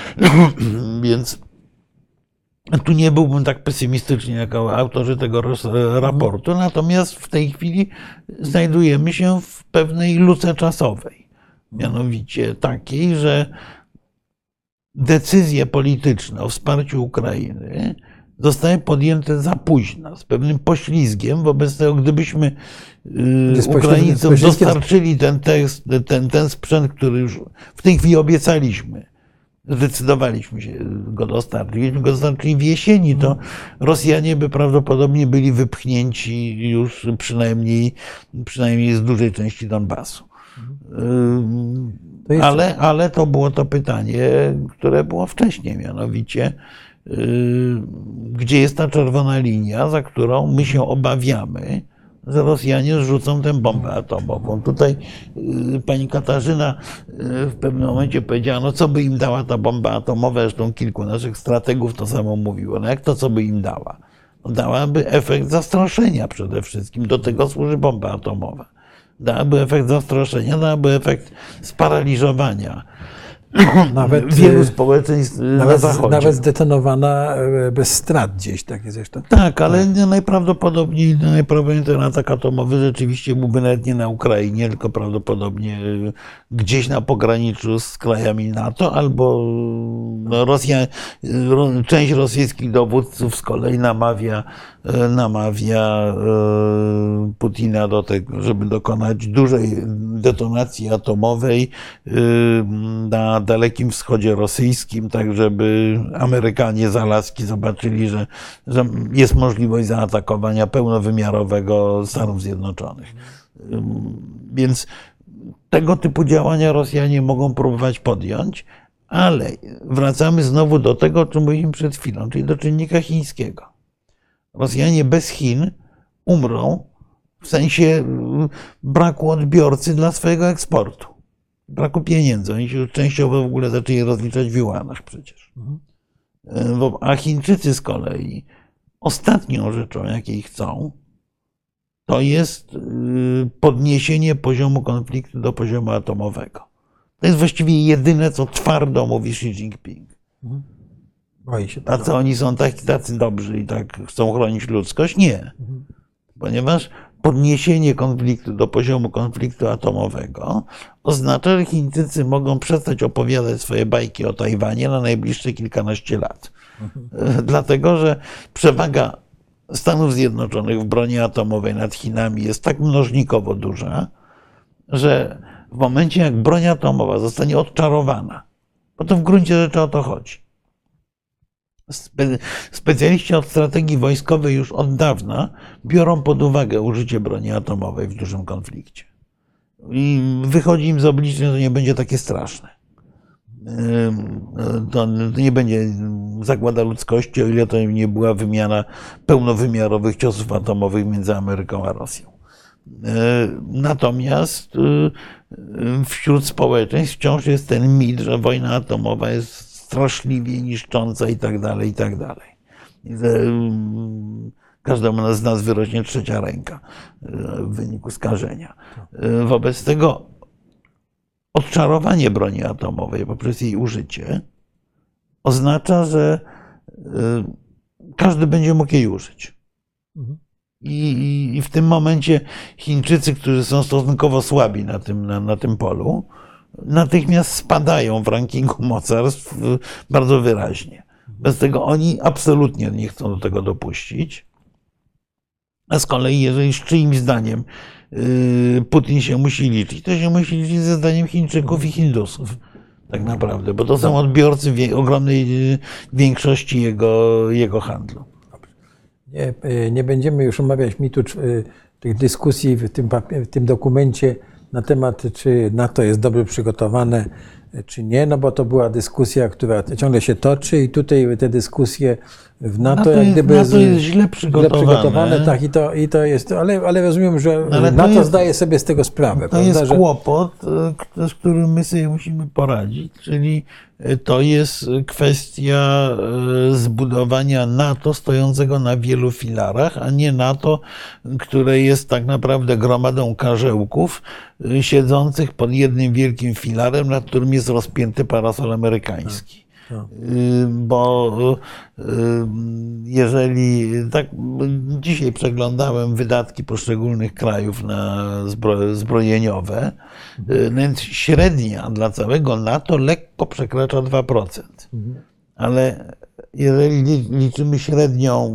Więc tu nie byłbym tak pesymistyczny jak autorzy tego raportu, natomiast w tej chwili znajdujemy się w pewnej luce czasowej. Mianowicie takiej, że decyzje polityczne o wsparciu Ukrainy zostały podjęte za późno, z pewnym poślizgiem. Wobec tego, gdybyśmy Ukraińcom dostarczyli ten, tekst, ten, ten sprzęt, który już w tej chwili obiecaliśmy, zdecydowaliśmy się go dostarczyć, gdybyśmy go dostarczyli w jesieni, to Rosjanie by prawdopodobnie byli wypchnięci już przynajmniej, przynajmniej z dużej części Donbasu. To jest... ale, ale to było to pytanie, które było wcześniej, mianowicie gdzie jest ta czerwona linia, za którą my się obawiamy, że Rosjanie zrzucą tę bombę atomową. Tutaj pani Katarzyna w pewnym momencie powiedziała, no co by im dała ta bomba atomowa, zresztą kilku naszych strategów to samo mówiło. No jak to, co by im dała? No dałaby efekt zastraszenia przede wszystkim. Do tego służy bomba atomowa. Dałaby efekt zastraszenia, dałaby efekt sparaliżowania nawet wielu społeczeństw nawet, na Zachodzie. Nawet zdetonowana bez strat gdzieś, takie zresztą. Tak, ale tak. najprawdopodobniej, najprawdopodobniej ten atak atomowy rzeczywiście byłby nawet nie na Ukrainie, tylko prawdopodobnie gdzieś na pograniczu z krajami NATO, albo no, Rosja, część rosyjskich dowódców z kolei namawia, namawia Putina do tego, żeby dokonać dużej detonacji atomowej na Dalekim Wschodzie rosyjskim, tak żeby Amerykanie z Alaski zobaczyli, że, że jest możliwość zaatakowania pełnowymiarowego Stanów Zjednoczonych. Więc tego typu działania Rosjanie mogą próbować podjąć, ale wracamy znowu do tego, o czym mówiliśmy przed chwilą, czyli do czynnika chińskiego. Rosjanie bez Chin umrą w sensie braku odbiorcy dla swojego eksportu. Braku pieniędzy. Oni się już częściowo w ogóle zaczęli rozliczać w juanach przecież. A Chińczycy z kolei ostatnią rzeczą, jakiej chcą, to jest podniesienie poziomu konfliktu do poziomu atomowego. To jest właściwie jedyne, co twardo mówi Xi Jinping. Boi się A co oni są tacy, tacy dobrzy i tak chcą chronić ludzkość? Nie. Ponieważ podniesienie konfliktu do poziomu konfliktu atomowego oznacza, że Chińczycy mogą przestać opowiadać swoje bajki o Tajwanie na najbliższe kilkanaście lat. Mhm. Dlatego, że przewaga Stanów Zjednoczonych w broni atomowej nad Chinami jest tak mnożnikowo duża, że w momencie, jak broń atomowa zostanie odczarowana, bo to w gruncie rzeczy o to chodzi. Spe, specjaliści od strategii wojskowej już od dawna biorą pod uwagę użycie broni atomowej w dużym konflikcie. I wychodzi im z obliczenia, że to nie będzie takie straszne. To nie będzie zagłada ludzkości, o ile to nie była wymiana pełnowymiarowych ciosów atomowych między Ameryką a Rosją. Natomiast wśród społeczeństw wciąż jest ten mit, że wojna atomowa jest straszliwie niszcząca i tak dalej, i tak dalej. Każdemu z nas wyrośnie trzecia ręka w wyniku skażenia. Wobec tego odczarowanie broni atomowej poprzez jej użycie oznacza, że każdy będzie mógł jej użyć. I, i w tym momencie Chińczycy, którzy są stosunkowo słabi na tym, na, na tym polu, natychmiast spadają w rankingu mocarstw bardzo wyraźnie. Bez tego oni absolutnie nie chcą do tego dopuścić. A z kolei, jeżeli z czyimś zdaniem Putin się musi liczyć, to się musi liczyć ze zdaniem Chińczyków i Hindusów. Tak naprawdę, bo to są odbiorcy ogromnej większości jego, jego handlu. Nie, nie będziemy już omawiać mitu tych dyskusji w tym, w tym dokumencie na temat, czy NATO jest dobrze przygotowane, czy nie, no bo to była dyskusja, która ciągle się toczy i tutaj te dyskusje w NATO, NATO jak gdyby jest, NATO jest źle przygotowane. Źle przygotowane tak, i to, i to jest, ale, ale rozumiem, że ale NATO jest, zdaje sobie z tego sprawę. To prawda, jest że... kłopot, z którym my sobie musimy poradzić, czyli to jest kwestia zbudowania NATO stojącego na wielu filarach, a nie NATO, które jest tak naprawdę gromadą karzełków siedzących pod jednym wielkim filarem, nad którym jest rozpięty parasol amerykański. No. Bo jeżeli tak, dzisiaj przeglądałem wydatki poszczególnych krajów na zbro, zbrojeniowe, więc średnia dla całego NATO lekko przekracza dwa procent. Ale jeżeli liczymy średnią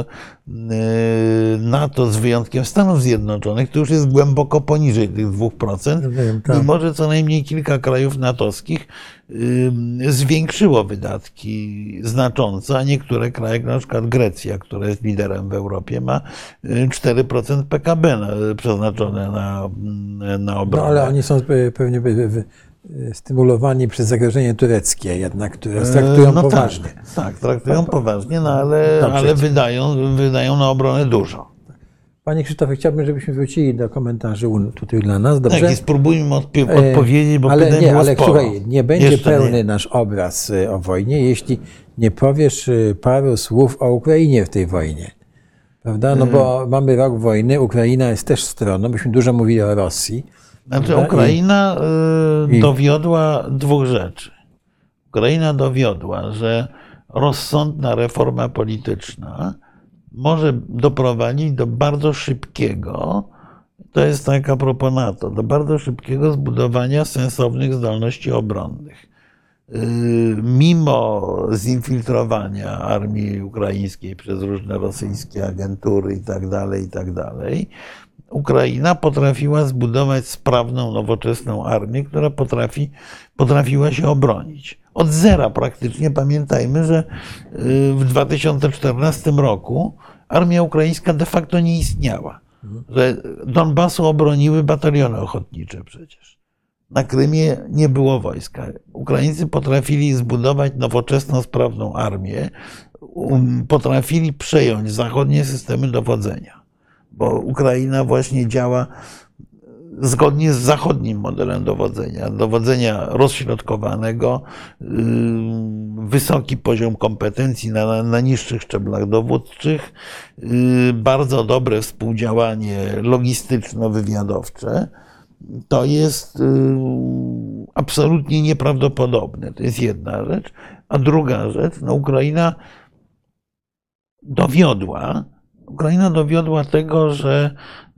NATO z wyjątkiem Stanów Zjednoczonych, to już jest głęboko poniżej tych dwóch procent, mimo że co najmniej kilka krajów natowskich zwiększyło wydatki znacząco, a niektóre kraje, jak na przykład Grecja, która jest liderem w Europie, ma cztery procent P K B przeznaczone na, na obronę. No ale oni są pewnie stymulowani przez zagrożenie tureckie jednak, które traktują no poważnie. Tak, tak, traktują poważnie, no ale, ale wydają, wydają na obronę dużo. Panie Krzysztofie, chciałbym, żebyśmy wrócili do komentarzy tutaj dla nas, dobrze? Tak, i spróbujmy odp- odpowiedzieć, bo ale nie, było ale sporo. słuchaj, nie będzie Jeszcze pełny nie. nasz obraz o wojnie, jeśli nie powiesz paru słów o Ukrainie w tej wojnie. Prawda? No bo hmm. mamy rok wojny, Ukraina jest też stroną, myśmy dużo mówili o Rosji. Znaczy prawda? Ukraina I, y, dowiodła dwóch rzeczy. Ukraina dowiodła, że rozsądna reforma polityczna może doprowadzić do bardzo szybkiego, to jest tak a propos NATO, do bardzo szybkiego zbudowania sensownych zdolności obronnych. Mimo zinfiltrowania armii ukraińskiej przez różne rosyjskie agentury i tak dalej, i tak dalej, Ukraina potrafiła zbudować sprawną, nowoczesną armię, która potrafi, potrafiła się obronić. Od zera praktycznie. Pamiętajmy, że w dwa tysiące czternastym roku armia ukraińska de facto nie istniała. Że Donbasu obroniły bataliony ochotnicze przecież. Na Krymie nie było wojska. Ukraińcy potrafili zbudować nowoczesną, sprawną armię, potrafili przejąć zachodnie systemy dowodzenia, bo Ukraina właśnie działa zgodnie z zachodnim modelem dowodzenia. Dowodzenia rozśrodkowanego, wysoki poziom kompetencji na, na niższych szczeblach dowódczych, bardzo dobre współdziałanie logistyczno-wywiadowcze. To jest absolutnie nieprawdopodobne. To jest jedna rzecz. A druga rzecz, no Ukraina dowiodła, Ukraina dowiodła tego, że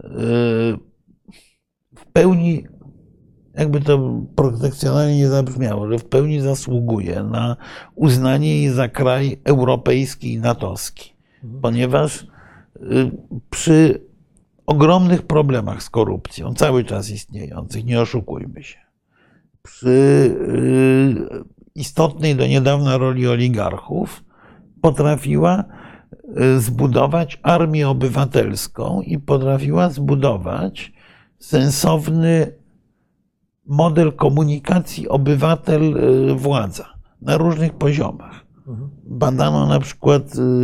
w pełni, jakby to protekcjonalnie nie zabrzmiało, że w pełni zasługuje na uznanie jej za kraj europejski i natowski. Ponieważ przy ogromnych problemach z korupcją, cały czas istniejących, nie oszukujmy się, przy istotnej do niedawna roli oligarchów, potrafiła zbudować armię obywatelską i potrafiła zbudować sensowny model komunikacji obywatel-władza na różnych poziomach. Badano na przykład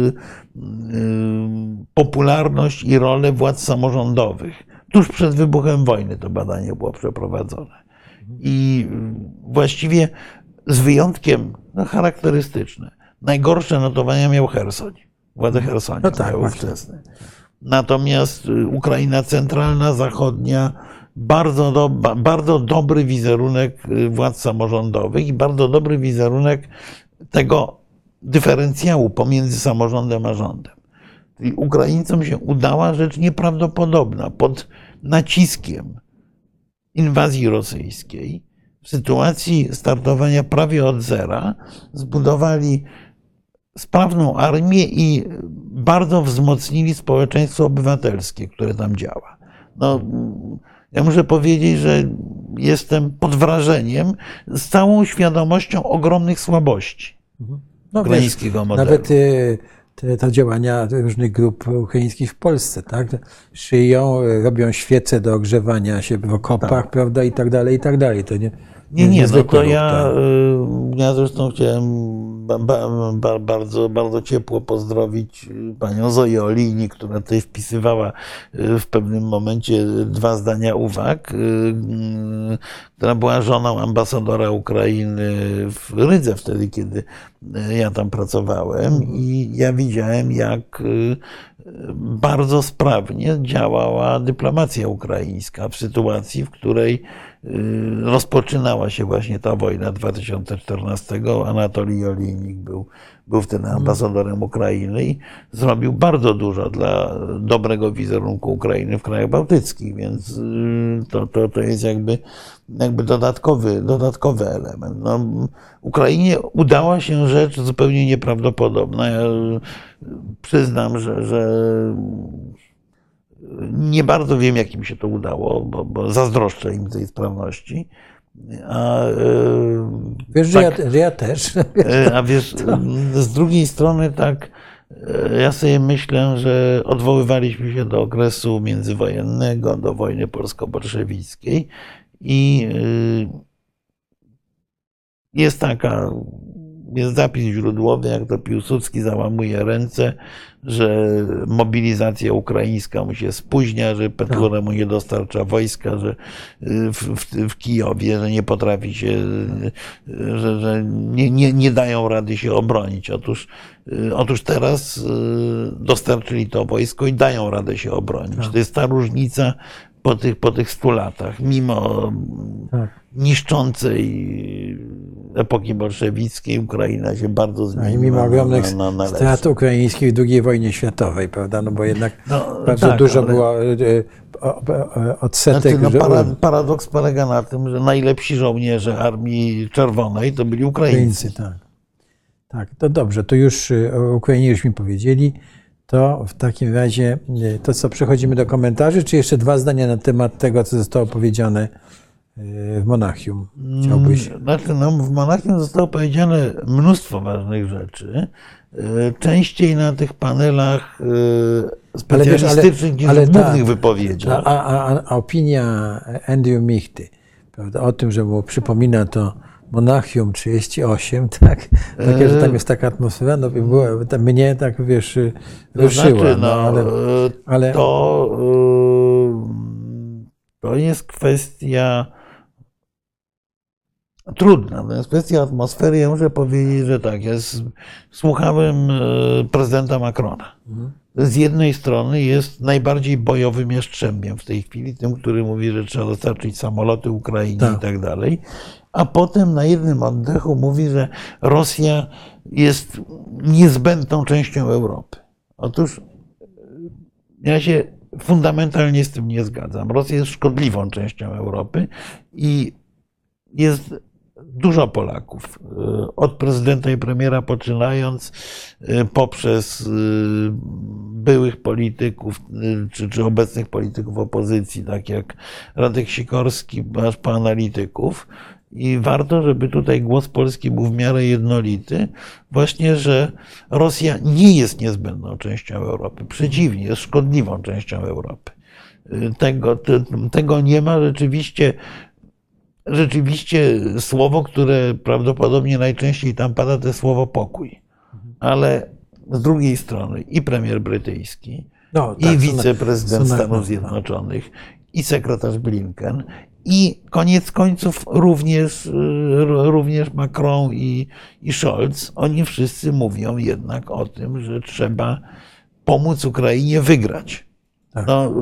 popularność i rolę władz samorządowych. Tuż przed wybuchem wojny to badanie było przeprowadzone. I właściwie z wyjątkiem no, charakterystyczne. Najgorsze notowania miał Cherson. Władze Chersonia no tak, miały wczesne. Natomiast Ukraina centralna, zachodnia, bardzo, do, bardzo dobry wizerunek władz samorządowych i bardzo dobry wizerunek tego dyferencjału pomiędzy samorządem a rządem. I Ukraińcom się udała rzecz nieprawdopodobna. Pod naciskiem inwazji rosyjskiej, w sytuacji startowania prawie od zera, zbudowali sprawną armię i bardzo wzmocnili społeczeństwo obywatelskie, które tam działa. No, ja muszę powiedzieć, że jestem pod wrażeniem z całą świadomością ogromnych słabości no, ukraińskiego modelu. Nawet te, te działania różnych grup ukraińskich w Polsce, tak? Szyją, robią świece do ogrzewania się w okopach, tak, prawda, i tak dalej, i tak dalej. To nie, nie, nie, no to ja, ja zresztą chciałem ba, ba, bardzo, bardzo ciepło pozdrowić panią Zoję Olini, która tutaj wpisywała w pewnym momencie dwa zdania uwag, która była żoną ambasadora Ukrainy w Rydze wtedy, kiedy ja tam pracowałem i ja widziałem, jak bardzo sprawnie działała dyplomacja ukraińska w sytuacji, w której rozpoczynała się właśnie ta wojna dwa tysiące czternastego. Anatolij Olejnik był, był wtedy ambasadorem Ukrainy i zrobił bardzo dużo dla dobrego wizerunku Ukrainy w krajach bałtyckich, więc to, to, to jest jakby, jakby dodatkowy, dodatkowy element. No, Ukrainie udała się rzecz zupełnie nieprawdopodobna. Ja przyznam, że, że nie bardzo wiem, jak im się to udało, bo, bo zazdroszczę im tej sprawności. A, wiesz, tak, że, ja, że ja też. A wiesz, z drugiej strony tak, ja sobie myślę, że odwoływaliśmy się do okresu międzywojennego, do wojny polsko-bolszewickiej i jest taka, jest zapis źródłowy, jak to Piłsudski załamuje ręce, że mobilizacja ukraińska mu się spóźnia, że Petlura mu nie dostarcza wojska, że w, w, w Kijowie, że nie potrafi się, że, że nie, nie, nie dają rady się obronić. Otóż, otóż teraz dostarczyli to wojsko i dają radę się obronić. To jest ta różnica po tych, po tych stu latach, mimo tak. niszczącej epoki bolszewickiej, Ukraina się bardzo zmieniła. I mimo ogromnych na, na strat ukraińskich w drugiej wojnie światowej, prawda? No bo jednak no, bardzo tak, dużo ale... było odsetek. Znaczy, no, para, paradoks polega na tym, że najlepsi żołnierze Armii Czerwonej to byli Ukraińcy. Ukraińcy tak. Tak, to dobrze, to już o Ukrainie już mi powiedzieli. To w takim razie, to co, przechodzimy do komentarzy, czy jeszcze dwa zdania na temat tego, co zostało powiedziane w Monachium? Chciałbyś? Znaczy, no, w Monachium zostało powiedziane mnóstwo ważnych rzeczy. Częściej na tych panelach specjalistycznych niż w głównych wypowiedziach. A, a, a opinia Andrew Michty, prawda, o tym, że mu przypomina to Monachium trzydzieści osiem, tak? Takie, że tam jest taka atmosfera, no było, mnie tak, wiesz, ruszyła. Znaczy, no, no, ale, ale... To, to jest kwestia trudna. To jest kwestia atmosfery. Ja muszę powiedzieć, że tak, ja słuchałem prezydenta Macrona. Z jednej strony jest najbardziej bojowym jastrzębiem w tej chwili, tym, który mówi, że trzeba dostarczyć samoloty Ukrainie tak. i tak dalej. A potem na jednym oddechu mówi, że Rosja jest niezbędną częścią Europy. Otóż ja się fundamentalnie z tym nie zgadzam. Rosja jest szkodliwą częścią Europy i jest dużo Polaków, od prezydenta i premiera poczynając, poprzez byłych polityków czy, czy obecnych polityków opozycji, tak jak Radek Sikorski, aż po analityków. I warto, żeby tutaj głos polski był w miarę jednolity, właśnie, że Rosja nie jest niezbędną częścią Europy. Przeciwnie, jest szkodliwą częścią Europy. Tego, te, tego nie ma. Rzeczywiście, rzeczywiście słowo, które prawdopodobnie najczęściej tam pada, to jest słowo pokój. Ale z drugiej strony i premier brytyjski, no, tak, i wiceprezydent Stanów Zjednoczonych, i sekretarz Blinken, i koniec końców również, również Macron i, i Scholz, oni wszyscy mówią jednak o tym, że trzeba pomóc Ukrainie wygrać. Tak. No,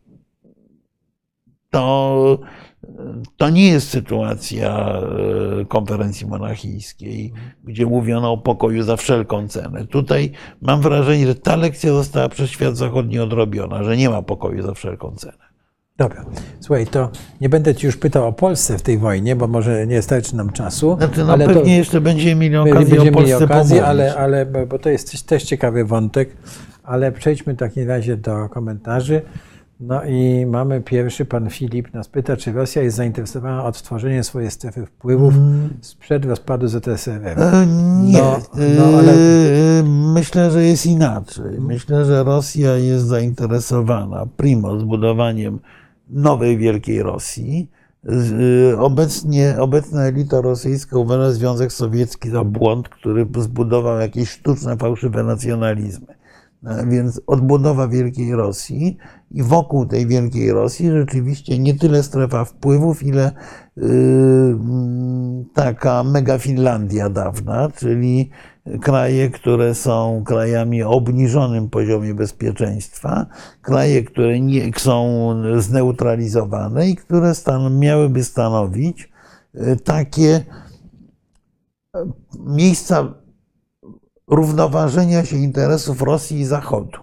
to, to nie jest sytuacja konferencji monachijskiej, gdzie mówiono o pokoju za wszelką cenę. Tutaj mam wrażenie, że ta lekcja została przez świat zachodni odrobiona, że nie ma pokoju za wszelką cenę. Dobra. Słuchaj, to nie będę ci już pytał o Polsce w tej wojnie, bo może nie starczy nam czasu. Znaczy, no ale pewnie to, jeszcze będziemy mieli okazję będziemy o Polsce mieli okazję, ale, ale, bo to jest też ciekawy wątek, ale przejdźmy w takim razie do komentarzy. No i mamy pierwszy, pan Filip nas pyta, czy Rosja jest zainteresowana odtworzeniem swojej strefy wpływów sprzed rozpadu Z S R R? E, nie, no, no, ale... myślę, że jest inaczej. Myślę, że Rosja jest zainteresowana primo zbudowaniem nowej wielkiej Rosji. Obecnie, obecna elita rosyjska uważa Związek Sowiecki za błąd, który zbudował jakieś sztuczne, fałszywe nacjonalizmy. Więc odbudowa wielkiej Rosji i wokół tej wielkiej Rosji rzeczywiście nie tyle strefa wpływów, ile taka mega Finlandia dawna, czyli kraje, które są krajami o obniżonym poziomie bezpieczeństwa, kraje, które nie, są zneutralizowane i które stan, miałyby stanowić takie miejsca równoważenia się interesów Rosji i Zachodu.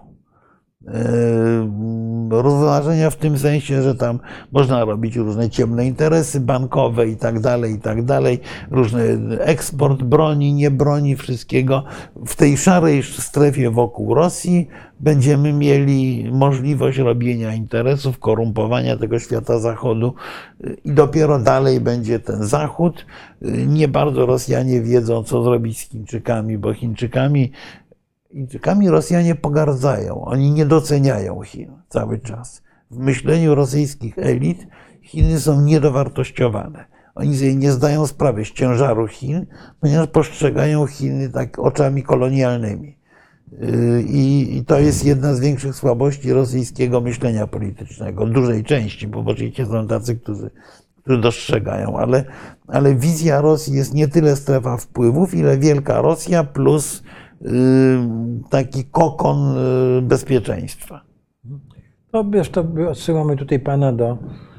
Równoważenia w tym sensie, że tam można robić różne ciemne interesy bankowe i tak dalej, i tak dalej, różny eksport broni, nie broni, wszystkiego. W tej szarej strefie wokół Rosji będziemy mieli możliwość robienia interesów, korumpowania tego świata Zachodu i dopiero dalej będzie ten Zachód. Nie bardzo Rosjanie wiedzą, co zrobić z Chińczykami, bo Chińczykami Chińczykami Rosjanie pogardzają, oni nie doceniają Chin cały czas. W myśleniu rosyjskich elit Chiny są niedowartościowane. Oni sobie nie zdają sprawy z ciężaru Chin, ponieważ postrzegają Chiny tak oczami kolonialnymi. I, I to jest jedna z większych słabości rosyjskiego myślenia politycznego, dużej części, bo oczywiście są tacy, którzy, którzy dostrzegają, ale, ale wizja Rosji jest nie tyle strefa wpływów, ile wielka Rosja plus taki kokon bezpieczeństwa. No wiesz, to odsyłamy tutaj pana do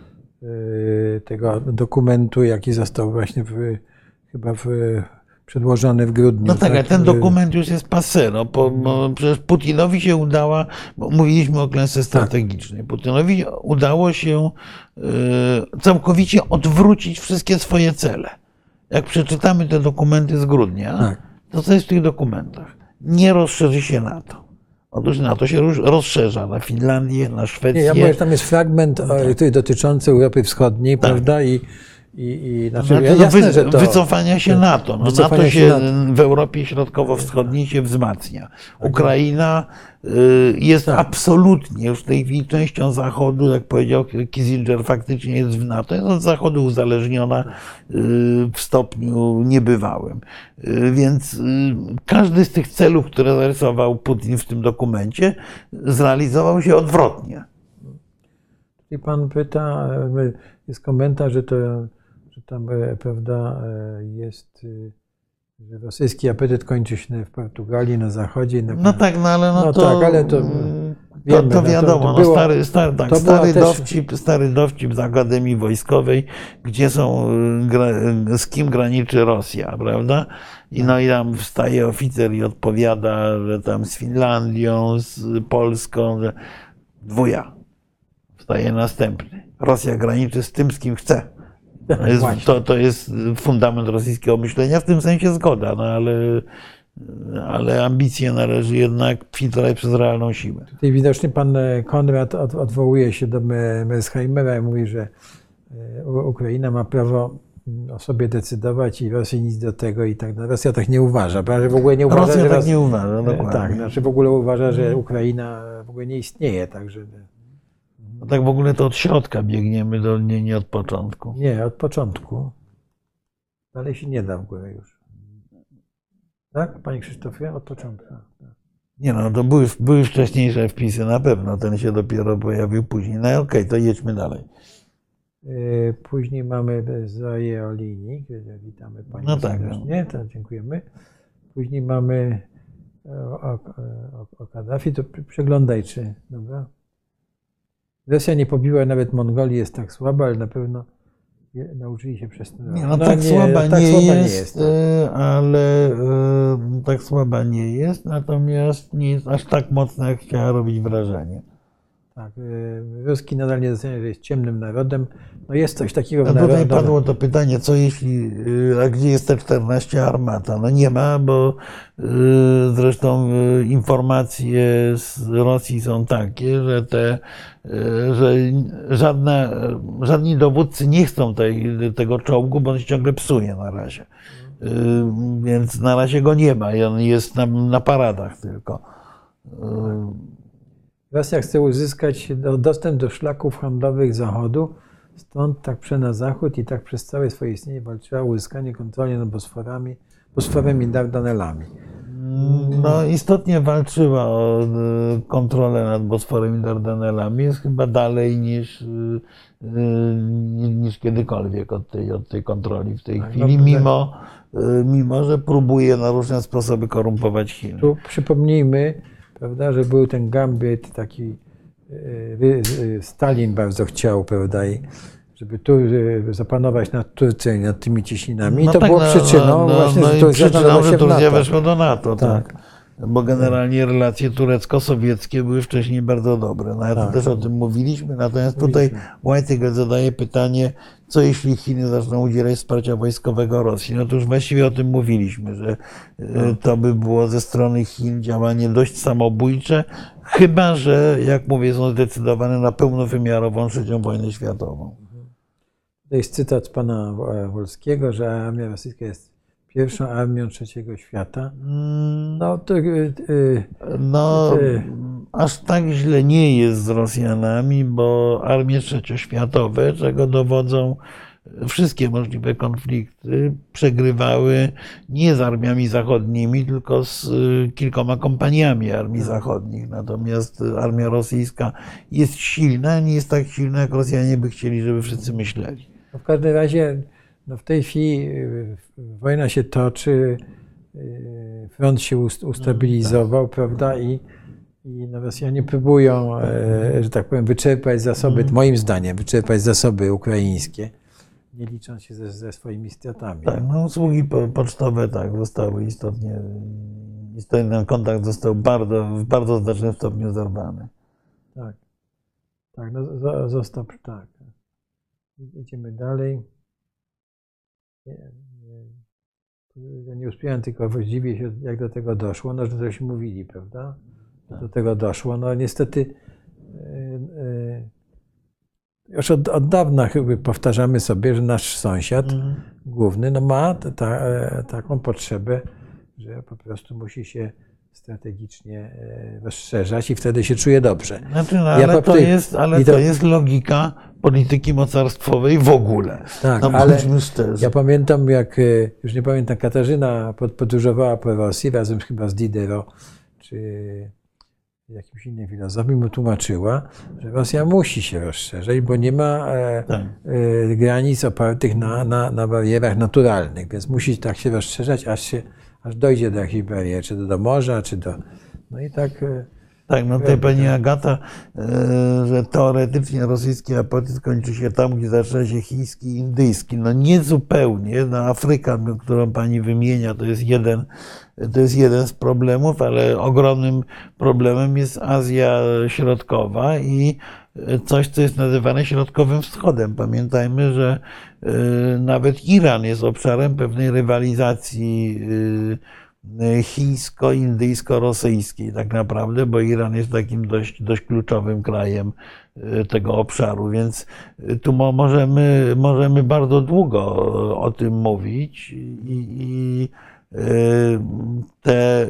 tego dokumentu, jaki został właśnie w, chyba w, przedłożony w grudniu. No tak, ale ten dokument już jest passé, no, bo, bo przecież Putinowi się udała, bo mówiliśmy o klęsce strategicznej, Putinowi udało się całkowicie odwrócić wszystkie swoje cele. Jak przeczytamy te dokumenty z grudnia, tak. To co jest w tych dokumentach? Nie rozszerzy się NATO. Otóż NATO się rozszerza na Finlandię, na Szwecję. Nie, ja mówię, tam jest fragment tak. dotyczący Europy Wschodniej, tak. prawda? I, i, i znaczy, no, jasne, wy, że to, wycofania się NATO. No, wycofania NATO się, się NATO. w Europie Środkowo-Wschodniej się wzmacnia. Ukraina jest tak. absolutnie już w tej chwili częścią Zachodu, jak powiedział Kissinger, faktycznie jest w NATO, jest od Zachodu uzależniona w stopniu niebywałym. Więc każdy z tych celów, które zarysował Putin w tym dokumencie, zrealizował się odwrotnie. I pan pyta, jest komentarz, że, to, że tam, prawda, jest... że rosyjski apetyt kończy się w Portugalii, na zachodzie. Na... No tak, no ale no, no to, tak, ale to, wiemy, to, to wiadomo. To, to było, no stary stary, tak, stary, też... dowcip, stary dowcip z Akademii Wojskowej, gdzie są, z kim graniczy Rosja, prawda? I no i tam wstaje oficer i odpowiada, że tam z Finlandią, z Polską, że dwuja. Wstaje następny. Rosja graniczy z tym, z kim chce. To jest, to, to jest fundament rosyjskiego myślenia, w tym sensie zgoda, no ale, ale ambicje należy jednak filtrować przez realną siłę. Tutaj widocznie pan Konrad odwołuje się do Mersheimera i mówi, że Ukraina ma prawo o sobie decydować i Rosji nic do tego i tak dalej. Rosja tak nie uważa, że w ogóle nie uważa, Rosja że tak Ros... nie uważa, dokładnie. Tak, znaczy w ogóle uważa, że Ukraina w ogóle nie istnieje, także... No tak w ogóle to od środka biegniemy, do, nie, nie od początku. Nie, od początku. Dalej się nie da w ogóle już. Tak, panie Krzysztofie? Od początku. Nie no, to były, były wcześniejsze wpisy na pewno, ten się dopiero pojawił później. No okej, okay, to jedźmy dalej. Później mamy Zoję Olinik, witamy panią no tak, serdecznie, to dziękujemy. Później mamy o, o, o Kaddafi, to przeglądaj czy, dobra? Rosja nie pobiła nawet Mongolii, jest tak słaba, ale na pewno nauczyli się przez to. Nie, no, no tak, nie, słaba, tak nie słaba nie jest, jest tak. ale tak słaba nie jest, natomiast nie jest aż tak mocna, jak chciała robić wrażenie. Tak, Ruski nadal nie docenia, że jest ciemnym narodem. No jest coś takiego w narodzie. Tutaj padło to pytanie, co jeśli, a gdzie jest T czternaście Armata? No nie ma, bo zresztą informacje z Rosji są takie, że, te, że żadne, żadni dowódcy nie chcą tej, tego czołgu, bo on się ciągle psuje na razie. Więc na razie go nie ma i on jest na, na paradach tylko. Rosja chce uzyskać dostęp do szlaków handlowych Zachodu, stąd tak prze na Zachód i tak przez całe swoje istnienie walczyła o uzyskanie kontroli nad Bosforami, Bosforem i Dardanelami. No, istotnie walczyła o kontrolę nad Bosforem i Dardanelami, jest chyba dalej niż, niż niż kiedykolwiek od tej, od tej kontroli w tej Tak, chwili, no, mimo, mimo że próbuje na różne sposoby korumpować Chiny. Tu przypomnijmy, prawda, że był ten gambit taki, Stalin bardzo chciał, prawda, i żeby tu zapanować nad Turcją i nad tymi cieśninami. I No to tak, było no, przyczyną no, właśnie, no, że no Turcja przyczyną, że Turcja NATO. weszła do NATO. Tak. Tak. Bo generalnie relacje turecko-sowieckie były wcześniej bardzo dobre. No, Tak. też o tym mówiliśmy. Natomiast tutaj Whitehead zadaje pytanie, co jeśli Chiny zaczną udzielać wsparcia wojskowego Rosji? No to już właściwie o tym mówiliśmy, że to by było ze strony Chin działanie dość samobójcze, chyba że, jak mówię, są zdecydowane na pełnowymiarową trzecią wojnę światową. To jest cytat pana Wolskiego, że armia rosyjska jest pierwszą armią trzeciego świata. No, to, yy, no yy. aż tak źle nie jest z Rosjanami, bo armie trzecioświatowe, czego dowodzą wszystkie możliwe konflikty, przegrywały nie z armiami zachodnimi, tylko z kilkoma kompaniami armii zachodnich. Natomiast armia rosyjska jest silna, nie jest tak silna, jak Rosjanie by chcieli, żeby wszyscy myśleli. No w każdym razie no w tej chwili wojna się toczy, front się ustabilizował, prawda, i, i no Rosjanie próbują, że tak powiem, wyczerpać zasoby, mm. moim zdaniem, wyczerpać zasoby ukraińskie, nie licząc się ze, ze swoimi stratami. Tak, no usługi pocztowe tak, zostały istotnie, istotny kontakt został bardzo, w bardzo znacznym stopniu zerwany. Tak, tak, no został, tak. Idziemy dalej. Nie, nie, nie uspiałem, tylko właściwie się, jak do tego doszło, no, że żeśmy mówili, prawda? Że do tego doszło. No niestety yy, yy, już od, od dawna chyba powtarzamy sobie, że nasz sąsiad mm. główny no, ma ta, ta, taką potrzebę, że po prostu musi się strategicznie rozszerzać i wtedy się czuje dobrze. Znaczy, no, ale ja to, jest, ale to, to jest logika polityki mocarstwowej w ogóle. Tak, no, ale ja pamiętam, jak, już nie pamiętam, Katarzyna podróżowała po Rosji razem chyba z Diderot, czy jakimś innym filozofem, mu tłumaczyła, że Rosja musi się rozszerzać, bo nie ma e, tak. e, granic opartych na, na, na barierach naturalnych, więc musi tak się rozszerzać, aż się aż dojdzie do jakiejś bariery, czy do, do morza, czy do... No i tak... Tak, no tutaj pani Agata, że teoretycznie rosyjski apetyt kończy się tam, gdzie zaczyna się chiński i indyjski. No nie zupełnie. No Afryka, którą pani wymienia, to jest jeden, to jest jeden z problemów, ale ogromnym problemem jest Azja Środkowa i coś, co jest nazywane Środkowym Wschodem. Pamiętajmy, że nawet Iran jest obszarem pewnej rywalizacji chińsko-indyjsko-rosyjskiej tak naprawdę, bo Iran jest takim dość, dość kluczowym krajem tego obszaru, więc tu możemy, możemy bardzo długo o tym mówić i, i te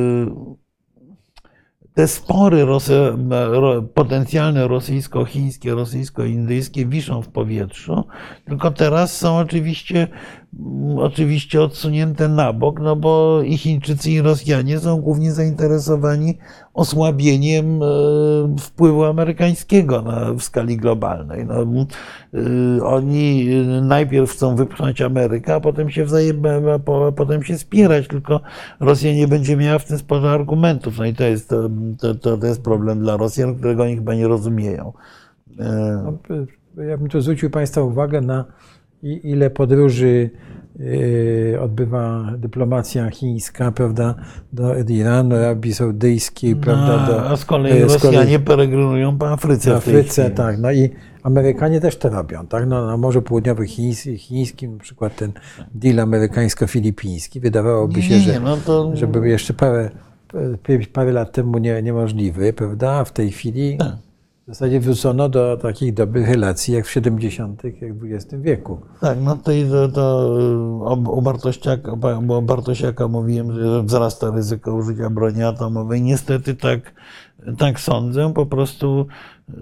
Te spory rosy, potencjalne rosyjsko-chińskie, rosyjsko-indyjskie wiszą w powietrzu, tylko teraz są oczywiście, oczywiście odsunięte na bok, no bo i Chińczycy, i Rosjanie są głównie zainteresowani osłabieniem wpływu amerykańskiego na, w skali globalnej. No, oni najpierw chcą wypchnąć Amerykę, a potem się wzajemnie, a potem się spierać, tylko Rosja nie będzie miała w tym sporze argumentów. No i to jest, to, to, to jest problem dla Rosjan, którego oni chyba nie rozumieją. Ja bym tu zwrócił Państwa uwagę na ile podróży odbywa dyplomacja chińska, prawda, do Iranu, Arabii Saudyjskiej, prawda, no, do, a z kolei Rosjanie peregrynują po Afryce. Po Afryce, tak, no i Amerykanie też to robią, tak, no na Morzu Południowo-Chińskim, na przykład ten deal amerykańsko-filipiński, wydawałoby się, nie, nie, no to... że był jeszcze parę, parę lat temu nie, niemożliwy, prawda, a w tej chwili tak. W zasadzie wrócono do takich dobrych relacji jak w siedemdziesiątych, jak w dwudziestym wieku. Tak, no to, to, to o Bartościaka, o Bartosiaka mówiłem, że wzrasta ryzyko użycia broni atomowej. Niestety tak, tak sądzę. Po prostu yy,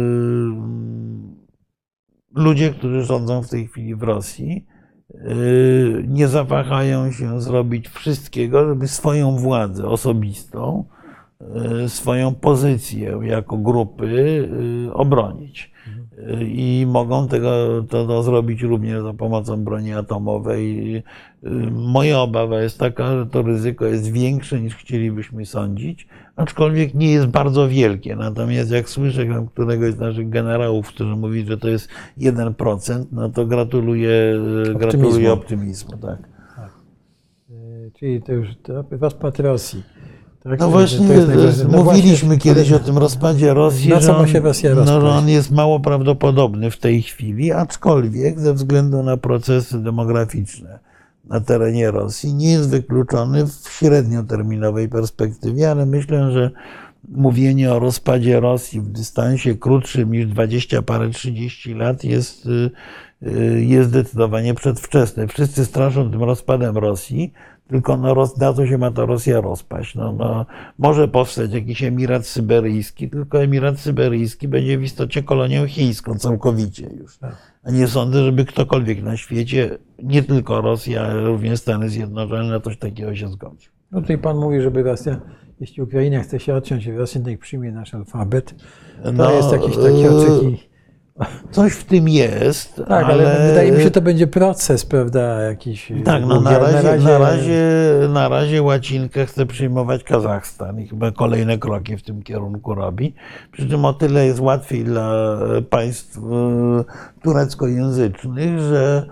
ludzie, którzy rządzą w tej chwili w Rosji, yy, nie zawahają się zrobić wszystkiego, żeby swoją władzę osobistą, swoją pozycję jako grupy obronić. i mogą tego, to, to zrobić również za pomocą broni atomowej. Moja obawa jest taka, że to ryzyko jest większe niż chcielibyśmy sądzić, aczkolwiek nie jest bardzo wielkie. Natomiast jak słyszę któregoś z naszych generałów, który mówi, że to jest jeden procent, no to gratuluję optymizmu. Gratuluję optymizmu, tak. Tak. Czyli to już to rozpad Rosji. Tak? No właśnie, no mówiliśmy właśnie, kiedyś o tym rozpadzie Rosji, na co ma się Rosja no, że on jest mało prawdopodobny w tej chwili, aczkolwiek ze względu na procesy demograficzne na terenie Rosji nie jest wykluczony w średnioterminowej perspektywie, ale myślę, że mówienie o rozpadzie Rosji w dystansie krótszym niż dwadzieścia parę, trzydzieści lat jest, jest zdecydowanie przedwczesne. Wszyscy straszą tym rozpadem Rosji, tylko no, na co się ma ta Rosja rozpaść? No, no, może powstać jakiś Emirat Syberyjski, tylko Emirat Syberyjski będzie w istocie kolonią chińską całkowicie już. A nie sądzę, żeby ktokolwiek na świecie, nie tylko Rosja, ale również Stany Zjednoczone na coś takiego się zgodził. No tutaj pan mówi, żeby Rosja, jeśli Ukraina chce się odciąć, Rosja niech przyjmie nasz alfabet. To no, jest jakiś taki oczekiwanie. Coś w tym jest. Tak, ale, ale wydaje mi się, że to będzie proces, prawda, jakiś. Tak, no na razie, na razie... Na razie, na razie łacinkę chce przyjmować Kazachstan i chyba kolejne kroki w tym kierunku robi. Przy czym o tyle jest łatwiej dla państw tureckojęzycznych, że,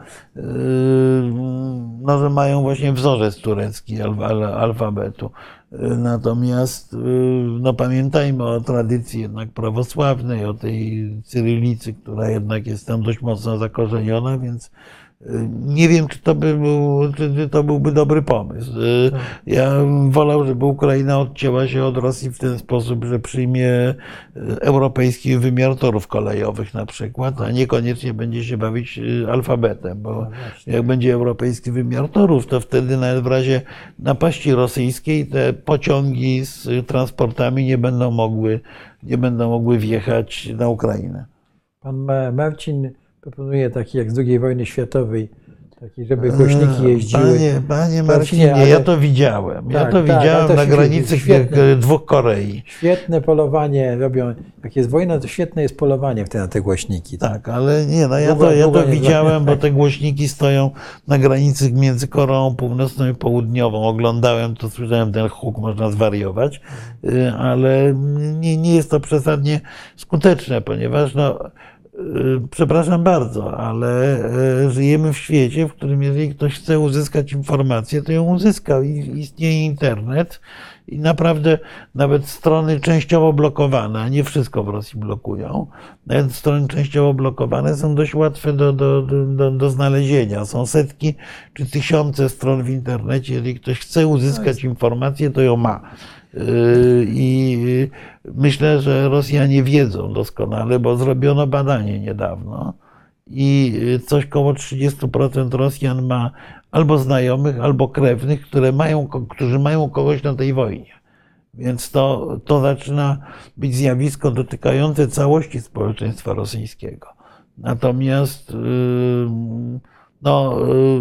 no, że mają właśnie wzorzec turecki alfabetu. Natomiast no, pamiętajmy o tradycji jednak prawosławnej, o tej cyrylicy, która jednak jest tam dość mocno zakorzeniona, więc nie wiem, czy to, by był, czy to byłby dobry pomysł. Ja wolał, żeby Ukraina odcięła się od Rosji w ten sposób, że przyjmie europejski wymiar torów kolejowych na przykład, a niekoniecznie będzie się bawić alfabetem, bo jak będzie europejski wymiar torów, to wtedy nawet w razie napaści rosyjskiej te pociągi z transportami nie będą mogły, nie będą mogły wjechać na Ukrainę. Pan Marcin proponuje taki jak z drugiej wojny światowej, taki, żeby głośniki jeździły. Panie, panie Marcinie, ale... ja to widziałem. Tak, ja to tak, widziałem to na granicy świetne, dwóch Korei. Świetne polowanie robią. Jak jest wojna, to świetne jest polowanie na te głośniki. Tak, tak, ale nie, no ja to, ja to widziałem, bo te głośniki stoją na granicy między Koreą Północną i Południową. Oglądałem to, słyszałem ten huk, można zwariować, ale nie, nie jest to przesadnie skuteczne, ponieważ no, przepraszam bardzo, ale żyjemy w świecie, w którym jeżeli ktoś chce uzyskać informację, to ją uzyska. Istnieje internet i naprawdę nawet strony częściowo blokowane, nie wszystko w Rosji blokują, nawet strony częściowo blokowane są dość łatwe do, do, do, do znalezienia. Są setki czy tysiące stron w internecie. Jeżeli ktoś chce uzyskać informację, to ją ma. I myślę, że Rosjanie wiedzą doskonale, bo zrobiono badanie niedawno i coś koło trzydzieści procent Rosjan ma albo znajomych, albo krewnych, które mają, którzy mają kogoś na tej wojnie. Więc to, to zaczyna być zjawisko dotykające całości społeczeństwa rosyjskiego. Natomiast no,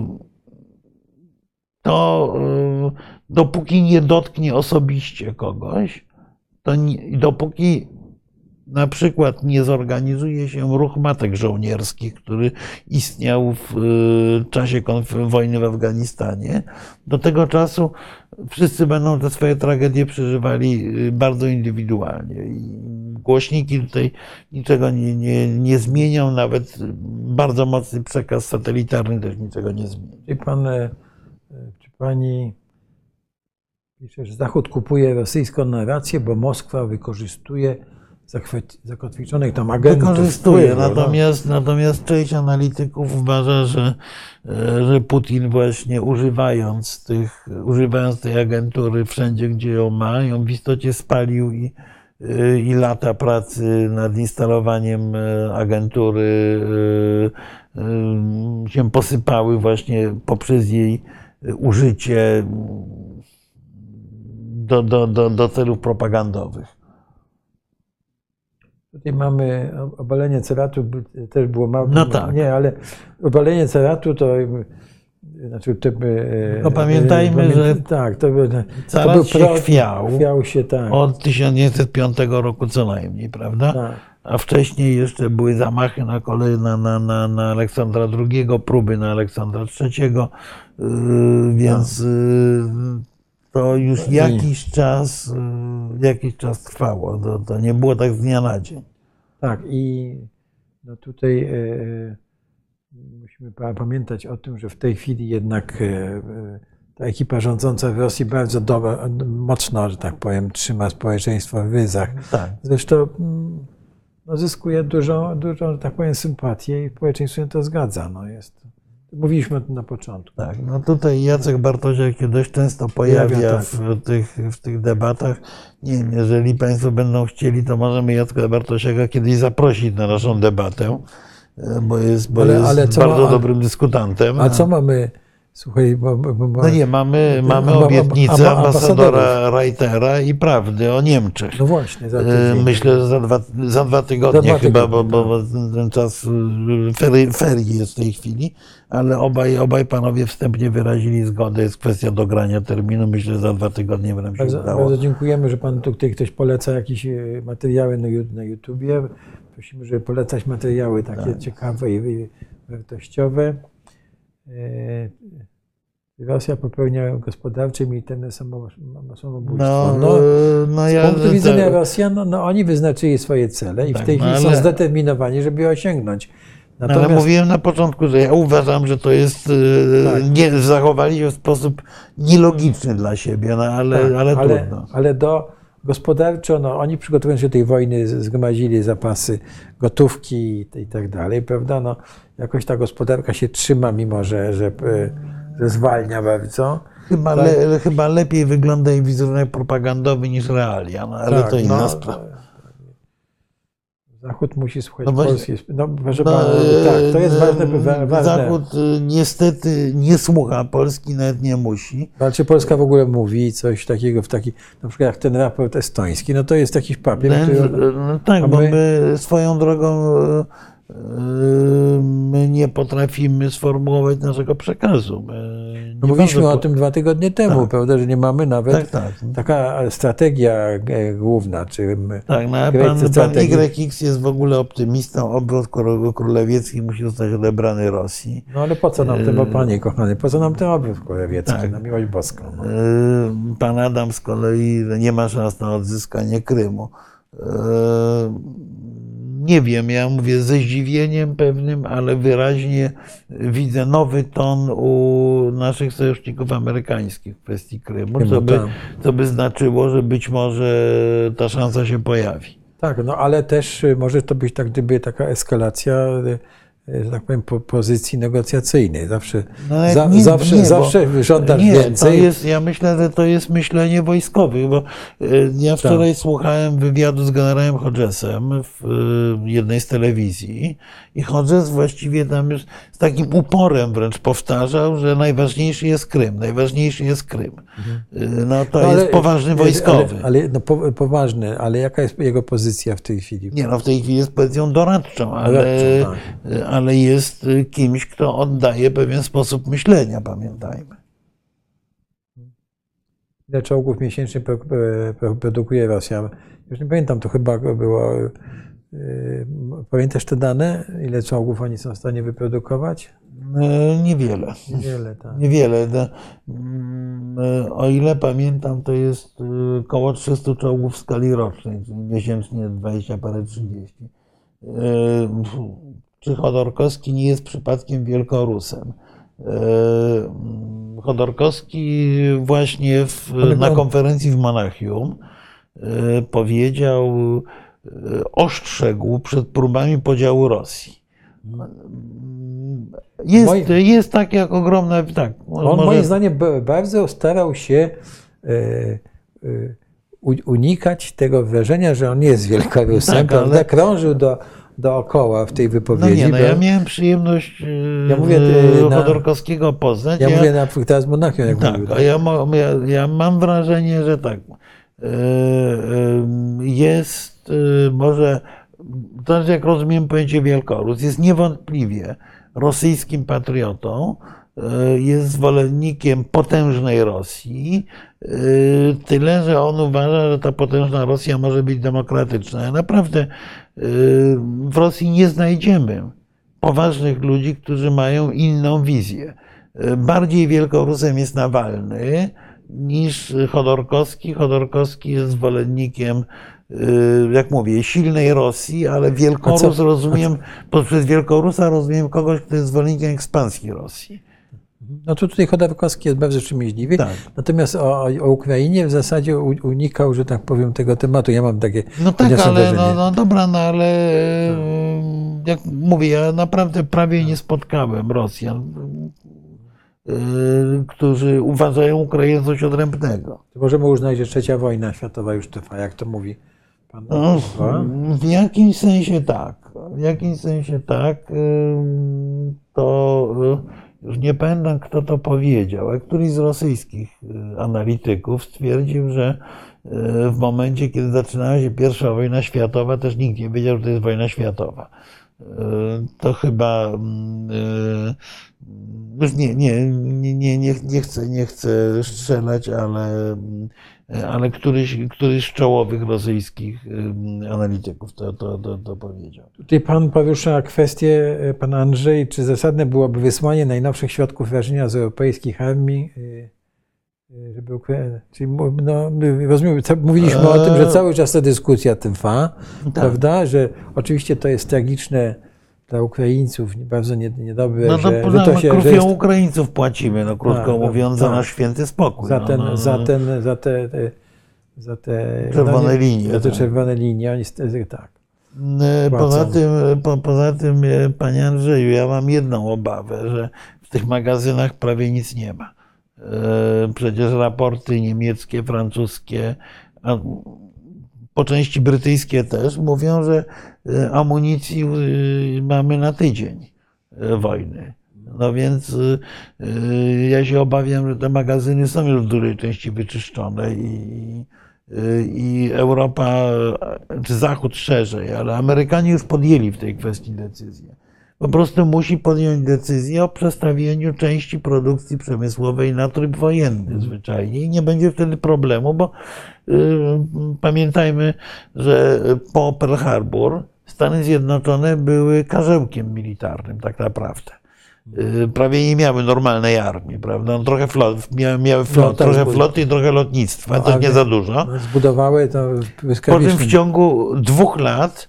to dopóki nie dotknie osobiście kogoś, to nie, dopóki na przykład nie zorganizuje się ruch matek żołnierskich, który istniał w czasie wojny w Afganistanie, do tego czasu wszyscy będą te swoje tragedie przeżywali bardzo indywidualnie. I głośniki tutaj niczego nie, nie, nie zmienią, nawet bardzo mocny przekaz satelitarny też niczego nie zmieni. Czy pan, czy pani pisze, że Zachód kupuje rosyjską narrację, bo Moskwa wykorzystuje zakotwiczonych tam agentów. Wykorzystuje, natomiast, natomiast część analityków uważa, że, że Putin właśnie używając, tych, używając tej agentury wszędzie, gdzie ją ma, ją w istocie spalił i, i lata pracy nad instalowaniem agentury się posypały właśnie poprzez jej użycie do, do, do, do celów propagandowych. Tutaj mamy obalenie ceratu, też było mało. No tak. Nie, ale obalenie ceratu to. Znaczy, to no pamiętajmy, e, że tak, to, Carat to był się pro, chwiał, chwiał się, tak. Od tysiąc dziewięćset piątego roku co najmniej, prawda? Tak. a wcześniej jeszcze były zamachy na kolej na, na, na, na Aleksandra drugiego, próby na Aleksandra trzeciego, więc to już jakiś czas, jakiś czas trwało. To, to nie było tak z dnia na dzień. Tak, i no tutaj e, musimy pamiętać o tym, że w tej chwili jednak e, ta ekipa rządząca w Rosji bardzo dobra, mocno, że tak powiem, trzyma społeczeństwo w ryzach. Tak. Zresztą no, zyskuje dużą, dużą, że tak powiem, sympatię i społeczeństwo się to zgadza. No, jest, mówiliśmy o tym na początku. Tak, no tutaj Jacek Bartosiak się dość często pojawia, pojawia tak. w, tych, w tych debatach. Nie wiem, jeżeli Państwo będą chcieli, to możemy Jacka Bartosiaka kiedyś zaprosić na naszą debatę, bo jest, bo ale, jest ale bardzo ma, dobrym dyskutantem. A co mamy... Słuchaj, bo, bo, bo, no nie, mamy, mamy obietnicę ambasadora Reutera i prawdy o Niemczech. No właśnie. Za Myślę, że za dwa, za dwa tygodnie za dwa chyba, tygodnie, bo, bo ten czas ferii, ferii jest w tej chwili, ale obaj, obaj panowie wstępnie wyrazili zgodę, jest kwestia dogrania terminu. Myślę, że za dwa tygodnie by nam się bardzo, udało. Bardzo dziękujemy, że pan tutaj ktoś poleca jakieś materiały na, na YouTubie. Prosimy, żeby polecać materiały takie tak. ciekawe i wartościowe. Rosja popełnia gospodarcze, militarne samobójstwo. No, no, no z ja, punktu widzenia to... Rosjan, no, no, oni wyznaczyli swoje cele i tak, w tej chwili no, ale... są zdeterminowani, żeby je osiągnąć. Natomiast... Ale mówiłem na początku, że ja uważam, że to jest, tak. nie, zachowali się w sposób nielogiczny dla siebie, no, ale, tak, ale, ale trudno. Ale do gospodarczo, no, oni przygotowując się do tej wojny, zgromadzili zapasy gotówki i tak dalej, prawda? No, jakoś ta gospodarka się trzyma, mimo że, że, że zwalnia bardzo. Chyba, tak. le, chyba lepiej wygląda jej wizerunek propagandowy niż realia, no, ale tak, to inna no, sprawa. Zachód musi słuchać no polskiej. No, proszę no, pana, tak, to jest ważne, ważne. Zachód niestety nie słucha Polski, nawet nie musi. Ale czy Polska w ogóle mówi coś takiego w taki, na przykład jak ten raport estoński, no to jest jakiś papier, no, który... No tak, bo my... my swoją drogą my nie potrafimy sformułować naszego przekazu. No mówiliśmy o tym dwa tygodnie temu, tak. prawda, że nie mamy nawet tak, tak. taka strategia główna. Czy tak, no, pan, pan Y X jest w ogóle optymistą, obrót królewiecki musi zostać odebrany Rosji. No ale po co nam ten, panie kochany, po co nam ten obrót królewiecki, tak. na miłość boską? No. Pan Adam z kolei nie ma szans na odzyskanie Krymu. Nie wiem, ja mówię ze zdziwieniem pewnym, ale wyraźnie widzę nowy ton u naszych sojuszników amerykańskich w kwestii Krymu, co by, co by znaczyło, że być może ta szansa się pojawi. Tak, no ale też może to być tak gdyby taka eskalacja, że tak powiem, po pozycji negocjacyjnej. Zawsze, no, za, nie, zawsze, nie, zawsze żądasz nie, więcej. To jest, ja myślę, że to jest myślenie wojskowe, bo ja wczoraj tak. słuchałem wywiadu z generałem Hodgesem w jednej z telewizji i Hodges właściwie tam już z takim uporem wręcz powtarzał, że najważniejszy jest Krym, najważniejszy jest Krym. No to no, ale, jest poważny wojskowy. Ale, ale no, po, poważny, ale jaka jest jego pozycja w tej chwili? Nie, no w tej chwili jest pozycją doradczą, ale, doradczą, tak. ale jest kimś, kto oddaje pewien sposób myślenia, pamiętajmy. Ile czołgów miesięcznie produkuje Rosja? Już nie pamiętam, to chyba było... Pamiętasz te dane? Ile czołgów oni są w stanie wyprodukować? Niewiele. Niewiele, tak. Niewiele. O ile pamiętam, to jest około trzystu czołgów w skali rocznej, czyli miesięcznie dwadzieścia parę, trzydzieści. Czy Chodorkowski nie jest przypadkiem Wielkorusem? Chodorkowski właśnie w, na konferencji w Monachium powiedział, ostrzegł przed próbami podziału Rosji. Jest, Moi, jest tak jak ogromna... Tak, on może... moim zdaniem bardzo starał się unikać tego wrażenia, że on nie jest Wielkorusem, tak, ale... krążył do, dookoła w tej wypowiedzi. No nie, no ja miałem przyjemność ja mówię, na, Chodorkowskiego poznać. Ja, ja mówię na, teraz Monachium. Jak tak, mówił, a ja, ja, ja mam wrażenie, że tak, jest może, to znaczy jak rozumiem pojęcie Wielkorus, jest niewątpliwie rosyjskim patriotą, jest zwolennikiem potężnej Rosji, tyle, że on uważa, że ta potężna Rosja może być demokratyczna. Ja naprawdę w Rosji nie znajdziemy poważnych ludzi, którzy mają inną wizję. Bardziej wielkorusem jest Nawalny niż Chodorkowski. Chodorkowski jest zwolennikiem, jak mówię, silnej Rosji, ale wielkorus rozumiem, poprzez wielkorusa rozumiem kogoś, kto jest zwolennikiem ekspansji Rosji. No to tutaj Chodorkowski jest bardzo wstrzemięźliwy. Tak. Natomiast o, o Ukrainie w zasadzie unikał, że tak powiem, tego tematu. Ja mam takie. No tak, ale no, no dobra, no ale jak mówię, ja naprawdę prawie nie spotkałem Rosjan, którzy uważają Ukrainę coś odrębnego. Możemy uznać, że trzecia wojna światowa już trwa, jak to mówi pan? No, w jakimś sensie tak. W jakimś sensie tak. To już nie pamiętam, kto to powiedział, ale któryś z rosyjskich analityków stwierdził, że w momencie, kiedy zaczynała się pierwsza wojna światowa, też nikt nie wiedział, że to jest wojna światowa. To chyba już nie, nie, nie, nie, nie, chcę, nie chcę strzelać, ale, ale któryś, któryś z czołowych rosyjskich analityków to, to, to, to powiedział. Tutaj pan porusza kwestię, pan Andrzej, czy zasadne byłoby wysłanie najnowszych środków rażenia z europejskich armii, żeby Ukraina, czyli no, rozumiem, mówiliśmy o tym, że cały czas ta dyskusja trwa, tak. Prawda, że oczywiście to jest tragiczne dla Ukraińców, bardzo niedobre, no to, że, że to się... Krwią że Ukraińców płacimy, no krótko tak, mówiąc, tak. za nasz święty spokój. Za, ten, no, no, no. za, ten, za te, te, za te czerwone no, linie. Za te tak. czerwone linie, niestety tak. Poza tym, po, poza tym, panie Andrzeju, ja mam jedną obawę, że w tych magazynach prawie nic nie ma. Przecież raporty niemieckie, francuskie, a po części brytyjskie też mówią, że amunicji mamy na tydzień wojny. No więc ja się obawiam, że te magazyny są już w dużej części wyczyszczone i, i Europa, czy Zachód szerzej, ale Amerykanie już podjęli w tej kwestii decyzję. Po prostu musi podjąć decyzję o przestawieniu części produkcji przemysłowej na tryb wojenny zwyczajnie i nie będzie wtedy problemu, bo y, pamiętajmy, że po Pearl Harbor Stany Zjednoczone były karzełkiem militarnym tak naprawdę. Y, prawie nie miały normalnej armii, prawda? No, trochę flot, miały, miały flot, no, trochę floty i trochę lotnictwa, no, też nie za dużo. Zbudowały to potem w ciągu dwóch lat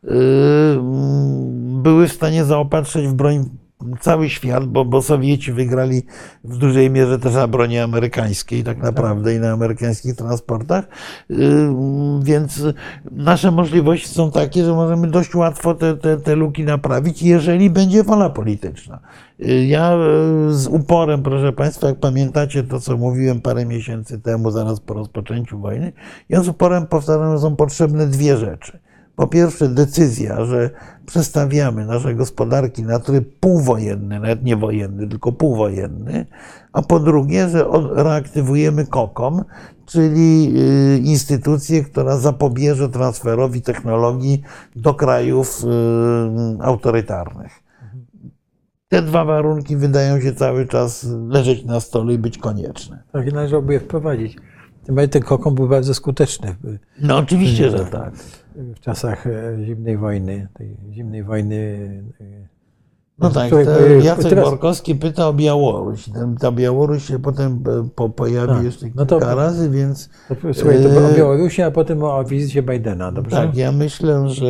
były w stanie zaopatrzyć w broń cały świat, bo, bo Sowieci wygrali w dużej mierze też na broni amerykańskiej tak naprawdę i na amerykańskich transportach, więc nasze możliwości są takie, że możemy dość łatwo te, te, te luki naprawić, jeżeli będzie wola polityczna. Ja z uporem, proszę państwa, jak pamiętacie to, co mówiłem parę miesięcy temu, zaraz po rozpoczęciu wojny, ja z uporem powtarzam, że są potrzebne dwie rzeczy. Po pierwsze decyzja, że przestawiamy nasze gospodarki na tryb półwojenny, nawet nie wojenny, tylko półwojenny, a po drugie, że reaktywujemy KOCOM, czyli instytucję, która zapobieże transferowi technologii do krajów autorytarnych. Te dwa warunki wydają się cały czas leżeć na stole i być konieczne. Tak, należałoby je wprowadzić. Tym bardziej ten KOCOM był bardzo skuteczny. No oczywiście, że tak. W czasach zimnej wojny, tej zimnej wojny. No tak, Jacek teraz... Borkowski pyta o Białoruś. Ta Białoruś się potem po, pojawi a, jeszcze kilka no to, razy, więc... To, słuchaj, to o Białorusi, a potem o wizycie Bidena, dobrze? Tak, ja myślę, że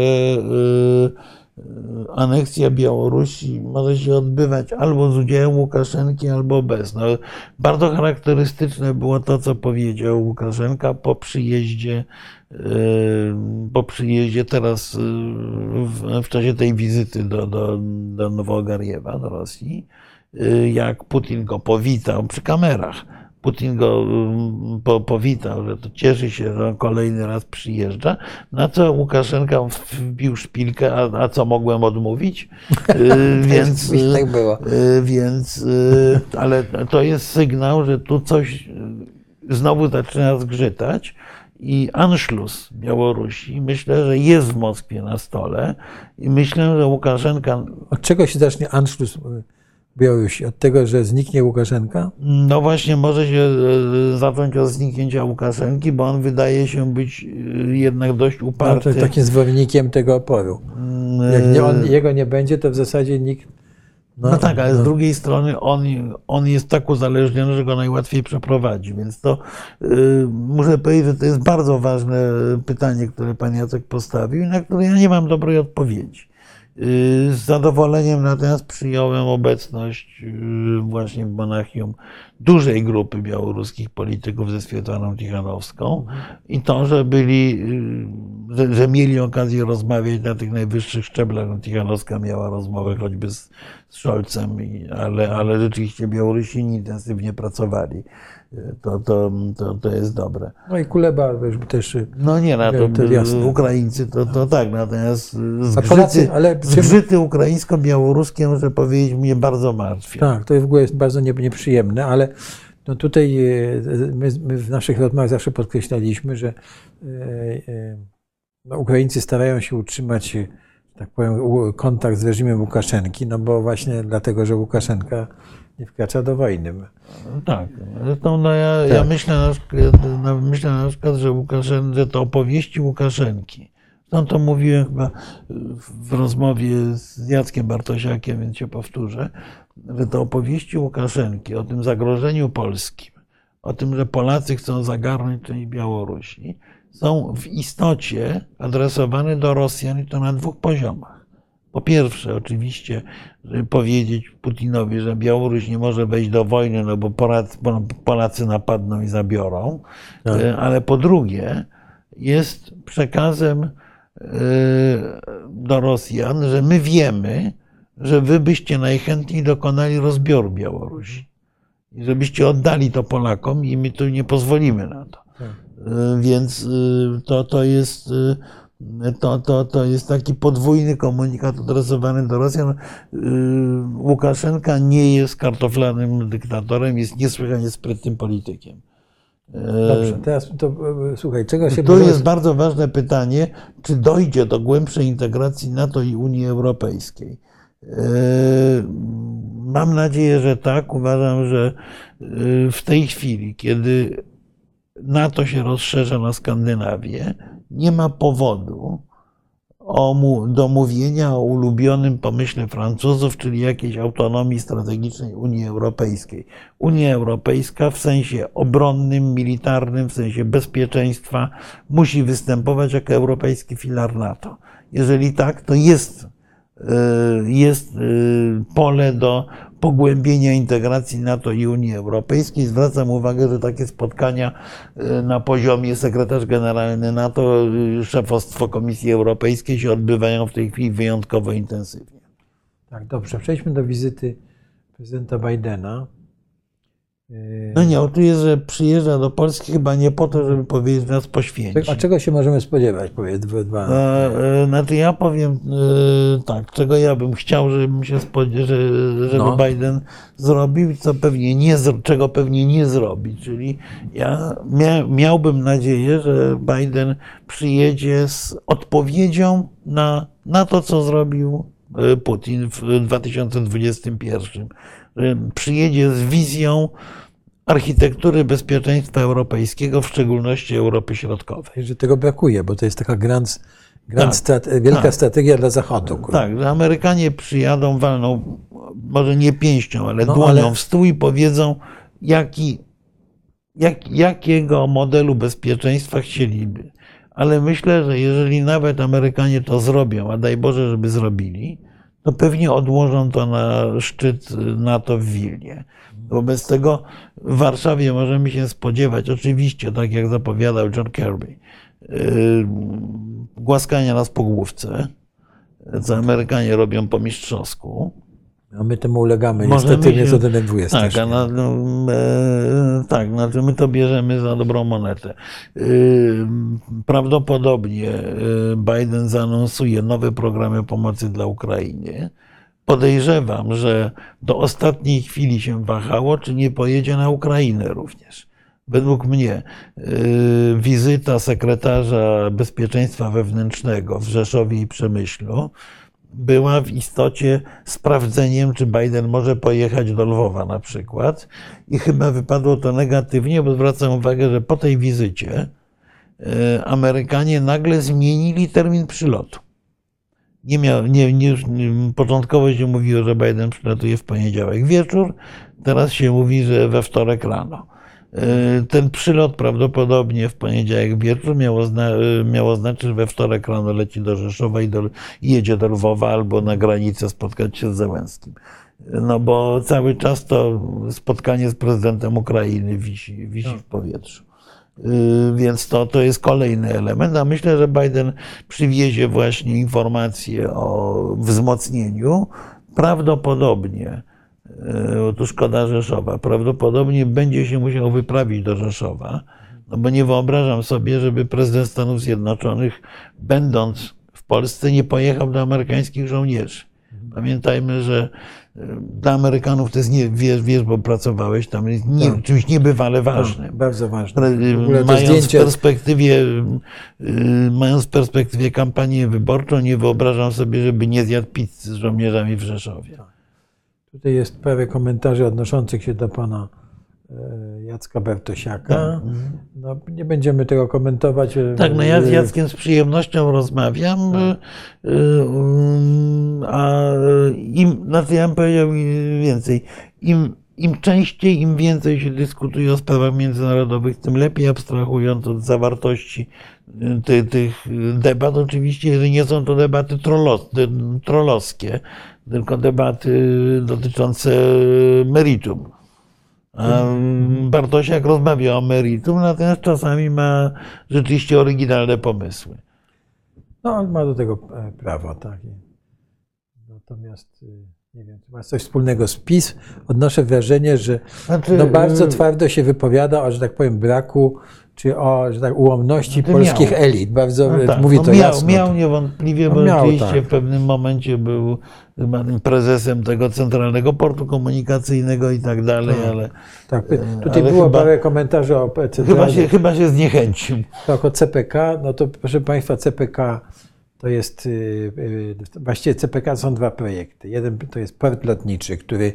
aneksja Białorusi może się odbywać albo z udziałem Łukaszenki, albo bez. No, bardzo charakterystyczne było to, co powiedział Łukaszenka po przyjeździe, po przyjeździe teraz w, w czasie tej wizyty do, do, do Nowogariewa, do Rosji, jak Putin go powitał przy kamerach. Putin go po, powitał, że to cieszy się, że on kolejny raz przyjeżdża, na co Łukaszenka wbił szpilkę, a, a co mogłem odmówić? więc, tak było. Więc, ale to jest sygnał, że tu coś znowu zaczyna zgrzytać i Anschluss Białorusi, myślę, że jest w Moskwie na stole i myślę, że Łukaszenka... Od czego się zacznie Anschluss Białorusi? Od tego, że zniknie Łukaszenka? No właśnie, może się zacząć od zniknięcia Łukaszenki, bo on wydaje się być jednak dość uparty. No, takim zwolennikiem tego oporu. Jak nie on, jego nie będzie, to w zasadzie nikt... No, no tak, ale no. z drugiej strony on, on jest tak uzależniony, że go najłatwiej przeprowadzi. Więc to yy, muszę powiedzieć, że to jest bardzo ważne pytanie, które pan Jacek postawił, na które ja nie mam dobrej odpowiedzi. Z zadowoleniem natomiast przyjąłem obecność właśnie w Monachium dużej grupy białoruskich polityków ze Swietłaną Tichanowską i to, że byli, że, że mieli okazję rozmawiać na tych najwyższych szczeblach. Tichanowska miała rozmowę choćby z, z Scholzem, ale, ale rzeczywiście Białorusini intensywnie pracowali. To, to, to, to jest dobre. No i Kuleba też. No nie, no to, to Ukraińcy to, to tak, natomiast zgrzyty, Polacy, ale zgrzyty ukraińsko-białoruskie, muszę powiedzieć, mnie bardzo martwią. Tak, to w ogóle jest bardzo nieprzyjemne, ale no tutaj my, my w naszych rozmowach zawsze podkreślaliśmy, że no, Ukraińcy starają się utrzymać, tak powiem, kontakt z reżimem Łukaszenki, no bo właśnie dlatego, że Łukaszenka nie wkracza do wojny. Tak. Zresztą no ja, tak. ja myślę, na przykład, myślę na przykład, że, Łukaszen, że to opowieści Łukaszenki. Zresztą to mówiłem chyba w rozmowie z Jackiem Bartosiakiem, więc się powtórzę, że to opowieści Łukaszenki o tym zagrożeniu polskim, o tym, że Polacy chcą zagarnąć część Białorusi, są w istocie adresowane do Rosjan i to na dwóch poziomach. Po pierwsze, oczywiście, żeby powiedzieć Putinowi, że Białoruś nie może wejść do wojny, no bo Polacy napadną i zabiorą, tak. Ale po drugie, jest przekazem do Rosjan, że my wiemy, że wy byście najchętniej dokonali rozbioru Białorusi. I żebyście oddali to Polakom i my tu nie pozwolimy na to. Tak. Więc to, to jest... To, to, to jest taki podwójny komunikat adresowany do Rosjan. Łukaszenka nie jest kartoflanym dyktatorem, jest niesłychanie sprytnym politykiem. Dobrze, teraz to słuchaj, czego się... To jest bardzo ważne pytanie, czy dojdzie do głębszej integracji NATO i Unii Europejskiej. Mam nadzieję, że tak. Uważam, że w tej chwili, kiedy NATO się rozszerza na Skandynawię, nie ma powodu do mówienia o ulubionym pomyśle Francuzów, czyli jakiejś autonomii strategicznej Unii Europejskiej. Unia Europejska w sensie obronnym, militarnym, w sensie bezpieczeństwa musi występować jako europejski filar NATO. Jeżeli tak, to jest, jest pole do pogłębienia integracji NATO i Unii Europejskiej. Zwracam uwagę, że takie spotkania na poziomie sekretarz generalny NATO, szefostwo Komisji Europejskiej się odbywają w tej chwili wyjątkowo intensywnie. Tak, dobrze. Przejdźmy do wizyty prezydenta Bidena. No nie, on tu jest, że przyjeżdża do Polski chyba nie po to, żeby powiedzieć, że nas poświęci. A czego się możemy spodziewać? Powiedz dwa. Znaczy ja powiem tak, czego ja bym chciał, żeby się spodziewać, żeby no. Biden zrobił, co pewnie nie, czego pewnie nie zrobi. Czyli ja mia, miałbym nadzieję, że Biden przyjedzie z odpowiedzią na, na to, co zrobił Putin w dwa tysiące dwudziestym pierwszym. Przyjedzie z wizją architektury bezpieczeństwa europejskiego, w szczególności Europy Środkowej. Że tego brakuje, bo to jest taka grand, grand tak, strate, wielka tak, strategia dla Zachodu. Tak, że Amerykanie przyjadą, walną, może nie pięścią, ale no, dłonią ale... w stół i powiedzą, jaki, jak, jakiego modelu bezpieczeństwa chcieliby. Ale myślę, że jeżeli nawet Amerykanie to zrobią, a daj Boże, żeby zrobili, to pewnie odłożą to na szczyt NATO w Wilnie. Wobec tego w Warszawie możemy się spodziewać, oczywiście, tak jak zapowiadał John Kirby, głaskania nas po główce, co Amerykanie robią po mistrzowsku. A my temu ulegamy, niestety mnie to denerwuje tak, strasznie. No, no, e, tak, znaczy my to bierzemy za dobrą monetę. E, prawdopodobnie Biden zaanonsuje nowe programy pomocy dla Ukrainy. Podejrzewam, że do ostatniej chwili się wahało, czy nie pojedzie na Ukrainę również. Według mnie y, wizyta sekretarza bezpieczeństwa wewnętrznego w Rzeszowie i Przemyślu była w istocie sprawdzeniem, czy Biden może pojechać do Lwowa na przykład. I chyba wypadło to negatywnie, bo zwracam uwagę, że po tej wizycie Amerykanie nagle zmienili termin przylotu. Nie miał, nie, nie, początkowo się mówiło, że Biden przylatuje w poniedziałek wieczór, teraz się mówi, że we wtorek rano. Ten przylot prawdopodobnie w poniedziałek wieczór miał, ozna miał oznaczyć, że we wtorek rano leci do Rzeszowa i, do, i jedzie do Lwowa albo na granicę spotkać się z Zełenskim. No bo cały czas to spotkanie z prezydentem Ukrainy wisi, wisi w powietrzu. Więc to, to jest kolejny element, a myślę, że Biden przywiezie właśnie informacje o wzmocnieniu. Prawdopodobnie, tu szkoda Rzeszowa, prawdopodobnie będzie się musiał wyprawić do Rzeszowa, no bo nie wyobrażam sobie, żeby prezydent Stanów Zjednoczonych, będąc w Polsce, nie pojechał do amerykańskich żołnierzy. Pamiętajmy, że dla Amerykanów to jest, nie, wiesz, wiesz bo pracowałeś tam, jest nie, tak. czymś niebywale ważnym. Tak, bardzo ważne. Mając zdjęcie... w, perspektywie, mając w perspektywie kampanię wyborczą, nie wyobrażam sobie, żeby nie zjadł pizzy z żołnierzami w Rzeszowie. Tak. Tutaj jest parę komentarzy odnoszących się do pana Jacka Bartosiaka. Tak. No, nie będziemy tego komentować. Tak, no ja z Jackiem z przyjemnością rozmawiam, tak. A im, znaczy ja bym powiedział więcej, im, im częściej, im więcej się dyskutuje o sprawach międzynarodowych, tym lepiej, abstrahując od zawartości ty, tych debat. Oczywiście, jeżeli nie są to debaty trolos, trollowskie, tylko debaty dotyczące meritum. A Bartosiak rozmawia o meritum, natomiast czasami ma rzeczywiście oryginalne pomysły. No, on ma do tego prawo, tak. Natomiast, nie wiem, czy ma coś wspólnego z PiS. Odnoszę wrażenie, że znaczy, no bardzo twardo się wypowiada o, że tak powiem, braku, czy o, że tak, ułomności no polskich miał. elit. Bardzo no tak, mówi to no miał, jasno. Miał niewątpliwie, no bo miał, oczywiście tak. w pewnym momencie był prezesem tego Centralnego Portu Komunikacyjnego i tak dalej, no, ale... Tak, tutaj ale było chyba, parę komentarzy o chyba się, chyba się zniechęcił. Tak, o C P K, no to proszę Państwa, C P K to jest, właściwie C P K są dwa projekty. Jeden to jest port lotniczy, który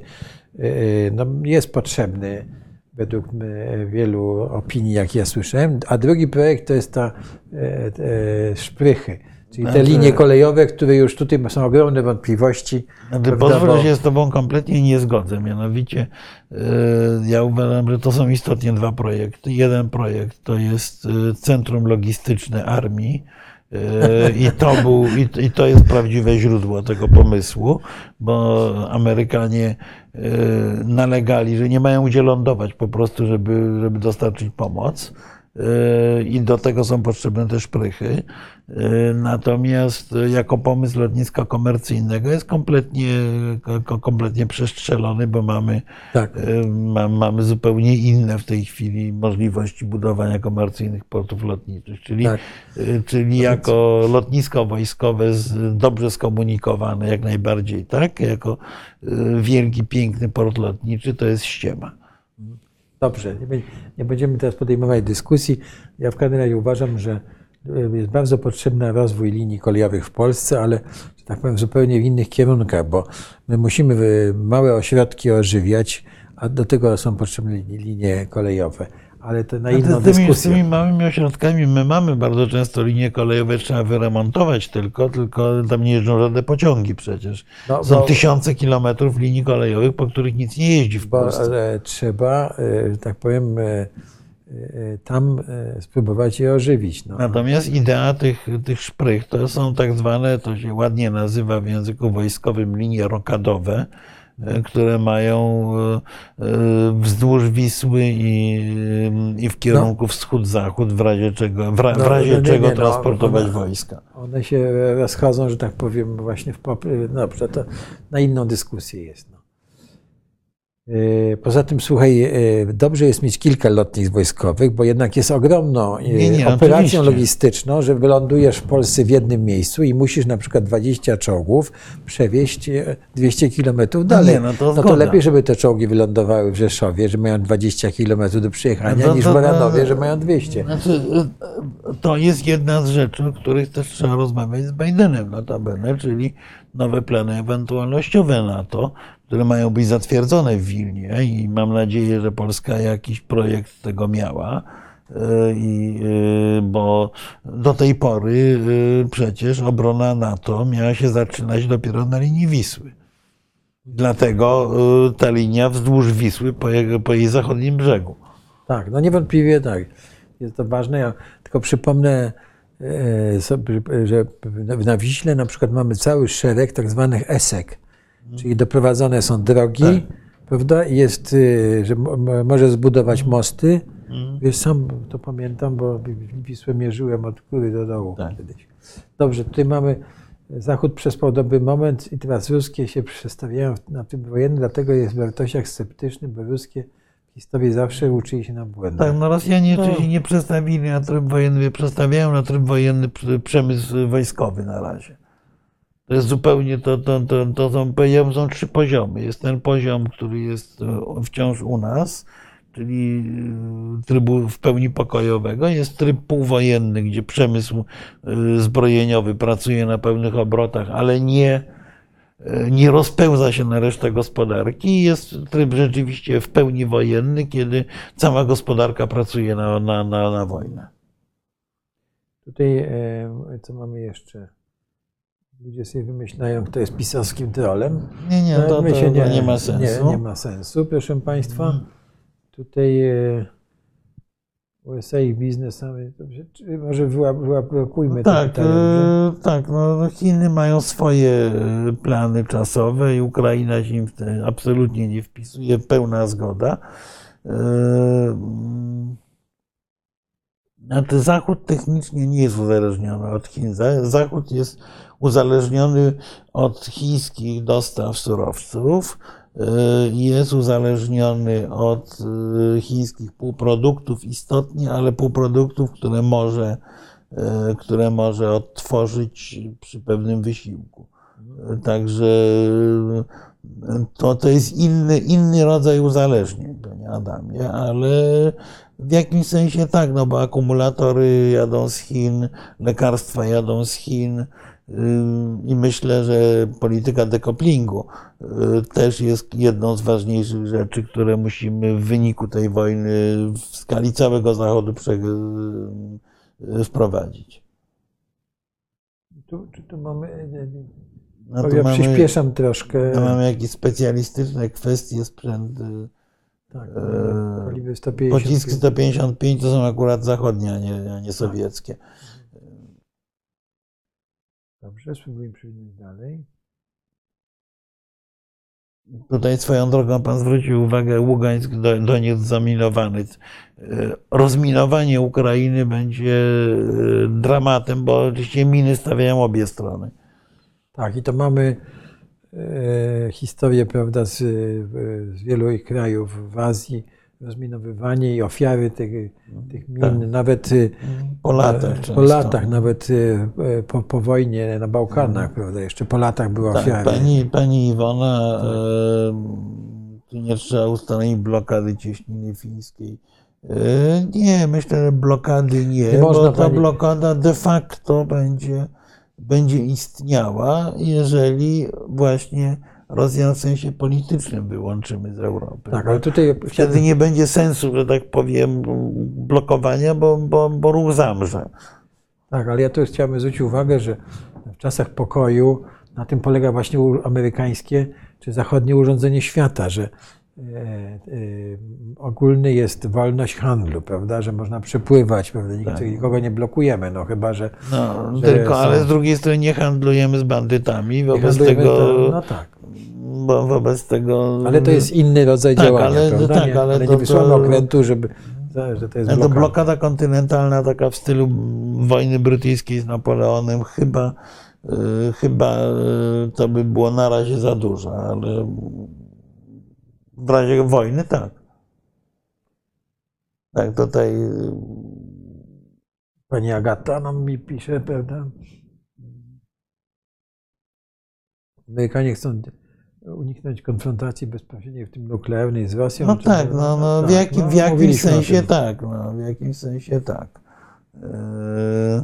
no, jest potrzebny według wielu opinii, jak ja słyszałem, a drugi projekt to jest ta e, szprychy, czyli te linie kolejowe, które już tutaj są ogromne wątpliwości. Znaczy, pozwól, że się z Tobą kompletnie nie zgodzę. Mianowicie ja uważam, że to są istotnie dwa projekty. Jeden projekt to jest Centrum Logistyczne Armii, I to, był, i to jest prawdziwe źródło tego pomysłu, bo Amerykanie nalegali, że nie mają gdzie lądować po prostu, żeby, żeby dostarczyć pomoc. I do tego są potrzebne też szprychy. Natomiast jako pomysł lotniska komercyjnego jest kompletnie, kompletnie przestrzelony, bo mamy, tak. mamy zupełnie inne w tej chwili możliwości budowania komercyjnych portów lotniczych. Czyli, tak. czyli jako lotnisko wojskowe dobrze skomunikowane, jak najbardziej, tak? Jako wielki, piękny port lotniczy to jest ściema. Dobrze, nie będziemy teraz podejmować dyskusji. Ja w każdym razie uważam, że jest bardzo potrzebny rozwój linii kolejowych w Polsce, ale że tak powiem zupełnie w innych kierunkach, bo my musimy małe ośrodki ożywiać, a do tego są potrzebne linie kolejowe. Ale to na inną z tymi, dyskusję. Z tymi małymi ośrodkami my mamy bardzo często linie kolejowe, trzeba wyremontować tylko, tylko tam nie jeżdżą żadne pociągi przecież. No, Są bo, tysiące kilometrów linii kolejowych, po których nic nie jeździ w Polsce. Bo trzeba, że tak powiem, tam spróbować je ożywić. No. Natomiast idea tych, tych szprych to są tak zwane, to się ładnie nazywa w języku wojskowym linie rokadowe, które mają wzdłuż Wisły i, i w kierunku no. wschód-zachód, w razie czego, w, ra, w razie no, nie, czego nie, transportować no, one, wojska. One się rozchodzą, że tak powiem, właśnie w dobrze, to na inną dyskusję jest. No. Poza tym, słuchaj, dobrze jest mieć kilka lotnisk wojskowych, bo jednak jest ogromną Nie, nie, operacją oczywiście. logistyczną, że wylądujesz w Polsce w jednym miejscu i musisz na przykład dwadzieścia czołgów przewieźć dwieście kilometrów dalej. Nie, no to no to zgoda. lepiej, żeby te czołgi wylądowały w Rzeszowie, że mają dwadzieścia kilometrów do przyjechania, No to- niż to- w Baranowie, że mają dwieście. Znaczy, to jest jedna z rzeczy, o których też trzeba rozmawiać z Bidenem notabene, czyli nowe plany ewentualnościowe NATO, które mają być zatwierdzone w Wilnie i mam nadzieję, że Polska jakiś projekt tego miała. I, bo do tej pory przecież obrona NATO miała się zaczynać dopiero na linii Wisły. Dlatego ta linia wzdłuż Wisły po, jego, po jej zachodnim brzegu. Tak, no niewątpliwie tak. Jest to ważne. Ja tylko przypomnę e, sobie, że na Wiśle na przykład mamy cały szereg tak zwanych esek, czyli doprowadzone są drogi, Tak. prawda? I jest, y, że mo- mo- może zbudować mosty. Wiesz, sam to pamiętam, bo Wi- Wisłę mierzyłem od góry do dołu Tak. kiedyś. Dobrze, tutaj mamy Zachód przespał dobry moment i teraz ruskie się przestawiają na tryb wojenny, dlatego jest w wartościach sceptyczny, bo ruskie w historii zawsze uczyli się na błędach. Tak, no Rosjanie No. jeszcze się nie przestawili na tryb wojenny, przestawiają na tryb wojenny pr- przemysł wojskowy na razie. To jest zupełnie, to, to, to, to są, powiedziałbym, są trzy poziomy. Jest ten poziom, który jest e, wciąż u nas, czyli e, trybu w pełni pokojowego. Jest tryb półwojenny, gdzie przemysł e, zbrojeniowy pracuje na pełnych obrotach, ale nie, e, nie rozpełza się na resztę gospodarki. Jest tryb rzeczywiście w pełni wojenny, kiedy cała gospodarka pracuje na, na, na, na wojnę. Tutaj, e, co mamy jeszcze? Ludzie sobie wymyślają, kto jest pisowskim trolem. Nie, nie, No, to, my to, się to nie ma sensu. Nie, nie ma sensu, proszę Państwa. Tutaj e, U S A i biznes, dobrze, czy może wyłap- wyłapujmy te Tak, pytania, dobrze? e, tak, no Chiny mają swoje e, plany czasowe i Ukraina się im w te absolutnie nie wpisuje, pełna zgoda. E, mm, Znaczy Zachód technicznie nie jest uzależniony od Chin. Za- Zachód jest uzależniony od chińskich dostaw surowców, e, jest uzależniony od e, chińskich półproduktów istotnie, ale półproduktów, które może e, które może odtworzyć przy pewnym wysiłku. E, Także e, to, to jest inny, inny rodzaj uzależnień, panie Adamie, ale w jakimś sensie tak, no bo akumulatory jadą z Chin, lekarstwa jadą z Chin y, i myślę, że polityka decouplingu y, też jest jedną z ważniejszych rzeczy, które musimy w wyniku tej wojny w skali całego Zachodu prze, y, wprowadzić. Tu, czy tu mamy, No o, tu ja mamy, przyspieszam troszkę. no mamy jakieś specjalistyczne kwestie, sprzęt, y, Tak, e, kaliber sto pięćdziesiąt. pociski sto pięćdziesiąt pięć to są akurat zachodnie, a nie, a nie sowieckie. Dobrze, spróbujmy przewinąć dalej. Tutaj swoją drogą pan zwrócił uwagę, Ługańsk do, do nich zaminowany. Rozminowanie Ukrainy będzie dramatem, bo oczywiście miny stawiają obie strony. Tak, i to mamy e, historię, prawda, z, z wielu krajów w Azji, rozminowywanie i ofiary tych, tych min, Tak. nawet Po latach e, często. po latach, nawet e, po, po wojnie na Bałkanach, prawda, jeszcze po latach były Tak, ofiary. pani, pani Iwona, e, tu nie trzeba ustanowić blokady cieśniny fińskiej. E, nie, myślę, że blokady nie, Nie można, bo ta pani- blokada de facto będzie, będzie istniała, jeżeli właśnie Rosjan w sensie politycznym wyłączymy z Europy. Tak, Bo ale tutaj wtedy nie będzie sensu, że tak powiem, blokowania, bo, bo, bo ruch zamrze. Tak, ale ja tu chciałbym zwrócić uwagę, że w czasach pokoju na tym polega właśnie u- amerykańskie czy zachodnie urządzenie świata, że e, e, ogólny jest wolność handlu, prawda, że można przepływać, prawda, nikt, Tak. nikogo nie blokujemy, no chyba, że No, że tylko, są- ale z drugiej strony nie handlujemy z bandytami, nie wobec handlujemy, tego, to, no tak, bo wobec tego... ale to jest inny rodzaj Tak, działania, ale- prawda, tak, nie, ale ale to- nie wysłamy to- okrętu, żeby, że to jest to blokada. blokada kontynentalna, taka w stylu wojny brytyjskiej z Napoleonem, chyba, y, chyba y, to by było na razie za dużo, ale W razie wojny tak. Tak, tutaj pani Agata nam mi pisze, prawda? Amerykanie chcą uniknąć konfrontacji bezpośredniej, w tym nuklearnej z Rosją. No tak, no, no, w, jakim, w jakimś sensie tak, no, w jakimś sensie tak. Eee,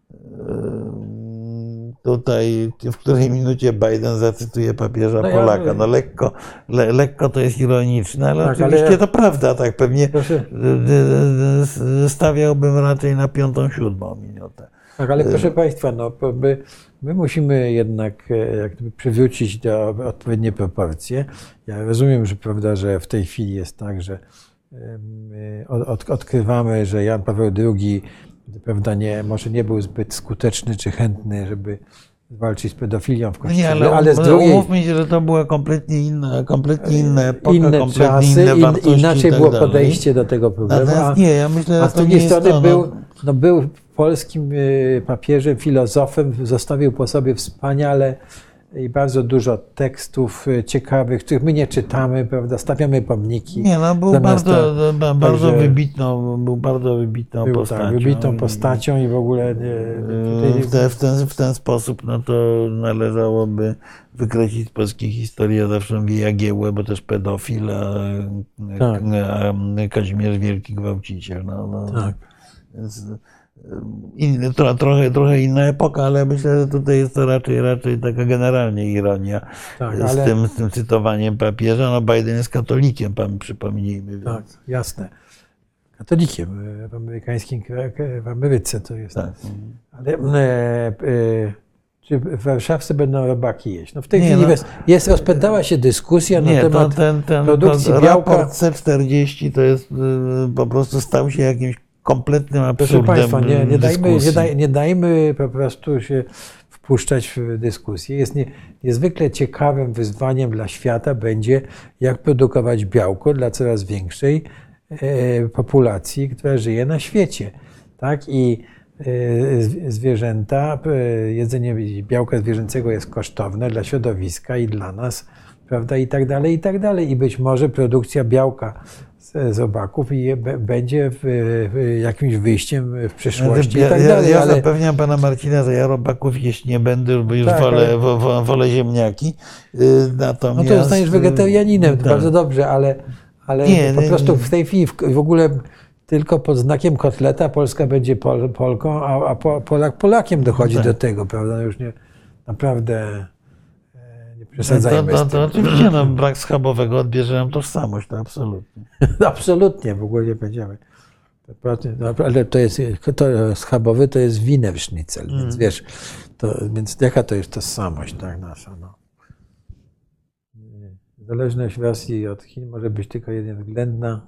Tutaj w której minucie Biden zacytuje papieża no Polaka. Ja... No lekko, le, lekko to jest ironiczne, ale tak, oczywiście ale ja... to prawda, tak pewnie proszę... stawiałbym raczej na piątą, siódmą minutę. Tak, ale proszę Państwa, no, my, my musimy jednak jak gdyby przywrócić do odpowiednie proporcje. Ja rozumiem, że prawda, że w tej chwili jest tak, że od, odkrywamy, że Jan Paweł drugi prawda, nie, może nie był zbyt skuteczny czy chętny, żeby walczyć z pedofilią w Kościele. Nie, ale, ale z drugiej... umówmy się, że to była kompletnie inna, kompletnie inna epoka, inne kompletnie czasy, inne wartości. Inaczej tak było dalej. podejście do tego problemu. A, nie, ja myślę, a z drugiej strony to, był, no, był polskim papieżem, filozofem, zostawił po sobie wspaniale i bardzo dużo tekstów ciekawych, których my nie czytamy, prawda, stawiamy pomniki. Nie, no był bardzo, ta, bardzo wybitną, był bardzo wybitną był, postacią. Tak, wybitną postacią i w ogóle nie, w, te, w, ten, w ten sposób no to należałoby wykreślić z polskiej historii, ja zawsze mówię Jagiełłę, bo też pedofil, a, tak. a Kazimierz Wielki gwałciciel. No, no. Tak. Więc, Inny, tro, trochę, trochę inna epoka, ale myślę, że tutaj jest to raczej, raczej taka generalnie ironia tak, z, ale... tym, z tym cytowaniem papieża. No Biden jest katolikiem, pan przypomnijmy. Więc... Tak, jasne. Katolikiem w amerykańskim, w Ameryce to jest. Tak. Ale e, e, czy w Warszawce będą robaki jeść? No w tej nie, chwili no, jest, jest, rozpętała się dyskusja nie, na temat to ten, ten, produkcji to białka. Raport C czterdzieści to jest po prostu stał się jakimś kompletnym absurdem. Proszę Państwa, nie, nie, dajmy, nie, daj, nie dajmy po prostu się wpuszczać w dyskusję. Jest nie, niezwykle ciekawym wyzwaniem dla świata będzie, jak produkować białko dla coraz większej e, populacji, która żyje na świecie. Tak? I e, zwierzęta, e, jedzenie białka zwierzęcego jest kosztowne dla środowiska i dla nas, prawda, i tak dalej, i tak dalej. I być może produkcja białka z robaków i będzie w, w jakimś wyjściem w przyszłości. Ja, i tak ja, dalej, ja ale... zapewniam pana Marcina, że ja robaków jeść nie będę, bo już tak, wolę, ale... wo, wolę ziemniaki. Natomiast... No to zostaniesz wegetarianinem, to tak. Bardzo dobrze, ale, ale nie, po nie, prostu w tej chwili w, w ogóle tylko pod znakiem kotleta Polska będzie Pol, Polką, a, a Polak Polakiem dochodzi tak. do tego, prawda? Już nie naprawdę... To, to, to oczywiście no, brak schabowego odbierze nam tożsamość, to absolutnie. Absolutnie, w ogóle nie będziemy. Ale to jest, to schabowy to jest Wiener Schnitzel, mm. więc wiesz, to, więc jaka to jest tożsamość tak nasza, no. Zależność Rosji od Chin może być tylko jednoswzględna.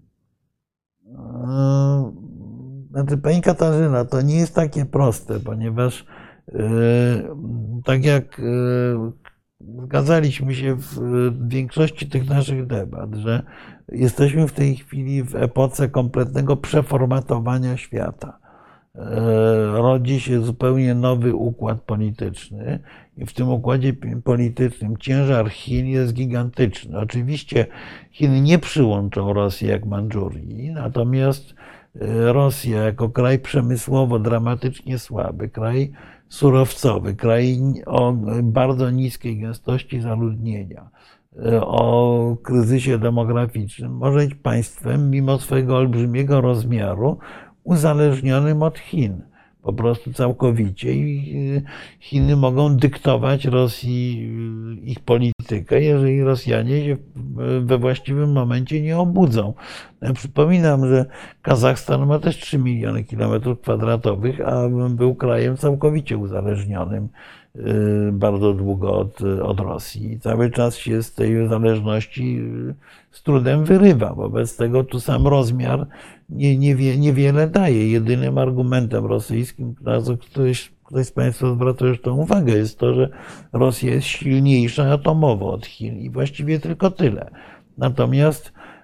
Znaczy, pani Katarzyna, to nie jest takie proste, ponieważ yy, tak jak yy, zgadzaliśmy się w większości tych naszych debat, że jesteśmy w tej chwili w epoce kompletnego przeformatowania świata. Rodzi się zupełnie nowy układ polityczny i w tym układzie politycznym ciężar Chin jest gigantyczny. Oczywiście Chiny nie przyłączą Rosji jak Mandżurii, natomiast Rosja jako kraj przemysłowo dramatycznie słaby, kraj surowcowy, kraj o bardzo niskiej gęstości zaludnienia, o kryzysie demograficznym, może być państwem, mimo swojego olbrzymiego rozmiaru, uzależnionym od Chin. Po prostu całkowicie. I Chiny mogą dyktować Rosji ich politykę, jeżeli Rosjanie się we właściwym momencie nie obudzą. Ja przypominam, że Kazachstan ma też trzy miliony kilometrów kwadratowych, a był krajem całkowicie uzależnionym bardzo długo od, od Rosji. I cały czas się z tej zależności z trudem wyrywa. Wobec tego tu sam rozmiar nie, nie, niewiele daje. Jedynym argumentem rosyjskim, na co ktoś, ktoś z Państwa zwraca już tą uwagę, jest to, że Rosja jest silniejsza atomowo od Chin i właściwie tylko tyle. Natomiast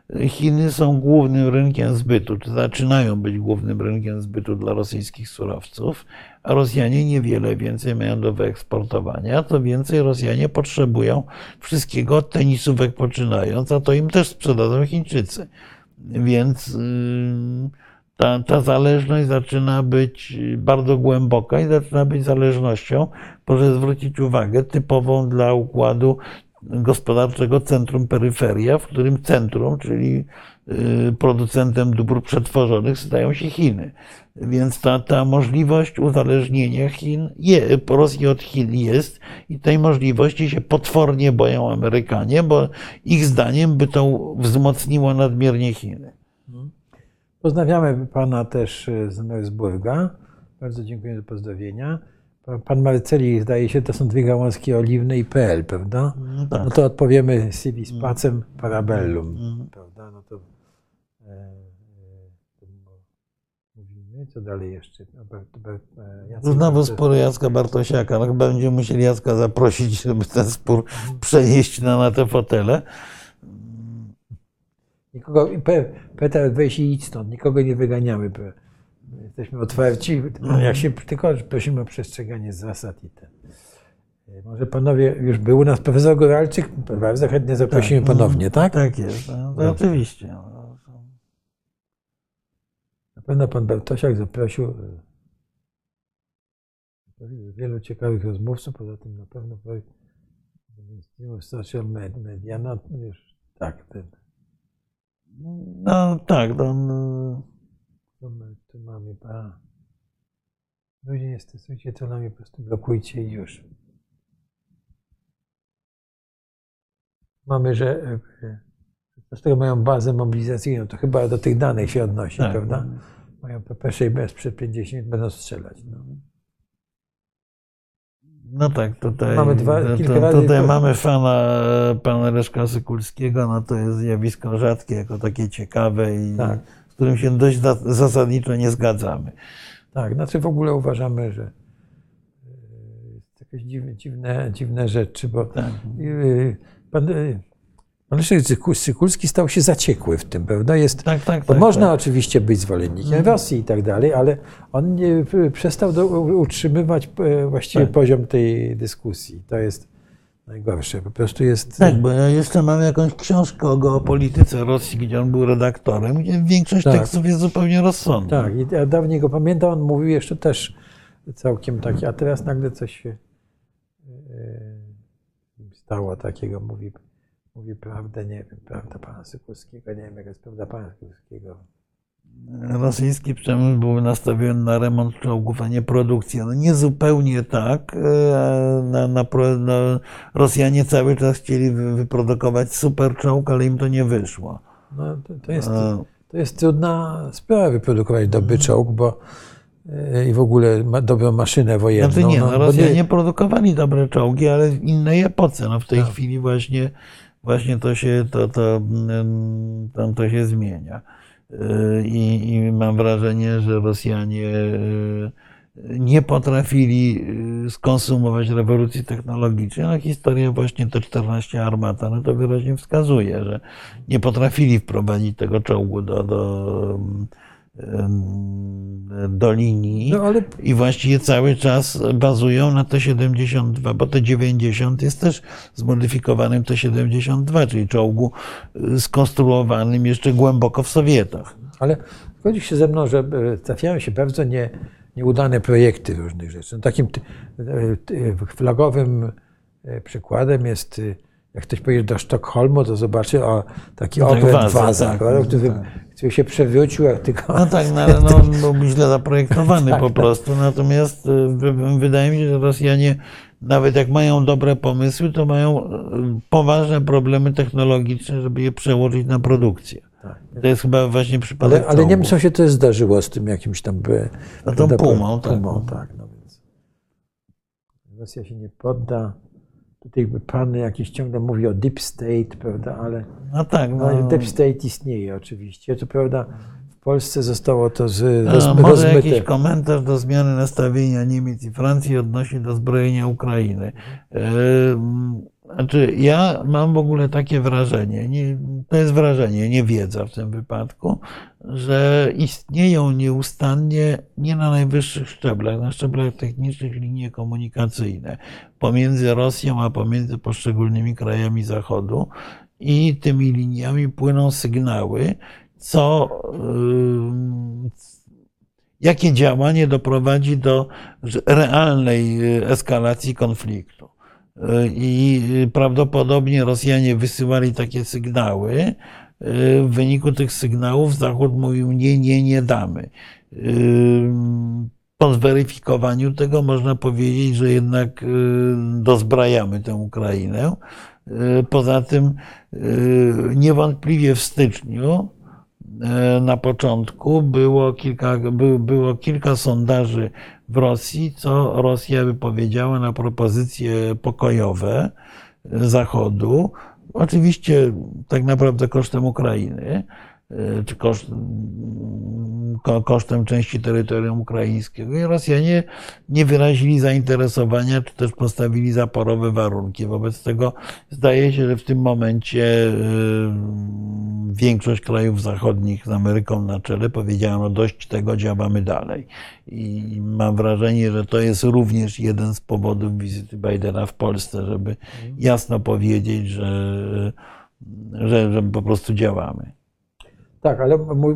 Chiny są głównym rynkiem zbytu, czy zaczynają być głównym rynkiem zbytu dla rosyjskich surowców, a Rosjanie niewiele więcej mają do wyeksportowania. Co więcej, Rosjanie potrzebują wszystkiego od tenisówek poczynając, a to im też sprzedadzą Chińczycy. Więc ta, ta zależność zaczyna być bardzo głęboka i zaczyna być zależnością, proszę zwrócić uwagę, typową dla układu gospodarczego centrum-peryferia, w którym centrum, czyli producentem dóbr przetworzonych, stają się Chiny. Więc ta, ta możliwość uzależnienia Chin, je, Rosji od Chin jest i tej możliwości się potwornie boją Amerykanie, bo ich zdaniem by to wzmocniło nadmiernie Chiny. Pozdrawiamy pana też z Mersburga. Bardzo dziękuję za pozdrowienia. Pan Marceli, zdaje się, to są dwie gałązki oliwne i P L, prawda? No, tak. No to odpowiemy civis pacem parabellum, mm. prawda? No to, e, e, to mówimy. Co dalej jeszcze? Jacek, Znowu spór Jacka Bartosiaka. No, chyba będziemy musieli Jacka zaprosić, żeby ten spór przenieść na, na te fotele. Nikogo, Peter, weź i idź stąd, nikogo nie wyganiamy. Jesteśmy otwarci, no jak się, tylko prosimy o przestrzeganie zasad i ten. Może panowie, już był u nas profesor Goralczyk, bardzo chętnie zaprosimy tak, ponownie, tak? Tak jest, no, no. Oczywiście. Na pewno pan Bartosiak zaprosił wielu ciekawych rozmówców, poza tym na pewno social media, no już tak, ten. No tak, to... Tu, my, tu mamy, a ludzie nie stosujcie, to nami po prostu blokujcie i już. Mamy, że z tego mają bazę mobilizacyjną, to chyba do tych danych się odnosi, tak, prawda? Mają P P sześć sprzed pięćdziesięciu minut, będą strzelać. No, no tak, tutaj, mamy, dwa, to, kilka to, razy tutaj to... mamy fana pana Leszka Sykulskiego, no to jest zjawisko rzadkie, jako takie ciekawe i tak, z którym się dość zasadniczo nie zgadzamy. Tak, znaczy w ogóle uważamy, że jest jakieś dziwne, dziwne, dziwne rzeczy, bo tak. pan, pan Leszek Sykulski stał się zaciekły w tym, prawda? Jest, tak, tak, bo tak, można tak. oczywiście być zwolennikiem mm. Rosji i tak dalej, ale on nie, przestał do, utrzymywać właściwie tak. poziom tej dyskusji. To jest najgorsze, po prostu jest... Tak, bo ja jeszcze mam jakąś książkę o geopolityce Rosji, gdzie on był redaktorem, gdzie większość tak. tekstów jest zupełnie rozsądna. Tak, i ja dawniej go pamiętam, on mówił jeszcze też całkiem taki, a teraz nagle coś się stało takiego, mówi, mówi prawdę, nie wiem, prawda pana Sykulskiego, nie wiem, jaka jest prawda pana Sykulskiego. Rosyjski przemysł był nastawiony na remont czołgów, a nie produkcję. No nie zupełnie tak. Na, na, na, Rosjanie cały czas chcieli wyprodukować super czołg, ale im to nie wyszło. No, to, to, jest, to jest trudna sprawa wyprodukować dobry czołg, bo i w ogóle ma dobrą maszynę wojenną. Znaczy nie, no, no, Rosjanie nie... produkowali dobre czołgi, ale w innej epoce. No, w tej no. chwili właśnie, właśnie to, się, to, to, to, to się zmienia. I, I mam wrażenie, że Rosjanie nie potrafili skonsumować rewolucji technologicznej. No, historia właśnie T czternaście Armata no to wyraźnie wskazuje, że nie potrafili wprowadzić tego czołgu do, do, do linii no, ale... i właściwie cały czas bazują na T siedemdziesiąt dwa, bo T dziewięćdziesiąt jest też zmodyfikowanym T siedemdziesiąt dwa, czyli czołgu skonstruowanym jeszcze głęboko w Sowietach. Ale zgodzi się ze mną, że trafiają się bardzo nie, nieudane projekty różnych rzeczy. No, takim flagowym przykładem jest, jak ktoś pojedzie do Sztokholmu, to zobaczy o, taki no okręt tak, Waza, tak, tak, który, tak. który się przewrócił, jak tylko... No tak, no, ale no, on był źle zaprojektowany tak, po prostu. Tak. Natomiast wydaje mi się, że Rosjanie, nawet jak mają dobre pomysły, to mają poważne problemy technologiczne, żeby je przełożyć na produkcję. Tak. To jest chyba właśnie przypadek. Ale, ale Niemcom się to zdarzyło z tym jakimś tam... No tą Pumą, tak. Pumą, tak no więc Rosja się nie podda. Tutaj pan jakiś ciągle mówi o deep state, prawda, ale no tak, no. No, deep state istnieje oczywiście. To prawda, w Polsce zostało to z, no, roz, może rozmyte. Jakiś komentarz do zmiany nastawienia Niemiec i Francji odnośnie do zbrojenia Ukrainy. Znaczy, ja mam w ogóle takie wrażenie, nie, to jest wrażenie, nie wiedza w tym wypadku, że istnieją nieustannie, nie na najwyższych szczeblach, na szczeblach technicznych linie komunikacyjne pomiędzy Rosją a pomiędzy poszczególnymi krajami Zachodu i tymi liniami płyną sygnały, co, jakie działanie doprowadzi do realnej eskalacji konfliktu. I prawdopodobnie Rosjanie wysyłali takie sygnały. W wyniku tych sygnałów Zachód mówił: nie, nie, nie damy. Po zweryfikowaniu tego można powiedzieć, że jednak dozbrajamy tę Ukrainę. Poza tym niewątpliwie w styczniu na początku było kilka, było kilka sondaży w Rosji, co Rosja wypowiedziała na propozycje pokojowe Zachodu. Oczywiście tak naprawdę kosztem Ukrainy, czy koszt, kosztem części terytorium ukraińskiego. I Rosjanie nie wyrazili zainteresowania, czy też postawili zaporowe warunki. Wobec tego zdaje się, że w tym momencie większość krajów zachodnich z Ameryką na czele powiedziała: no dość tego, działamy dalej. I mam wrażenie, że to jest również jeden z powodów wizyty Bidena w Polsce, żeby jasno powiedzieć, że, że, że po prostu działamy. Tak, ale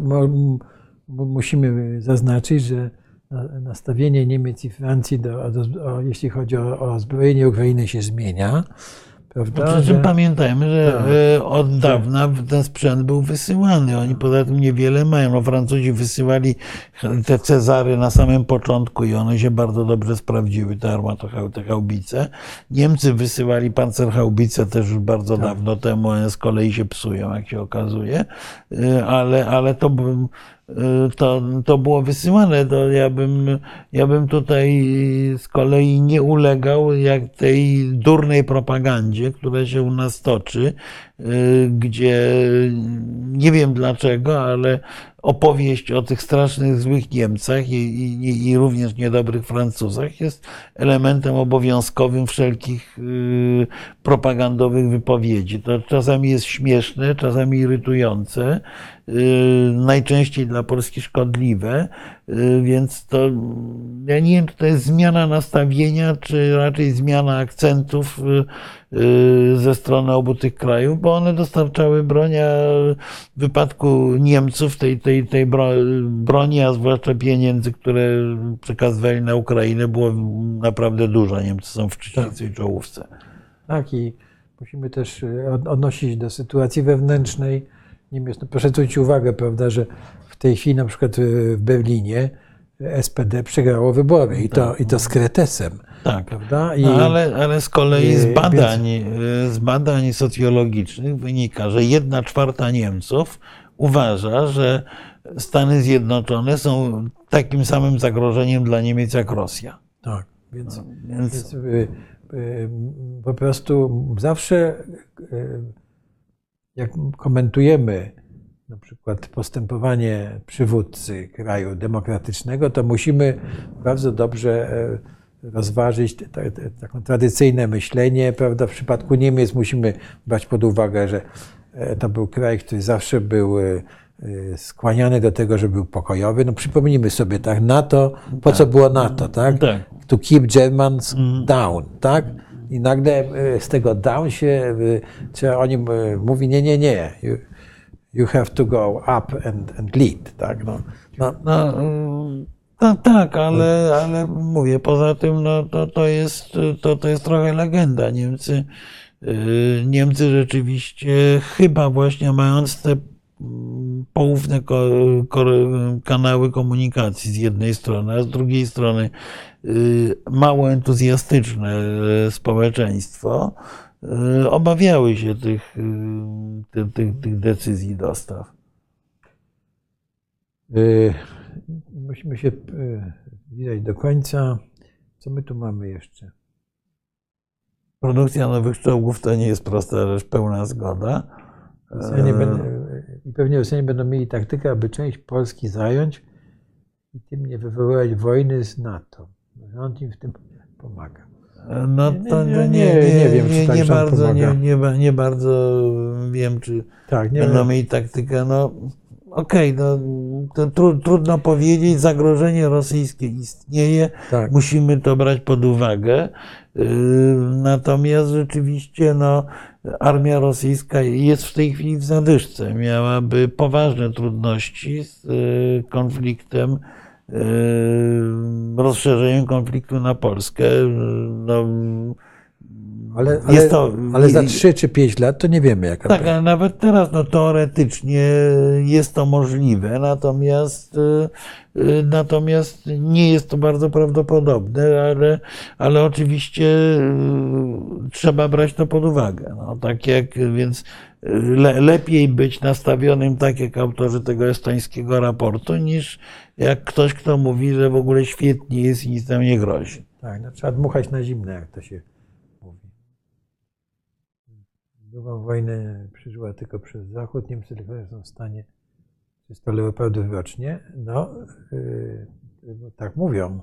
musimy zaznaczyć, że nastawienie Niemiec i Francji, do, do, o, jeśli chodzi o, o zbrojenie Ukrainy, się zmienia. Prawda? No, przy czym że... pamiętajmy, że tak, od dawna ten sprzęt był wysyłany. Oni poza tym niewiele mają. No, Francuzi wysyłali te Cezary na samym początku i one się bardzo dobrze sprawdziły, te armatochauty, haubice. Niemcy wysyłali pancerhaubice też już bardzo tak. dawno temu, one z kolei się psują, jak się okazuje. Ale, ale to To, to było wysyłane, to ja bym, ja bym tutaj z kolei nie ulegał jak tej durnej propagandzie, która się u nas toczy, gdzie nie wiem dlaczego, ale opowieść o tych strasznych, złych Niemcach i, i, i również niedobrych Francuzach jest elementem obowiązkowym wszelkich propagandowych wypowiedzi. To czasami jest śmieszne, czasami irytujące, najczęściej dla Polski szkodliwe, więc to ja nie wiem, czy to jest zmiana nastawienia, czy raczej zmiana akcentów ze strony obu tych krajów, bo one dostarczały broni, a w wypadku Niemców tej, tej, tej broni, a zwłaszcza pieniędzy, które przekazywali na Ukrainę, było naprawdę dużo. Niemcy są w czcicy i czołówce. Tak, i musimy też odnosić do sytuacji wewnętrznej Niemiec. No proszę zwrócić uwagę, prawda, że w tej chwili na przykład w Berlinie S P D przegrało wybory i to, tak. i to z kretesem. Tak, prawda? I, no, ale, ale z kolei z badań, więc... z badań socjologicznych wynika, że jedna czwarta Niemców uważa, że Stany Zjednoczone są takim samym zagrożeniem dla Niemiec jak Rosja. Tak, więc, no, więc... więc y, y, po prostu zawsze y, jak komentujemy na przykład postępowanie przywódcy kraju demokratycznego, to musimy bardzo dobrze rozważyć taką tradycyjne myślenie, prawda? W przypadku Niemiec musimy brać pod uwagę, że to był kraj, który zawsze był skłaniany do tego, żeby był pokojowy. No przypomnijmy sobie, tak, NATO, po co było NATO, tak? To keep Germans down, tak? I nagle z tego down się, trzeba o nim mówi, nie, nie, nie. You, you have to go up and, and lead, tak? No, no. No, no tak, ale, ale mówię, poza tym no, to, to, jest, to, to jest trochę legenda. Niemcy, Niemcy rzeczywiście chyba właśnie mając te poufne kanały komunikacji z jednej strony, a z drugiej strony mało entuzjastyczne społeczeństwo, obawiały się tych, tych, tych, tych decyzji dostaw. Musimy się zbliżać do końca. Co my tu mamy jeszcze? Produkcja nowych czołgów to nie jest prosta rzecz, pełna zgoda. I pewnie Rosjanie będą mieli taktykę, aby część Polski zająć i tym nie wywoływać wojny z NATO. Rząd im w tym pomaga. No to nie, nie, nie, nie wiem, czy tak nie bardzo, nie, nie, nie bardzo wiem, czy tak, nie będą wiem. mieli taktykę. No, okej, okay, no, to tru, trudno powiedzieć, zagrożenie rosyjskie istnieje, tak. Musimy to brać pod uwagę. Natomiast rzeczywiście no, armia rosyjska jest w tej chwili w zadyszce. Miałaby poważne trudności z konfliktem, rozszerzeniem konfliktu na Polskę. No, ale, ale, to, ale za trzy czy pięć lat to nie wiemy, jaka tak, ale nawet teraz no, teoretycznie jest to możliwe, natomiast, natomiast nie jest to bardzo prawdopodobne, ale, ale oczywiście trzeba brać to pod uwagę. No, tak jak, więc le, lepiej być nastawionym tak jak autorzy tego estońskiego raportu, niż jak ktoś, kto mówi, że w ogóle świetnie jest i nic nam nie grozi. Tak, no, trzeba dmuchać na zimne, jak to się mówi. Drugą wojnę przeżyła tylko przez Zachód. Niemcy są w stanie trzysta leopardów rocznie. No, yy, tak mówią.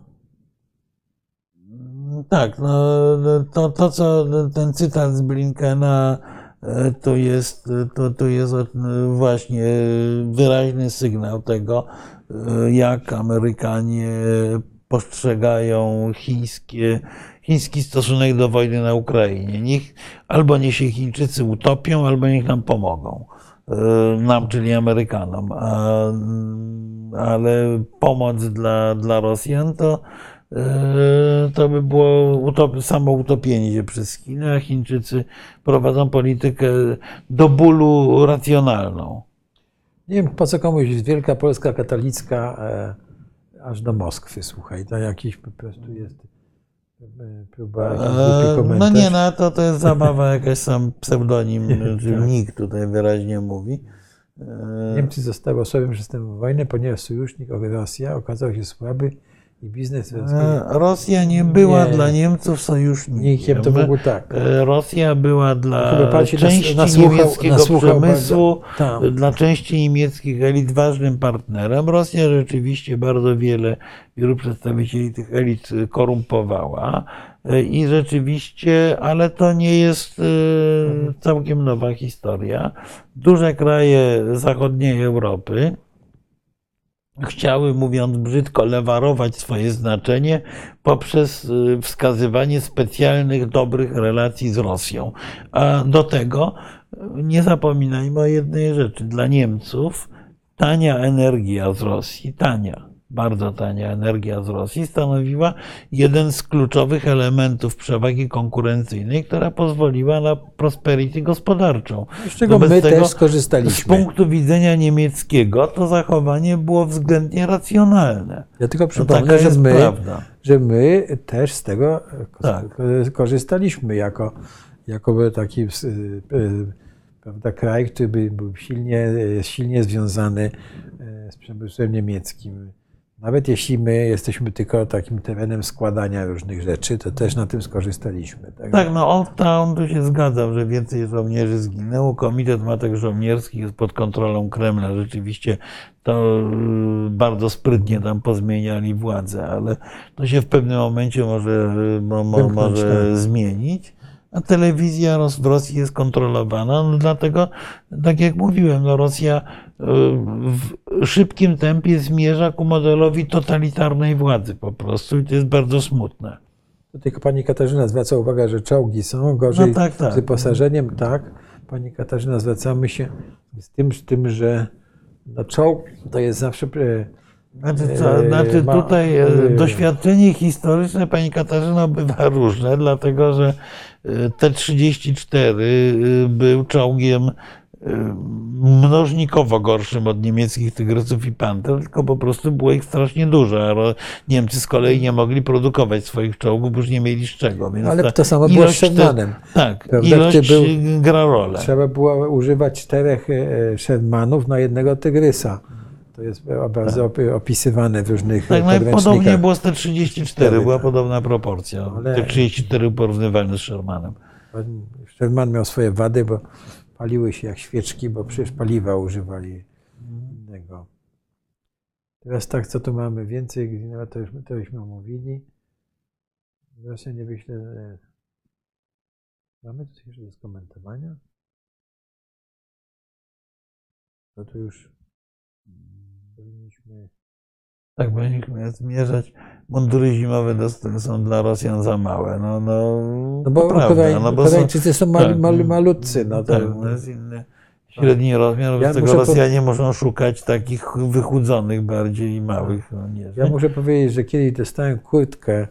Tak, no, to, to co ten cytat z Blinkena to jest, to, to jest właśnie wyraźny sygnał tego, jak Amerykanie postrzegają chińskie, chiński stosunek do wojny na Ukrainie. Niech albo niech się Chińczycy utopią, albo niech nam pomogą. Nam, czyli Amerykanom. A, ale pomoc dla, dla Rosjan to, to by było utop, samo utopienie się przez Chiny, a Chińczycy prowadzą politykę do bólu racjonalną. Nie wiem, po co komuś jest Wielka Polska katolicka e, aż do Moskwy, słuchaj, to jakiś po prostu jest próba, jakiś e, No nie, no to, to jest zabawa, jakaś sam pseudonim, czy tak. Nikt tutaj wyraźnie mówi. E, Niemcy zostały osłabione przez tę wojnę, ponieważ sojusznik Rosja okazał się słaby i biznes... Rosja nie była nie. dla Niemców sojusznikiem. To w ogóle tak. Rosja była dla części nasłuchał, niemieckiego nasłuchał przemysłu, dla części niemieckich elit ważnym partnerem. Rosja rzeczywiście bardzo wiele, wielu przedstawicieli tych elit korumpowała i rzeczywiście, ale to nie jest całkiem nowa historia. Duże kraje zachodniej Europy chciały, mówiąc brzydko, lewarować swoje znaczenie poprzez wskazywanie specjalnych, dobrych relacji z Rosją. A do tego nie zapominajmy o jednej rzeczy. Dla Niemców tania energia z Rosji, tania, bardzo tania energia z Rosji stanowiła jeden z kluczowych elementów przewagi konkurencyjnej, która pozwoliła na prosperity gospodarczą. Z czego my też skorzystaliśmy. Z punktu widzenia niemieckiego to zachowanie było względnie racjonalne. Ja tylko przypomnę, że my, że my też z tego tak. korzystaliśmy jako, jako taki prawda, kraj, który był silnie, silnie związany z przemysłem niemieckim. Nawet jeśli my jesteśmy tylko takim terenem składania różnych rzeczy, to też na tym skorzystaliśmy. Tak, tak no Old Town tu się zgadzam, że więcej żołnierzy zginęło. Komitet Matek Żołnierskich jest pod kontrolą Kremla. Rzeczywiście to bardzo sprytnie tam pozmieniali władzę, ale to się w pewnym momencie może, mo, może zmienić. A telewizja w Rosji jest kontrolowana, no dlatego, tak jak mówiłem, no Rosja w szybkim tempie zmierza ku modelowi totalitarnej władzy po prostu i to jest bardzo smutne. Tylko pani Katarzyna zwraca uwagę, że czołgi są gorzej no tak, tak. z wyposażeniem, tak. Pani Katarzyna, zwracamy się z tym, z tym że no czołg to jest zawsze... Znaczy, co, znaczy tutaj doświadczenie historyczne pani Katarzyna bywa różne, dlatego że T trzydzieści cztery był czołgiem mnożnikowo gorszym od niemieckich Tygrysów i Panter, tylko po prostu było ich strasznie dużo, a Niemcy z kolei nie mogli produkować swoich czołgów, bo już nie mieli z czego. Więc ale to samo było z Shermanem. Tak, prawda? Ilość był, gra rolę. Trzeba było używać czterech Shermanów na jednego Tygrysa. To jest bardzo tak. opisywane w różnych tak, podręcznikach. Tak, podobnie było z T trzydzieści cztery, była podobna proporcja. Ale... T trzydzieści cztery porównywalny z Shermanem. Sherman miał swoje wady, bo paliły się jak świeczki, bo przecież paliwa używali innego. Teraz tak, co tu mamy więcej, to już, to jużśmy omówili. Rosja nie wyśle. Mamy coś jeszcze do skomentowania? No to już powinniśmy. Tak, powinniśmy zmierzać. Mundury zimowe są dla Rosjan za małe. No, no, no bo prawda, no bo Koreańczycy są, są mali, tak, mali, malutcy. No to, tak, to jest inny średni rozmiar, ja z tego Rosjanie po... muszą szukać takich wychudzonych bardziej i małych. No, nie, ja muszę powiedzieć, że kiedyś dostałem kurtkę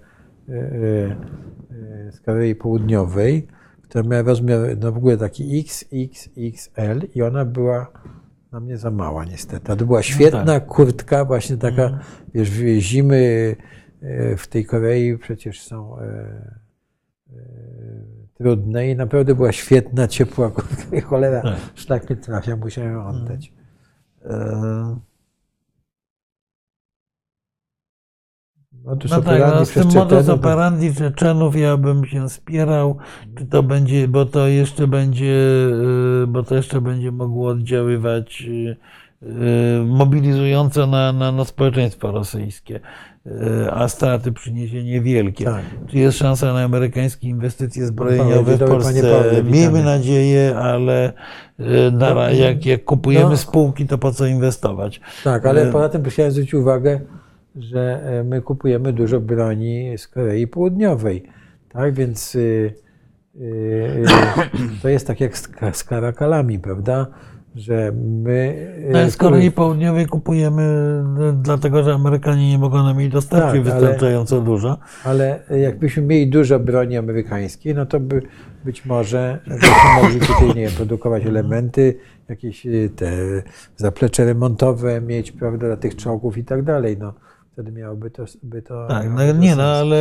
z Korei Południowej, która miała rozmiar no w ogóle taki X X X L i ona była na mnie za mała niestety. A to była świetna no tak. kurtka, właśnie taka, mm. wiesz, zimy w tej Korei przecież są e, e, trudne i naprawdę była świetna, ciepła kurtka i cholera, tak. szlak nie trafia, musiałem ją oddać. Mm. No, no tak, no, z tym modus operandi Czeczenów ja bym się spierał, czy to będzie, bo to jeszcze będzie, bo to jeszcze będzie mogło oddziaływać mobilizująco na, na, na społeczeństwo rosyjskie, a straty przyniesie niewielkie. Tak. Czy jest szansa na amerykańskie inwestycje zbrojeniowe w Polsce? Miejmy nadzieję, ale na, jak, jak kupujemy no. spółki, to po co inwestować? Tak, ale poza tym chciałem zwrócić uwagę, że my kupujemy dużo broni z Korei Południowej, tak, więc yy, yy, to jest tak jak z, z karakalami, prawda, że my... No, z Korei Południowej kupujemy dlatego, że Amerykanie nie mogą nam jej dostarczyć tak, wystarczająco ale, dużo. Ale jakbyśmy mieli dużo broni amerykańskiej, no to by być może byśmy mogli tutaj, nie wiem, produkować elementy, jakieś te zaplecze remontowe mieć, prawda, dla tych czołgów i tak dalej, no. Wtedy miałoby to... By to tak, no, nie no, ale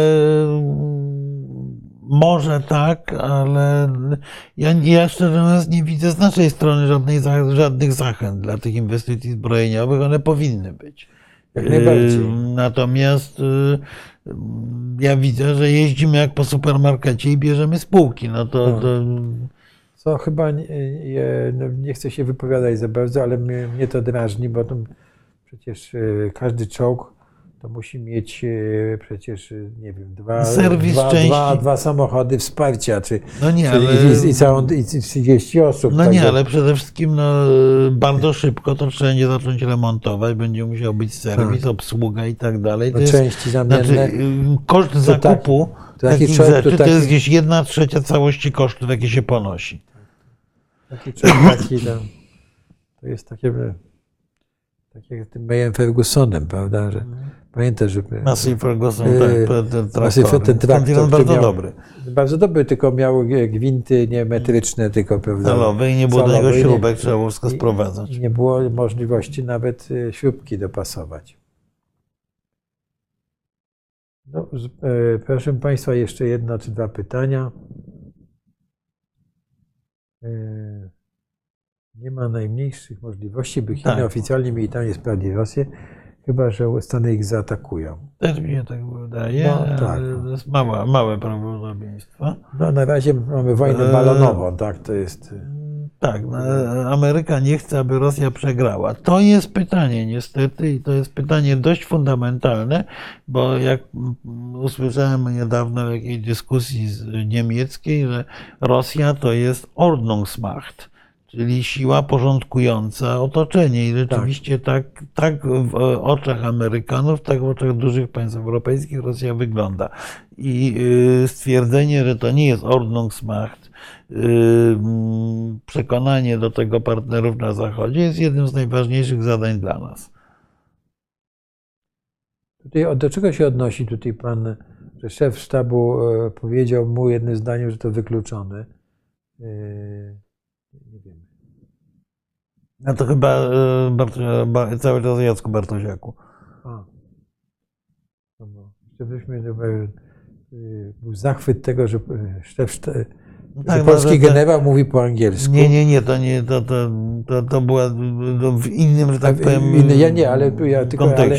może tak, ale ja, ja szczerze mówiąc nie widzę z naszej strony żadnej, żadnych zachęt dla tych inwestycji zbrojeniowych, one powinny być. Jak najbardziej. Natomiast ja widzę, że jeździmy jak po supermarkecie i bierzemy spółki, no to... No. to... Co chyba nie, no nie chcę się wypowiadać za bardzo, ale mnie, mnie to drażni, bo to przecież każdy czołg to musi mieć przecież, nie wiem, dwa, serwis dwa, części. Dwa, dwa samochody wsparcia, czy, no nie, czy ale, i, i, całą, i trzydzieści osób. No tak nie, ale przede wszystkim no, bardzo szybko to trzeba będzie zacząć remontować, będzie musiał być serwis, hmm. obsługa i tak dalej. To no, jest, części zamienne. Znaczy, koszt zakupu tak, takich czołg, rzeczy to, taki, jest gdzieś jedna trzecia całości kosztów, jakie się ponosi. Taki czołg, taki, to, to jest takie... Tak jak tym Mayem Fergusonem, prawda, że pamiętasz, że... Massey Ferguson, tak, ten traktor. Ten traktor bardzo miał, dobry. Bardzo dobry, tylko miał gwinty nie metryczne, tylko, prawda... Calowe i nie było do niego śrubek, trzeba było wszystko sprowadzać. I nie było możliwości nawet śrubki dopasować. No, proszę Państwa, jeszcze jedno czy dwa pytania. Nie ma najmniejszych możliwości, by Chiny tak. oficjalnie militaricznie sprawdzić Rosję, chyba że Stany ich zaatakują. Też mi się tak wydaje, no, tak. To jest małe, małe prawdopodobieństwo. No na razie mamy wojnę balonową, tak, to jest... Tak, no, Ameryka nie chce, aby Rosja przegrała. To jest pytanie niestety i to jest pytanie dość fundamentalne, bo jak usłyszałem niedawno w jakiejś dyskusji niemieckiej, że Rosja to jest Ordnungsmacht, czyli siła porządkująca otoczenie. I rzeczywiście tak, tak w oczach Amerykanów, tak w oczach dużych państw europejskich Rosja wygląda. I stwierdzenie, że to nie jest Ordnungsmacht, przekonanie do tego partnerów na Zachodzie jest jednym z najważniejszych zadań dla nas. Tutaj, do czego się odnosi tutaj pan, że szef sztabu powiedział mu jednym zdaniem, że to wykluczone? Nie wiem. No to chyba Bartosz, cały czas Jacku Bartosiaku. A. No, żebyśmy, był zachwyt tego, że szef sztabu, no tak, polski no, generał mówi po angielsku. Nie, nie, nie, to nie, to, to, to, to była w innym, że tak powiem, ja nie, ale ja tylko, kontekście. Ale,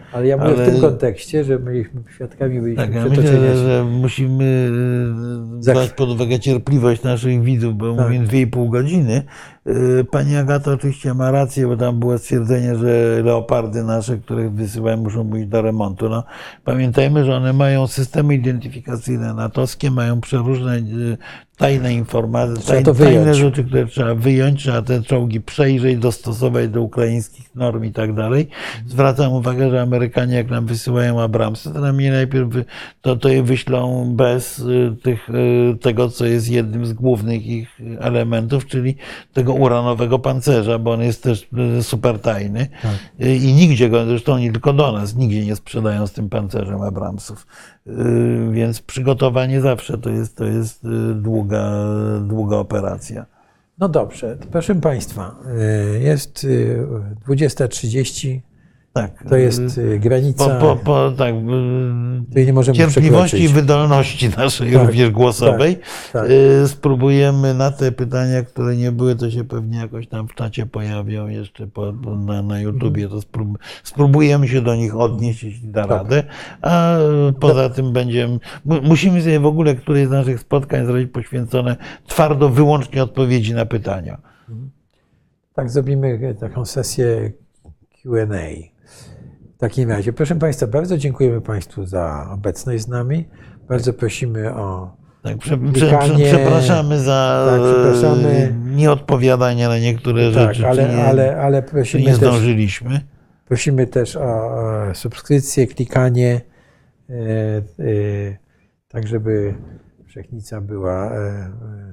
Ale ja mówię ale... w tym kontekście, że byliśmy świadkami byliśmy tak, ja przetoczenia myślę, się. że musimy brać pod uwagę cierpliwość naszych widzów, bo Tak. mówię dwie i pół godziny. Pani Agata oczywiście ma rację, bo tam było stwierdzenie, że leopardy nasze, które wysyłają, muszą być do remontu. No, pamiętajmy, że one mają systemy identyfikacyjne natowskie, mają przeróżne tajne informacje, tajne, tajne rzeczy, które trzeba wyjąć, trzeba te czołgi przejrzeć, dostosować do ukraińskich norm i tak dalej. Zwracam uwagę, że Amerykanie, jak nam wysyłają Abramsy, to nam nie najpierw to, to je wyślą bez tych, tego, co jest jednym z głównych ich elementów, czyli tego uranowego pancerza, bo on jest też super tajny. Tak. I nigdzie go, zresztą nie tylko do nas, nigdzie nie sprzedają z tym pancerzem Abramsów. Więc przygotowanie zawsze to jest, to jest długa, długa operacja. No dobrze, proszę Państwa, jest dwudziesta trzydzieści. Tak, to jest granica, po, po, po, tak, której nie możemy cierpliwości przekroczyć. i wydolności naszej tak, również głosowej. Tak, tak. Spróbujemy na te pytania, które nie były, to się pewnie jakoś tam w czacie pojawią jeszcze po, na, na YouTubie. To sprób, spróbujemy się do nich odnieść, jeśli da radę. A poza tym będziemy, musimy sobie w ogóle któreś z naszych spotkań zrobić poświęcone twardo wyłącznie odpowiedzi na pytania. Tak, zrobimy taką sesję Q and A. W takim razie, proszę Państwa, bardzo dziękujemy Państwu za obecność z nami. Bardzo prosimy o tak, prze, prze, prze, przepraszamy za tak, przepraszamy. nieodpowiadanie na niektóre tak, rzeczy, ale, nie, ale, ale prosimy nie też, zdążyliśmy. Prosimy też o, o subskrypcję, klikanie, e, e, tak żeby Wszechnica była... E, e,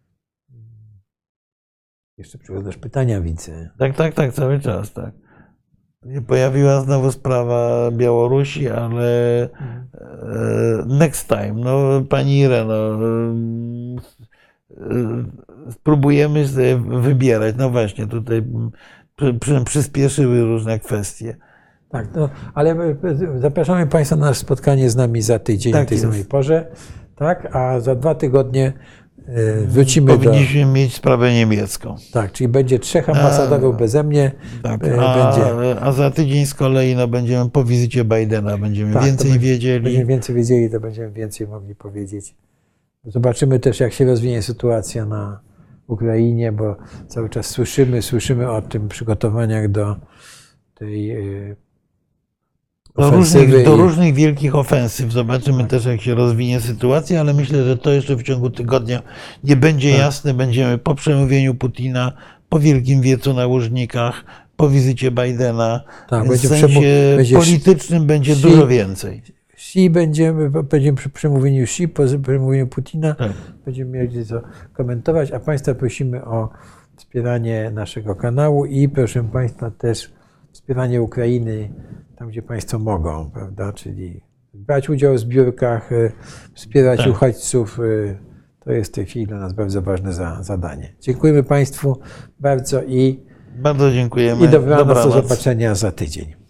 jeszcze przyglądasz pytania, widzę. Tak, tak, tak, cały czas, tak. Pojawiła znowu sprawa Białorusi, ale next time, no Pani Ireno, spróbujemy wybierać, no właśnie, tutaj przyspieszyły różne kwestie. Tak, no, ale zapraszamy Państwa na nasze spotkanie z nami za tydzień tak w tej jest. samej porze, tak, a za dwa tygodnie wrócimy Powinniśmy do... mieć sprawę niemiecką. Tak, czyli będzie trzech ambasadorów beze mnie. Tak, a, będzie. a za tydzień z kolei no, będziemy po wizycie Bidena, będziemy tak, więcej będzie, wiedzieli. Będziemy więcej wiedzieli, to będziemy więcej mogli powiedzieć. Zobaczymy też, jak się rozwinie sytuacja na Ukrainie, bo cały czas słyszymy, słyszymy o tym przygotowaniach do tej yy, Do różnych, do różnych wielkich ofensyw. Zobaczymy tak. też, jak się rozwinie sytuacja, ale myślę, że to jeszcze w ciągu tygodnia nie będzie tak. jasne. Będziemy po przemówieniu Putina, po Wielkim Wiecu na Łużnikach, po wizycie Bidena. Tak, w sensie będzie politycznym będzie Xi, dużo więcej. Xi będziemy, będziemy przy przemówieniu Xi, po przemówieniu Putina, tak. będziemy mieli co komentować, a Państwa prosimy o wspieranie naszego kanału i proszę Państwa też wspieranie Ukrainy tam, gdzie Państwo mogą, prawda? Czyli brać udział w zbiórkach, wspierać tak. uchodźców. To jest w tej chwili dla nas bardzo ważne za, zadanie. Dziękujemy Państwu bardzo i, bardzo dziękujemy. i dobranoc, do zobaczenia za tydzień.